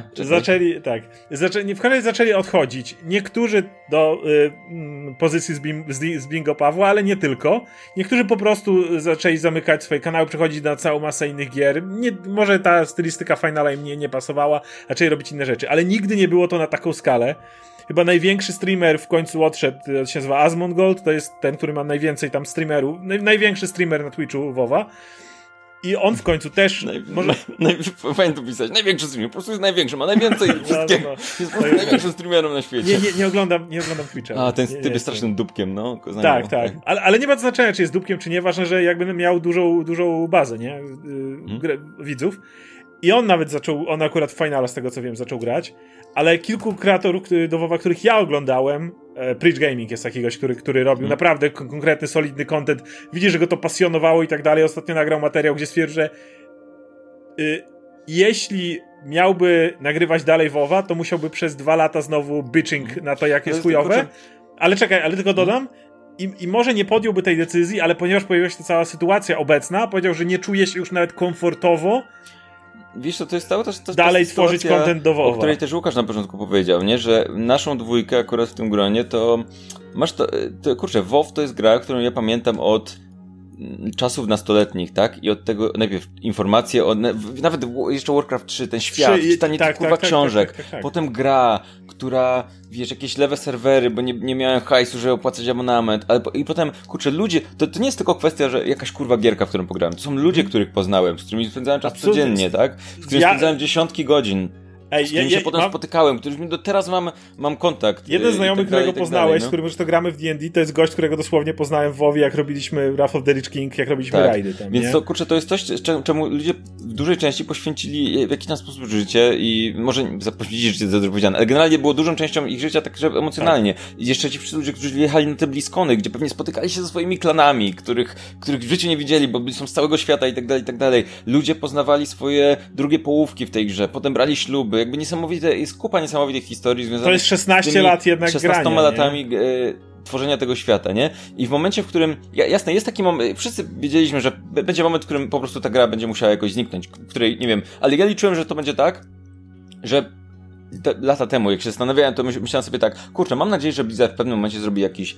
Zaczęli odchodzić. Niektórzy do pozycji z bingo Pawła, ale nie tylko. Niektórzy po prostu zaczęli zamykać swoje kanały, przechodzić na całą masę innych gier. Może ta stylistyka Finala im nie pasowała, zaczęli robić inne rzeczy, ale nigdy nie było to na taką skalę. Chyba największy streamer w końcu odszedł, to się nazywa Asmongold, to jest ten, który ma najwięcej tam streamerów, największy streamer na Twitchu WoWa. I on w końcu też Fajnie tu pisać. Największy streamer, po prostu jest największy, ma najwięcej wszystkiego. Jest po prostu największym streamerem na świecie. Nie oglądam Twitcha. A, ten typ jest strasznym dupkiem, no. Tak. Ale nie ma znaczenia, czy jest dupkiem, czy nie. Ważne, że jakby miał dużą bazę, nie? Widzów. I on nawet on akurat w Finala, z tego co wiem, zaczął grać. Ale kilku kreatorów do WoWa, których ja oglądałem, Preach Gaming jest jakiegoś, który robił naprawdę konkretny, solidny content. Widzi, że go to pasjonowało i tak dalej. Ostatnio nagrał materiał, gdzie stwierdził, że jeśli miałby nagrywać dalej WoWa, to musiałby przez 2 lata znowu bitching na to, jak jest chujowe. Ale czekaj, ale tylko dodam. I może nie podjąłby tej decyzji, ale ponieważ pojawiła się ta cała sytuacja obecna, powiedział, że nie czuje się już nawet komfortowo wiesz, to jest dalej tworzyć content do WoWa. O której też Łukasz na początku powiedział, nie? Że naszą dwójkę akurat w tym gronie to masz kurczę, WoW to jest gra, którą ja pamiętam od czasów nastoletnich, tak? I od tego najpierw informacje, nawet jeszcze Warcraft 3, ten świat, czytanie tych książek, tak. Potem gra, która, wiesz, jakieś lewe serwery, bo nie miałem hajsu, żeby opłacać abonament, i potem, kurczę, ludzie, to nie jest tylko kwestia, że jakaś kurwa gierka, w którą pograłem, to są ludzie, których poznałem, z którymi spędzałem czas codziennie, tak? Z którymi spędzałem dziesiątki godzin. Z którym się potem spotykałem, którym do teraz mam kontakt. Jeden znajomy, którego poznałeś, z którym już to gramy w D&D, to jest gość, którego dosłownie poznałem w WoWie, jak robiliśmy Wrath of the Lich King, jak robiliśmy rajdy tam, więc nie? to, kurczę, to jest coś, czemu ludzie w dużej części poświęcili w jakiś tam sposób życie i może poświęcili życie, za dużo powiedziane, ale generalnie było dużą częścią ich życia także emocjonalnie. I jeszcze ci wszyscy ludzie, którzy jechali na te BlizzCony, gdzie pewnie spotykali się ze swoimi klanami, których w życiu nie widzieli, bo są z całego świata i tak dalej. Ludzie poznawali swoje drugie połówki w tej grze, potem brali śluby, jakby niesamowite, jest kupa niesamowitych historii związanych to jest 16 lat jednak 16 grania, latami tworzenia tego świata, nie? I w momencie, w którym, jasne, jest taki moment, wszyscy wiedzieliśmy, że będzie moment, w którym po prostu ta gra będzie musiała jakoś zniknąć, której, nie wiem, ale ja liczyłem, że to będzie tak, że lata temu, jak się zastanawiałem, to myślałem sobie tak, kurczę, mam nadzieję, że Blizzard w pewnym momencie zrobi jakiś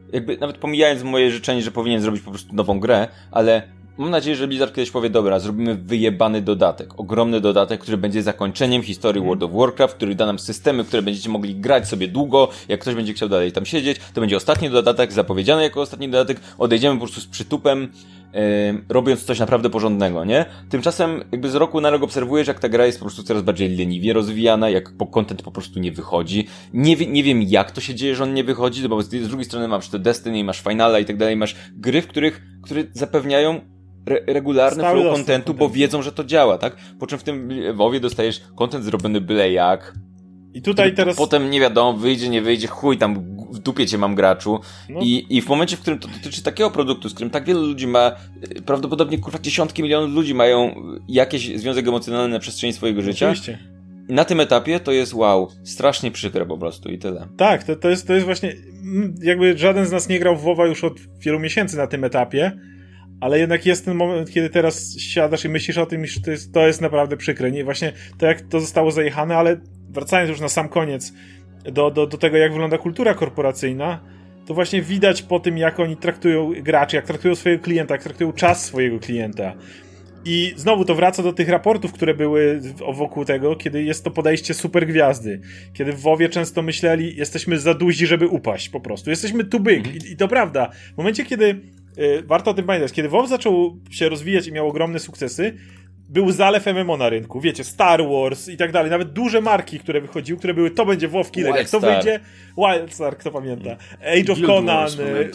jakby nawet pomijając moje życzenie, że powinien zrobić po prostu nową grę, ale mam nadzieję, że Blizzard kiedyś powie, dobra, zrobimy wyjebany dodatek, ogromny dodatek, który będzie zakończeniem historii World of Warcraft, który da nam systemy, które będziecie mogli grać sobie długo, jak ktoś będzie chciał dalej tam siedzieć, to będzie ostatni dodatek, zapowiedziany jako ostatni dodatek, odejdziemy po prostu z przytupem, robiąc coś naprawdę porządnego, nie? Tymczasem jakby z roku na rok obserwujesz, jak ta gra jest po prostu coraz bardziej leniwie rozwijana, jak content po prostu nie wychodzi. Nie wiem jak to się dzieje, że on nie wychodzi, bo z drugiej strony masz te Destiny, masz Finala i tak dalej, masz gry, które zapewniają regularny flow contentu, bo wiedzą, że to działa, tak? Po czym w tym WoWie dostajesz content zrobiony byle jak. I tutaj teraz... Potem nie wiadomo, wyjdzie, nie wyjdzie, chuj, tam w dupie cię mam graczu. No. I w momencie, w którym to dotyczy takiego produktu, z którym tak wielu ludzi ma, prawdopodobnie kurwa dziesiątki milionów ludzi mają jakiś związek emocjonalny na przestrzeni swojego życia. Oczywiście. I na tym etapie to jest wow, strasznie przykre po prostu i tyle. Tak, to jest właśnie, jakby żaden z nas nie grał w WoWa już od wielu miesięcy na tym etapie, ale jednak jest ten moment, kiedy teraz siadasz i myślisz o tym, iż to jest naprawdę przykre. Nie, właśnie to, jak to zostało zajechane, ale wracając już na sam koniec do tego, jak wygląda kultura korporacyjna, to właśnie widać po tym, jak oni traktują graczy, jak traktują swojego klienta, jak traktują czas swojego klienta. I znowu to wraca do tych raportów, które były wokół tego, kiedy jest to podejście supergwiazdy. Kiedy w WoWie często myśleli, jesteśmy za duzi, żeby upaść po prostu. Jesteśmy too big. I to prawda. W momencie, kiedy warto o tym pamiętać, kiedy WoW zaczął się rozwijać i miał ogromne sukcesy, był zalew MMO na rynku. Wiecie, Star Wars i tak dalej. Nawet duże marki, które wychodziły, które były, to będzie WoW Killer. Jak to wyjdzie, Wildstar, kto pamięta? Age of Conan.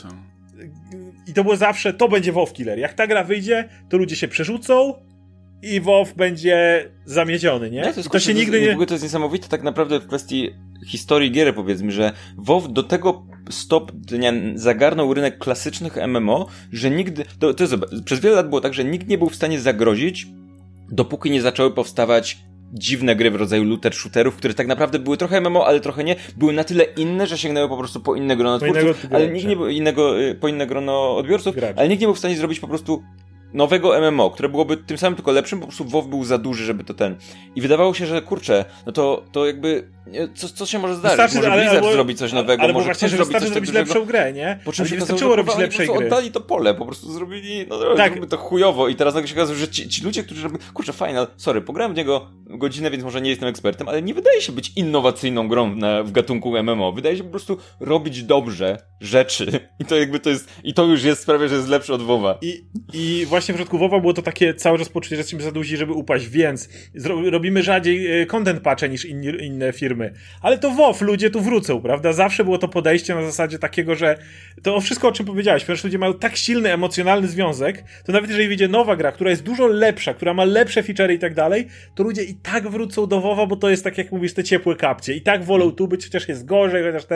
I to było zawsze, to będzie WoW Killer. Jak ta gra wyjdzie, to ludzie się przerzucą i WoW będzie zamieciony, nie? To się nigdy nie... W ogóle to jest niesamowite tak naprawdę w kwestii historii gier, powiedzmy, że WoW do tego stopnia zagarnął rynek klasycznych MMO, że nigdy... Przez wiele lat było tak, że nikt nie był w stanie zagrozić, dopóki nie zaczęły powstawać dziwne gry w rodzaju looter shooterów, które tak naprawdę były trochę MMO, ale trochę nie. Były na tyle inne, że sięgnęły po prostu po inne grono twórców, ale nikt nie był po inne grono odbiorców, ale nikt nie był w stanie zrobić po prostu nowego MMO, które byłoby tym samym tylko lepszym, po prostu WoW był za duży, żeby to ten. I wydawało się, że kurczę, no to jakby co się może zdarzyć? Wystarczy, może Blizzard zrobi coś nowego, ale może właśnie, ktoś że wystarczy zrobić lepszą grę, nie? Po czym się wystarczyło robić lepszej gry. Oddali to pole, po prostu zrobili, zrobili to chujowo i teraz nagle się okazuje, że ci ludzie, którzy robią, kurczę, Final, sorry, pograłem w niego godzinę, więc może nie jestem ekspertem, ale nie wydaje się być innowacyjną grą w gatunku MMO. Wydaje się po prostu robić dobrze rzeczy. I to jakby i to już jest sprawia, że jest lepsze od WoWa. I właśnie w przypadku WoWa było to takie cały czas poczucie, że jesteśmy za duzi, żeby upaść, więc robimy rzadziej content patche niż inne firmy. Ale to WoW, ludzie tu wrócą, prawda? Zawsze było to podejście na zasadzie takiego, że to wszystko, o czym powiedziałeś, ponieważ ludzie mają tak silny emocjonalny związek, to nawet jeżeli wyjdzie nowa gra, która jest dużo lepsza, która ma lepsze feature'y i tak dalej, to ludzie i tak wrócą do WoWa, bo to jest tak, jak mówisz, te ciepłe kapcie. I tak wolą tu być, chociaż jest gorzej, chociaż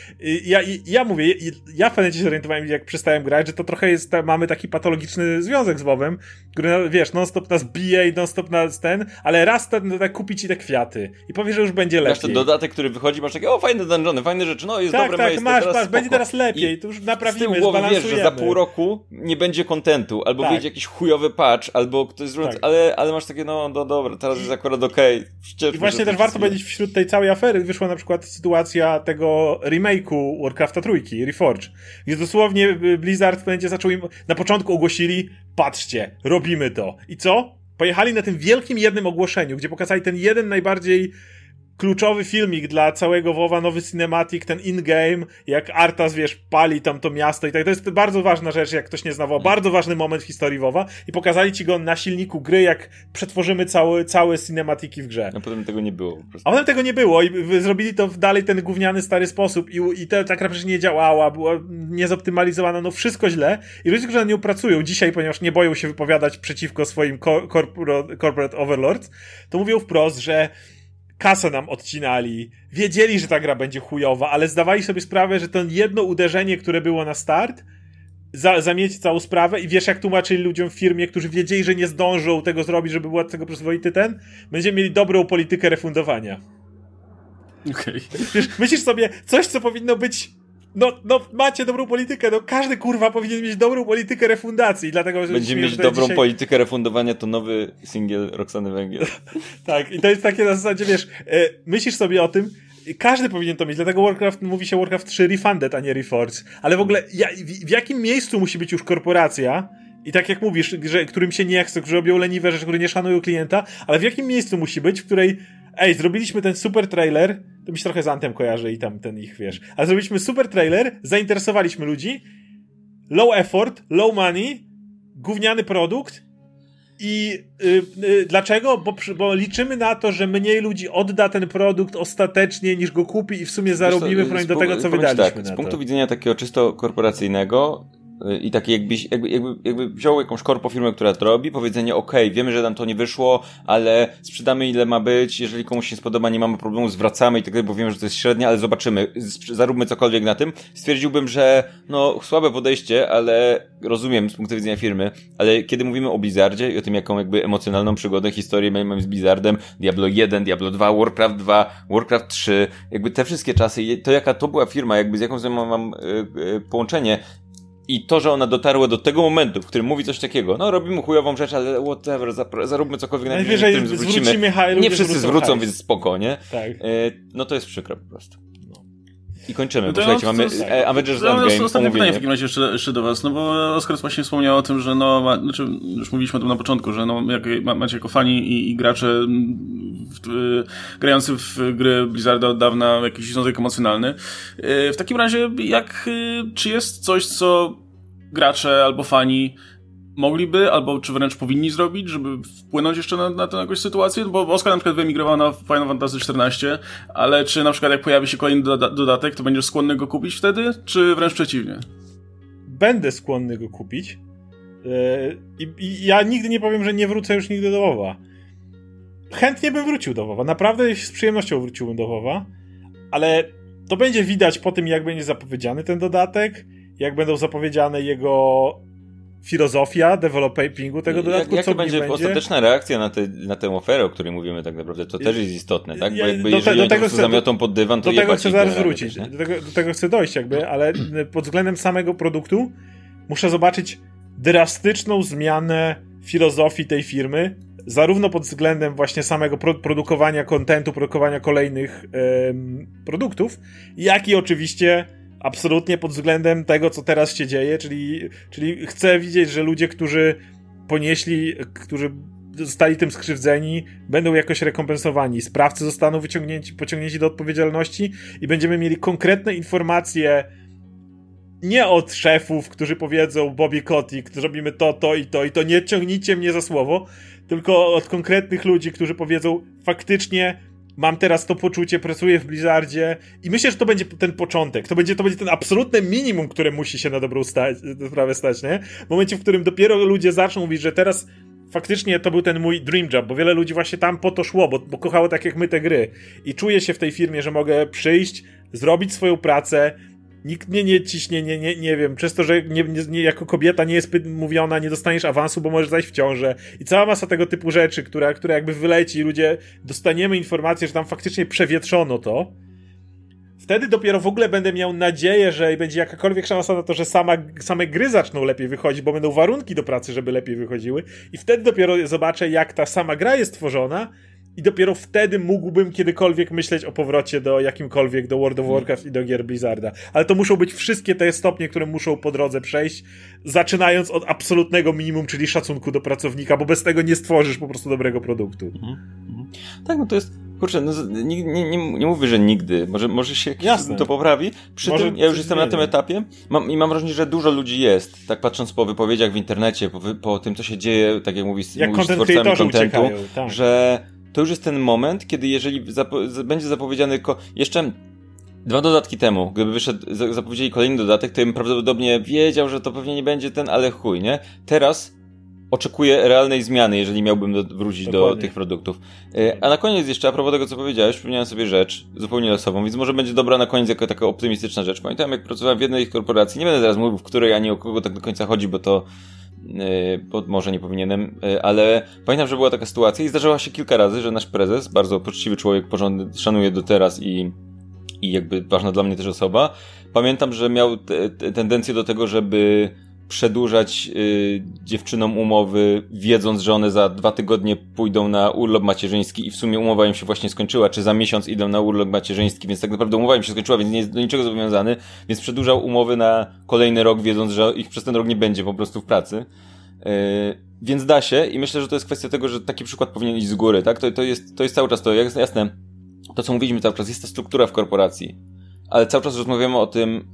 ja mówię, ja w pewnym momencie się zorientowałem, jak przestałem grać, że to trochę jest, mamy taki patologiczny związek z WoWem, który, wiesz, non-stop nas bije i non-stop nas ale raz kupi ci te kwiaty i powie, że już będzie lepiej. Masz ten dodatek, który wychodzi, masz takie, fajne dungeony, fajne rzeczy, jest dobre miejsce, masz, będzie teraz lepiej, to już naprawimy, zbalansujemy. Wiesz, że za pół roku nie będzie kontentu, albo wyjdzie jakiś chujowy patch, albo ktoś zrobi, ale masz takie, dobra, teraz jest akurat okej. I właśnie też warto powiedzieć, wśród tej całej afery wyszła na przykład sytuacja tego remake'u Warcrafta trójki, Reforge, gdzie dosłownie Blizzard w momencie zaczął im, na początku ogłosili, patrzcie, robimy to. I co? Pojechali na tym wielkim jednym ogłoszeniu, gdzie pokazali ten jeden najbardziej kluczowy filmik dla całego WoWa, nowy cinematic, ten in-game, jak Arthas, wiesz, pali tam to miasto i tak. To jest bardzo ważna rzecz, jak ktoś nie zna WoWa, bardzo ważny moment w historii WoWa i pokazali ci go na silniku gry, jak przetworzymy całe cinematiki w grze. A potem tego nie było po prostu. A potem tego nie było i zrobili to w dalej ten gówniany stary sposób i ta gra przecież nie działała, była niezoptymalizowana, wszystko źle i ludzie, którzy na nią pracują dzisiaj, ponieważ nie boją się wypowiadać przeciwko swoim corporate overlords, to mówią wprost, że kasę nam odcinali, wiedzieli, że ta gra będzie chujowa, ale zdawali sobie sprawę, że to jedno uderzenie, które było na start, zamieci całą sprawę i wiesz, jak tłumaczyli ludziom w firmie, którzy wiedzieli, że nie zdążą tego zrobić, żeby był tego przyzwoity będziemy mieli dobrą politykę refundowania. Okej. Wiesz, myślisz sobie, coś, co powinno być macie dobrą politykę, każdy kurwa powinien mieć dobrą politykę refundacji, dlatego, że będziemy mieć dobrą politykę refundowania, to nowy singiel Roxany Węgiel. Tak, i to jest takie na zasadzie, wiesz, myślisz sobie o tym, każdy powinien to mieć, dlatego mówi się Warcraft 3 Refunded, a nie Reforged. Ale w ogóle w jakim miejscu musi być już korporacja, i tak jak mówisz, że którym się nie chce, którzy robią leniwe rzeczy, które nie szanują klienta, ale w jakim miejscu musi być, w której zrobiliśmy ten super trailer, to mi się trochę z Anthem kojarzy i tam ten ich, wiesz, ale zrobiliśmy super trailer, zainteresowaliśmy ludzi, low effort, low money, gówniany produkt i dlaczego? Bo liczymy na to, że mniej ludzi odda ten produkt ostatecznie niż go kupi i w sumie zarobimy w do tego, co wydaliśmy tak, na to. Z punktu widzenia takiego czysto korporacyjnego i takie jakby wziął jakąś korpofirmę, która to robi, powiedzenie wiemy, że nam to nie wyszło, ale sprzedamy ile ma być, jeżeli komuś się spodoba, nie mamy problemu, zwracamy i tak dalej, bo wiemy, że to jest średnia, ale zobaczymy, zaróbmy cokolwiek na tym. Stwierdziłbym, że słabe podejście, ale rozumiem z punktu widzenia firmy, ale kiedy mówimy o Blizzardzie i o tym, jaką jakby emocjonalną przygodę, historię mamy z Blizzardem, Diablo 1, Diablo 2, Warcraft 2, Warcraft 3, jakby te wszystkie czasy, to jaka to była firma, jakby z jaką mam połączenie. I to, że ona dotarła do tego momentu, w którym mówi coś takiego, robimy chujową rzecz, ale whatever, zaróbmy cokolwiek, najwyżej zwrócimy. Nie wszyscy zwrócą, więc spoko, nie? Tak. To jest przykre po prostu. I kończymy, bo słuchajcie, mamy Avengers Endgame. Ostatnie pytanie w takim razie jeszcze do was, bo Oskar właśnie wspomniał o tym, że już mówiliśmy o tym na początku, że macie jako fani i gracze grający w gry Blizzarda od dawna jakiś związek emocjonalny. W takim razie, czy jest coś, co gracze albo fani mogliby, albo czy wręcz powinni zrobić, żeby wpłynąć jeszcze na tę jakąś sytuację? Bo Oskar na przykład wyemigrował na Final Fantasy XIV, ale czy na przykład jak pojawi się kolejny dodatek, to będziesz skłonny go kupić wtedy, czy wręcz przeciwnie? Będę skłonny go kupić. I ja nigdy nie powiem, że nie wrócę już nigdy do WoWa. Chętnie bym wrócił do WoWa. Naprawdę z przyjemnością wróciłbym do WoWa, ale to będzie widać po tym, jak będzie zapowiedziany ten dodatek, jak będą zapowiedziane jego filozofia developingu tego dodatku, jaka będzie ostateczna reakcja na tę oferę, o której mówimy tak naprawdę, to też jest istotne, tak? Bo jakby jeżeli oni po prostu zamiotą pod dywan, to do tego chcę zaraz wrócić. Do tego chcę dojść ale pod względem samego produktu muszę zobaczyć drastyczną zmianę filozofii tej firmy, zarówno pod względem właśnie samego produkowania kontentu, produkowania kolejnych produktów, jak i oczywiście absolutnie pod względem tego, co teraz się dzieje, czyli chcę widzieć, że ludzie, którzy zostali tym skrzywdzeni, będą jakoś rekompensowani. Sprawcy zostaną pociągnięci do odpowiedzialności i będziemy mieli konkretne informacje nie od szefów, którzy powiedzą Bobby Kotick, zrobimy to i to, nie ciągnijcie mnie za słowo, tylko od konkretnych ludzi, którzy powiedzą faktycznie mam teraz to poczucie, pracuję w Blizzardzie i myślę, że to będzie ten początek. To będzie ten absolutne minimum, które musi się na dobrą sprawę stać, nie? W momencie, w którym dopiero ludzie zaczną mówić, że teraz faktycznie to był ten mój dream job, bo wiele ludzi właśnie tam po to szło, bo kochało tak jak my te gry. I czuję się w tej firmie, że mogę przyjść, zrobić swoją pracę, nikt mnie nie ciśnie, nie wiem, przez to, że jako kobieta nie jest mówiona, nie dostaniesz awansu, bo możesz zajść w ciążę. I cała masa tego typu rzeczy, która jakby wyleci i ludzie dostaniemy informację, że tam faktycznie przewietrzono to. Wtedy dopiero w ogóle będę miał nadzieję, że będzie jakakolwiek szansa na to, że same gry zaczną lepiej wychodzić, bo będą warunki do pracy, żeby lepiej wychodziły. I wtedy dopiero zobaczę, jak ta sama gra jest tworzona. I dopiero wtedy mógłbym kiedykolwiek myśleć o powrocie do jakimkolwiek, do World of Warcraft i do gier Blizzarda. Ale to muszą być wszystkie te stopnie, które muszą po drodze przejść, zaczynając od absolutnego minimum, czyli szacunku do pracownika, bo bez tego nie stworzysz po prostu dobrego produktu. Tak, to jest... Kurczę, nie mówię, że nigdy. Może się to poprawi. Przy tym ja już jestem na tym etapie i mam wrażenie, że dużo ludzi jest, tak patrząc po wypowiedziach w internecie, po tym, co się dzieje, tak jak mówisz z twórcami kontentu, tak. Że to już jest ten moment, kiedy jeżeli będzie zapowiedziany jeszcze 2 dodatki temu, gdyby zapowiedzieli kolejny dodatek, to bym prawdopodobnie wiedział, że to pewnie nie będzie ale chuj, nie? Teraz oczekuję realnej zmiany, jeżeli miałbym wrócić do tych produktów. A na koniec jeszcze, a propos tego, co powiedziałeś, przypomniałem sobie rzecz zupełnie losową, więc może będzie dobra na koniec jako taka optymistyczna rzecz. Pamiętam, jak pracowałem w jednej korporacji, nie będę teraz mówił, w której ani o kogo tak do końca chodzi, bo może nie powinienem, ale pamiętam, że była taka sytuacja i zdarzyła się kilka razy, że nasz prezes, bardzo poczciwy człowiek, porządny, szanuję do teraz i jakby ważna dla mnie też osoba, pamiętam, że miał tendencję do tego, żeby przedłużać dziewczynom umowy, wiedząc, że one za 2 tygodnie pójdą na urlop macierzyński i w sumie umowa im się właśnie skończyła, czy za miesiąc idą na urlop macierzyński, więc tak naprawdę umowa im się skończyła, więc nie jest do niczego zobowiązany, więc przedłużał umowy na kolejny rok, wiedząc, że ich przez ten rok nie będzie po prostu w pracy. Więc da się i myślę, że to jest kwestia tego, że taki przykład powinien iść z góry, tak? To jest cały czas to, jasne, to co mówiliśmy cały czas, jest ta struktura w korporacji, ale cały czas rozmawiamy o tym,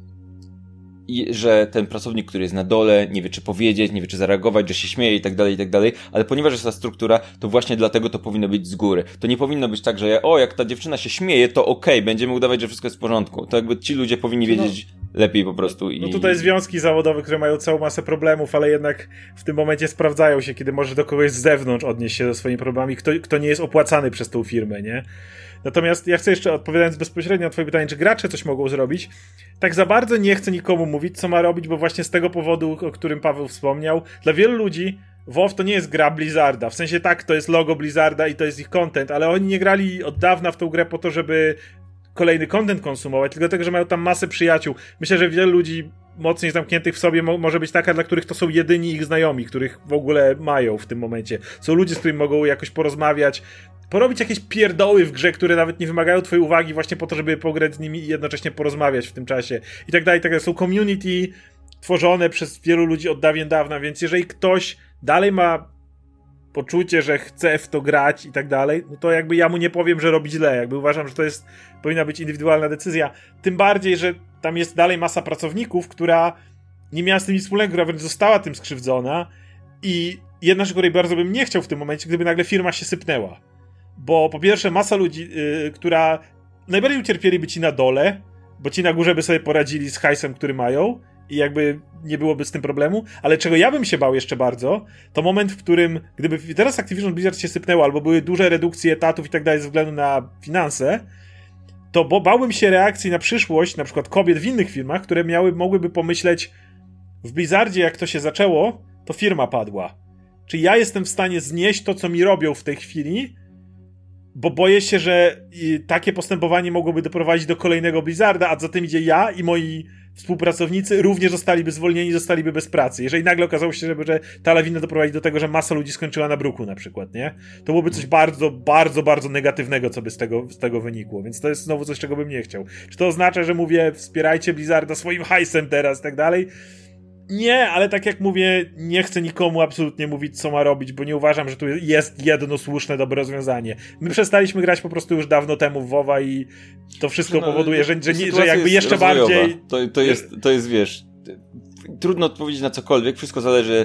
że ten pracownik, który jest na dole, nie wie czy powiedzieć, nie wie czy zareagować, że się śmieje i tak dalej, ale ponieważ jest ta struktura, to właśnie dlatego to powinno być z góry. To nie powinno być tak, że jak ta dziewczyna się śmieje, to okej, będziemy udawać, że wszystko jest w porządku. To jakby ci ludzie powinni wiedzieć lepiej po prostu. No tutaj związki zawodowe, które mają całą masę problemów, ale jednak w tym momencie sprawdzają się, kiedy może do kogoś z zewnątrz odnieść się ze swoimi problemami, kto nie jest opłacany przez tą firmę, nie? Natomiast ja chcę jeszcze, odpowiadając bezpośrednio na twoje pytanie, czy gracze coś mogą zrobić, tak za bardzo nie chcę nikomu mówić, co ma robić, bo właśnie z tego powodu, o którym Paweł wspomniał, dla wielu ludzi WoW to nie jest gra Blizzarda, w sensie tak, to jest logo Blizzarda i to jest ich content, ale oni nie grali od dawna w tą grę po to, żeby kolejny content konsumować, tylko dlatego, że mają tam masę przyjaciół. Myślę, że wielu ludzi mocniej zamkniętych w sobie może być taka, dla których to są jedyni ich znajomi, których w ogóle mają w tym momencie. Są ludzie, z którymi mogą jakoś porozmawiać, porobić jakieś pierdoły w grze, które nawet nie wymagają twojej uwagi właśnie po to, żeby pograć z nimi i jednocześnie porozmawiać w tym czasie. I tak dalej, tak dalej. Są community tworzone przez wielu ludzi od dawien dawna, więc jeżeli ktoś dalej ma poczucie, że chce w to grać i tak dalej, no to jakby ja mu nie powiem, że robi źle. Jakby uważam, że to powinna być indywidualna decyzja. Tym bardziej, że tam jest dalej masa pracowników, która nie miała z tym nic wspólnego, która wręcz została tym skrzywdzona i jedna rzecz, której bardzo bym nie chciał w tym momencie, gdyby nagle firma się sypnęła. Bo po pierwsze masa ludzi, która najbardziej ucierpieliby ci na dole, bo ci na górze by sobie poradzili z hajsem, który mają i jakby nie byłoby z tym problemu, ale czego ja bym się bał jeszcze bardzo, to moment, w którym gdyby teraz Activision Blizzard się sypnęło, albo były duże redukcje etatów i tak dalej ze względu na finanse, to bałbym się reakcji na przyszłość, na przykład kobiet w innych firmach, które mogłyby pomyśleć, w Blizzardzie jak to się zaczęło, to firma padła. Czy ja jestem w stanie znieść to, co mi robią w tej chwili, bo boję się, że takie postępowanie mogłoby doprowadzić do kolejnego Blizzarda, a za tym idzie ja i moi współpracownicy również zostaliby zwolnieni, zostaliby bez pracy. Jeżeli nagle okazało się, że ta lawina doprowadzi do tego, że masa ludzi skończyła na bruku na przykład, nie? To byłoby coś bardzo, bardzo, bardzo negatywnego, co by z tego wynikło, więc to jest znowu coś, czego bym nie chciał. Czy to oznacza, że mówię, wspierajcie Blizzarda swoim hajsem teraz i tak dalej? Nie, ale tak jak mówię, nie chcę nikomu absolutnie mówić, co ma robić, bo nie uważam, że tu jest jedno słuszne, dobre rozwiązanie. My przestaliśmy grać po prostu już dawno temu w WoWa i to wszystko powoduje, że jakby jeszcze bardziej... To jest, wiesz, trudno odpowiedzieć na cokolwiek, wszystko zależy...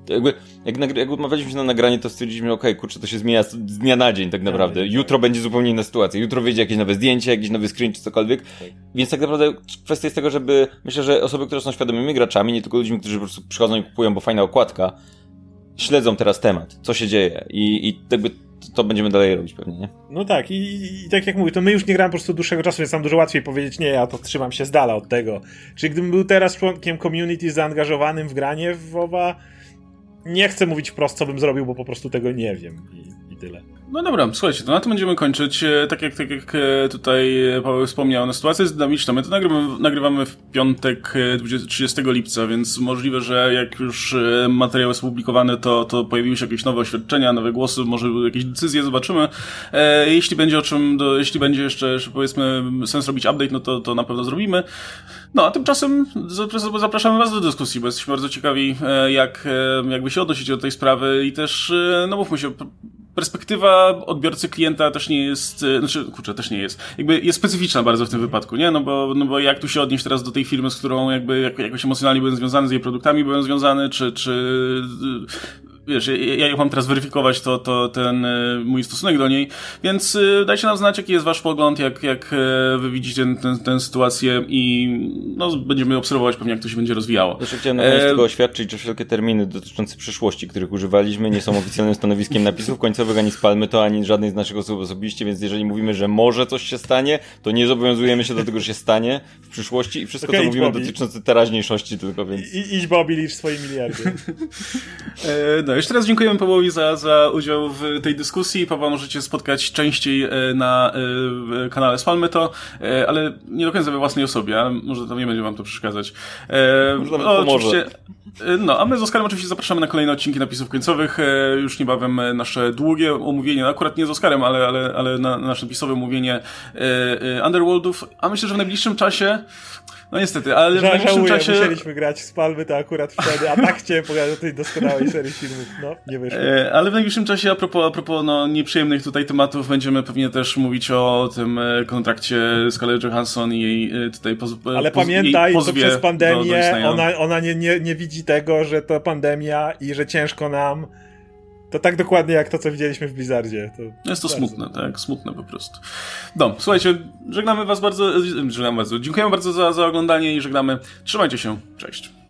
Jak umawialiśmy się na nagranie, to stwierdziliśmy, okej, kurczę, to się zmienia z dnia na dzień tak naprawdę. Jutro będzie zupełnie inna sytuacja. Jutro wyjdzie jakieś nowe zdjęcie, jakiś nowy screen czy cokolwiek. Więc tak naprawdę kwestia jest tego, żeby... Myślę, że osoby, które są świadomymi graczami, nie tylko ludźmi, którzy po prostu przychodzą i kupują, bo fajna okładka, śledzą teraz temat, co się dzieje i jakby to będziemy dalej robić pewnie, nie? No tak, i tak jak mówię, to my już nie gramy po prostu dłuższego czasu, więc nam dużo łatwiej powiedzieć, nie, ja to trzymam się z dala od tego. Czyli gdybym był teraz członkiem community zaangażowanym w granie w WoWa, nie chcę mówić wprost, co bym zrobił, bo po prostu tego nie wiem i tyle. No dobra, słuchajcie, to na tym będziemy kończyć. Tak jak tutaj Paweł wspomniał, sytuacja jest dynamiczna. My to nagrywamy w piątek 30 lipca, więc możliwe, że jak już materiał jest opublikowany, to pojawiły się jakieś nowe oświadczenia, nowe głosy, może jakieś decyzje, zobaczymy. Jeśli będzie jeszcze powiedzmy sens robić update, no to na pewno zrobimy. No, a tymczasem zapraszamy was do dyskusji, bo jesteśmy bardzo ciekawi, jak wy się odnosicie do tej sprawy i też, no mówmy się, perspektywa odbiorcy klienta też nie jest, też nie jest, jakby jest specyficzna bardzo w tym wypadku, nie? No bo jak tu się odnieść teraz do tej firmy, z którą jakby jakoś emocjonalnie byłem związany, z jej produktami byłem związany, czy wiesz, ja mam teraz weryfikować ten mój stosunek do niej, więc dajcie nam znać, jaki jest wasz pogląd, jak wy widzicie tę sytuację i no, będziemy obserwować pewnie, jak to się będzie rozwijało. Jeszcze chciałem na koniec tylko oświadczyć, że wszelkie terminy dotyczące przyszłości, których używaliśmy, nie są oficjalnym stanowiskiem napisów końcowych, ani spalmy to, ani żadnej z naszych osób osobiście, więc jeżeli mówimy, że może coś się stanie, to nie zobowiązujemy się do tego, że się stanie w przyszłości i wszystko, co mówimy dotyczące teraźniejszości tylko, więc... Idź Bobby, licz swoje miliardy. No jeszcze raz dziękujemy Pawłowi za udział w tej dyskusji. Pawła możecie spotkać częściej na kanale Spalmy to, ale nie do końca we własnej osobie, ale może to nie będzie wam to przeszkadzać. Oczywiście. No, a my z Oskarem oczywiście zapraszamy na kolejne odcinki napisów końcowych. Już niebawem nasze długie omówienie, akurat nie z Oskarem, ale na nasze napisowe omówienie Underworldów. A myślę, że w najbliższym czasie, no niestety, ale w najbliższym czasie... musieliśmy grać w Spalmy to akurat wtedy, a tak chciałem pogadać o tej doskonałej serii filmów. No, nie wyszło. Ale w najbliższym czasie, a propos no, nieprzyjemnych tutaj tematów, będziemy pewnie też mówić o tym kontrakcie Scarlett Johansson i jej tutaj ale pamiętaj, to przez pandemię ona nie widzi tego, że to pandemia i że ciężko nam. To tak dokładnie jak to, co widzieliśmy w Blizzardzie. Jest to smutne, tak? Smutne po prostu. No, słuchajcie, żegnamy was bardzo. Dziękujemy bardzo za oglądanie i żegnamy. Trzymajcie się. Cześć.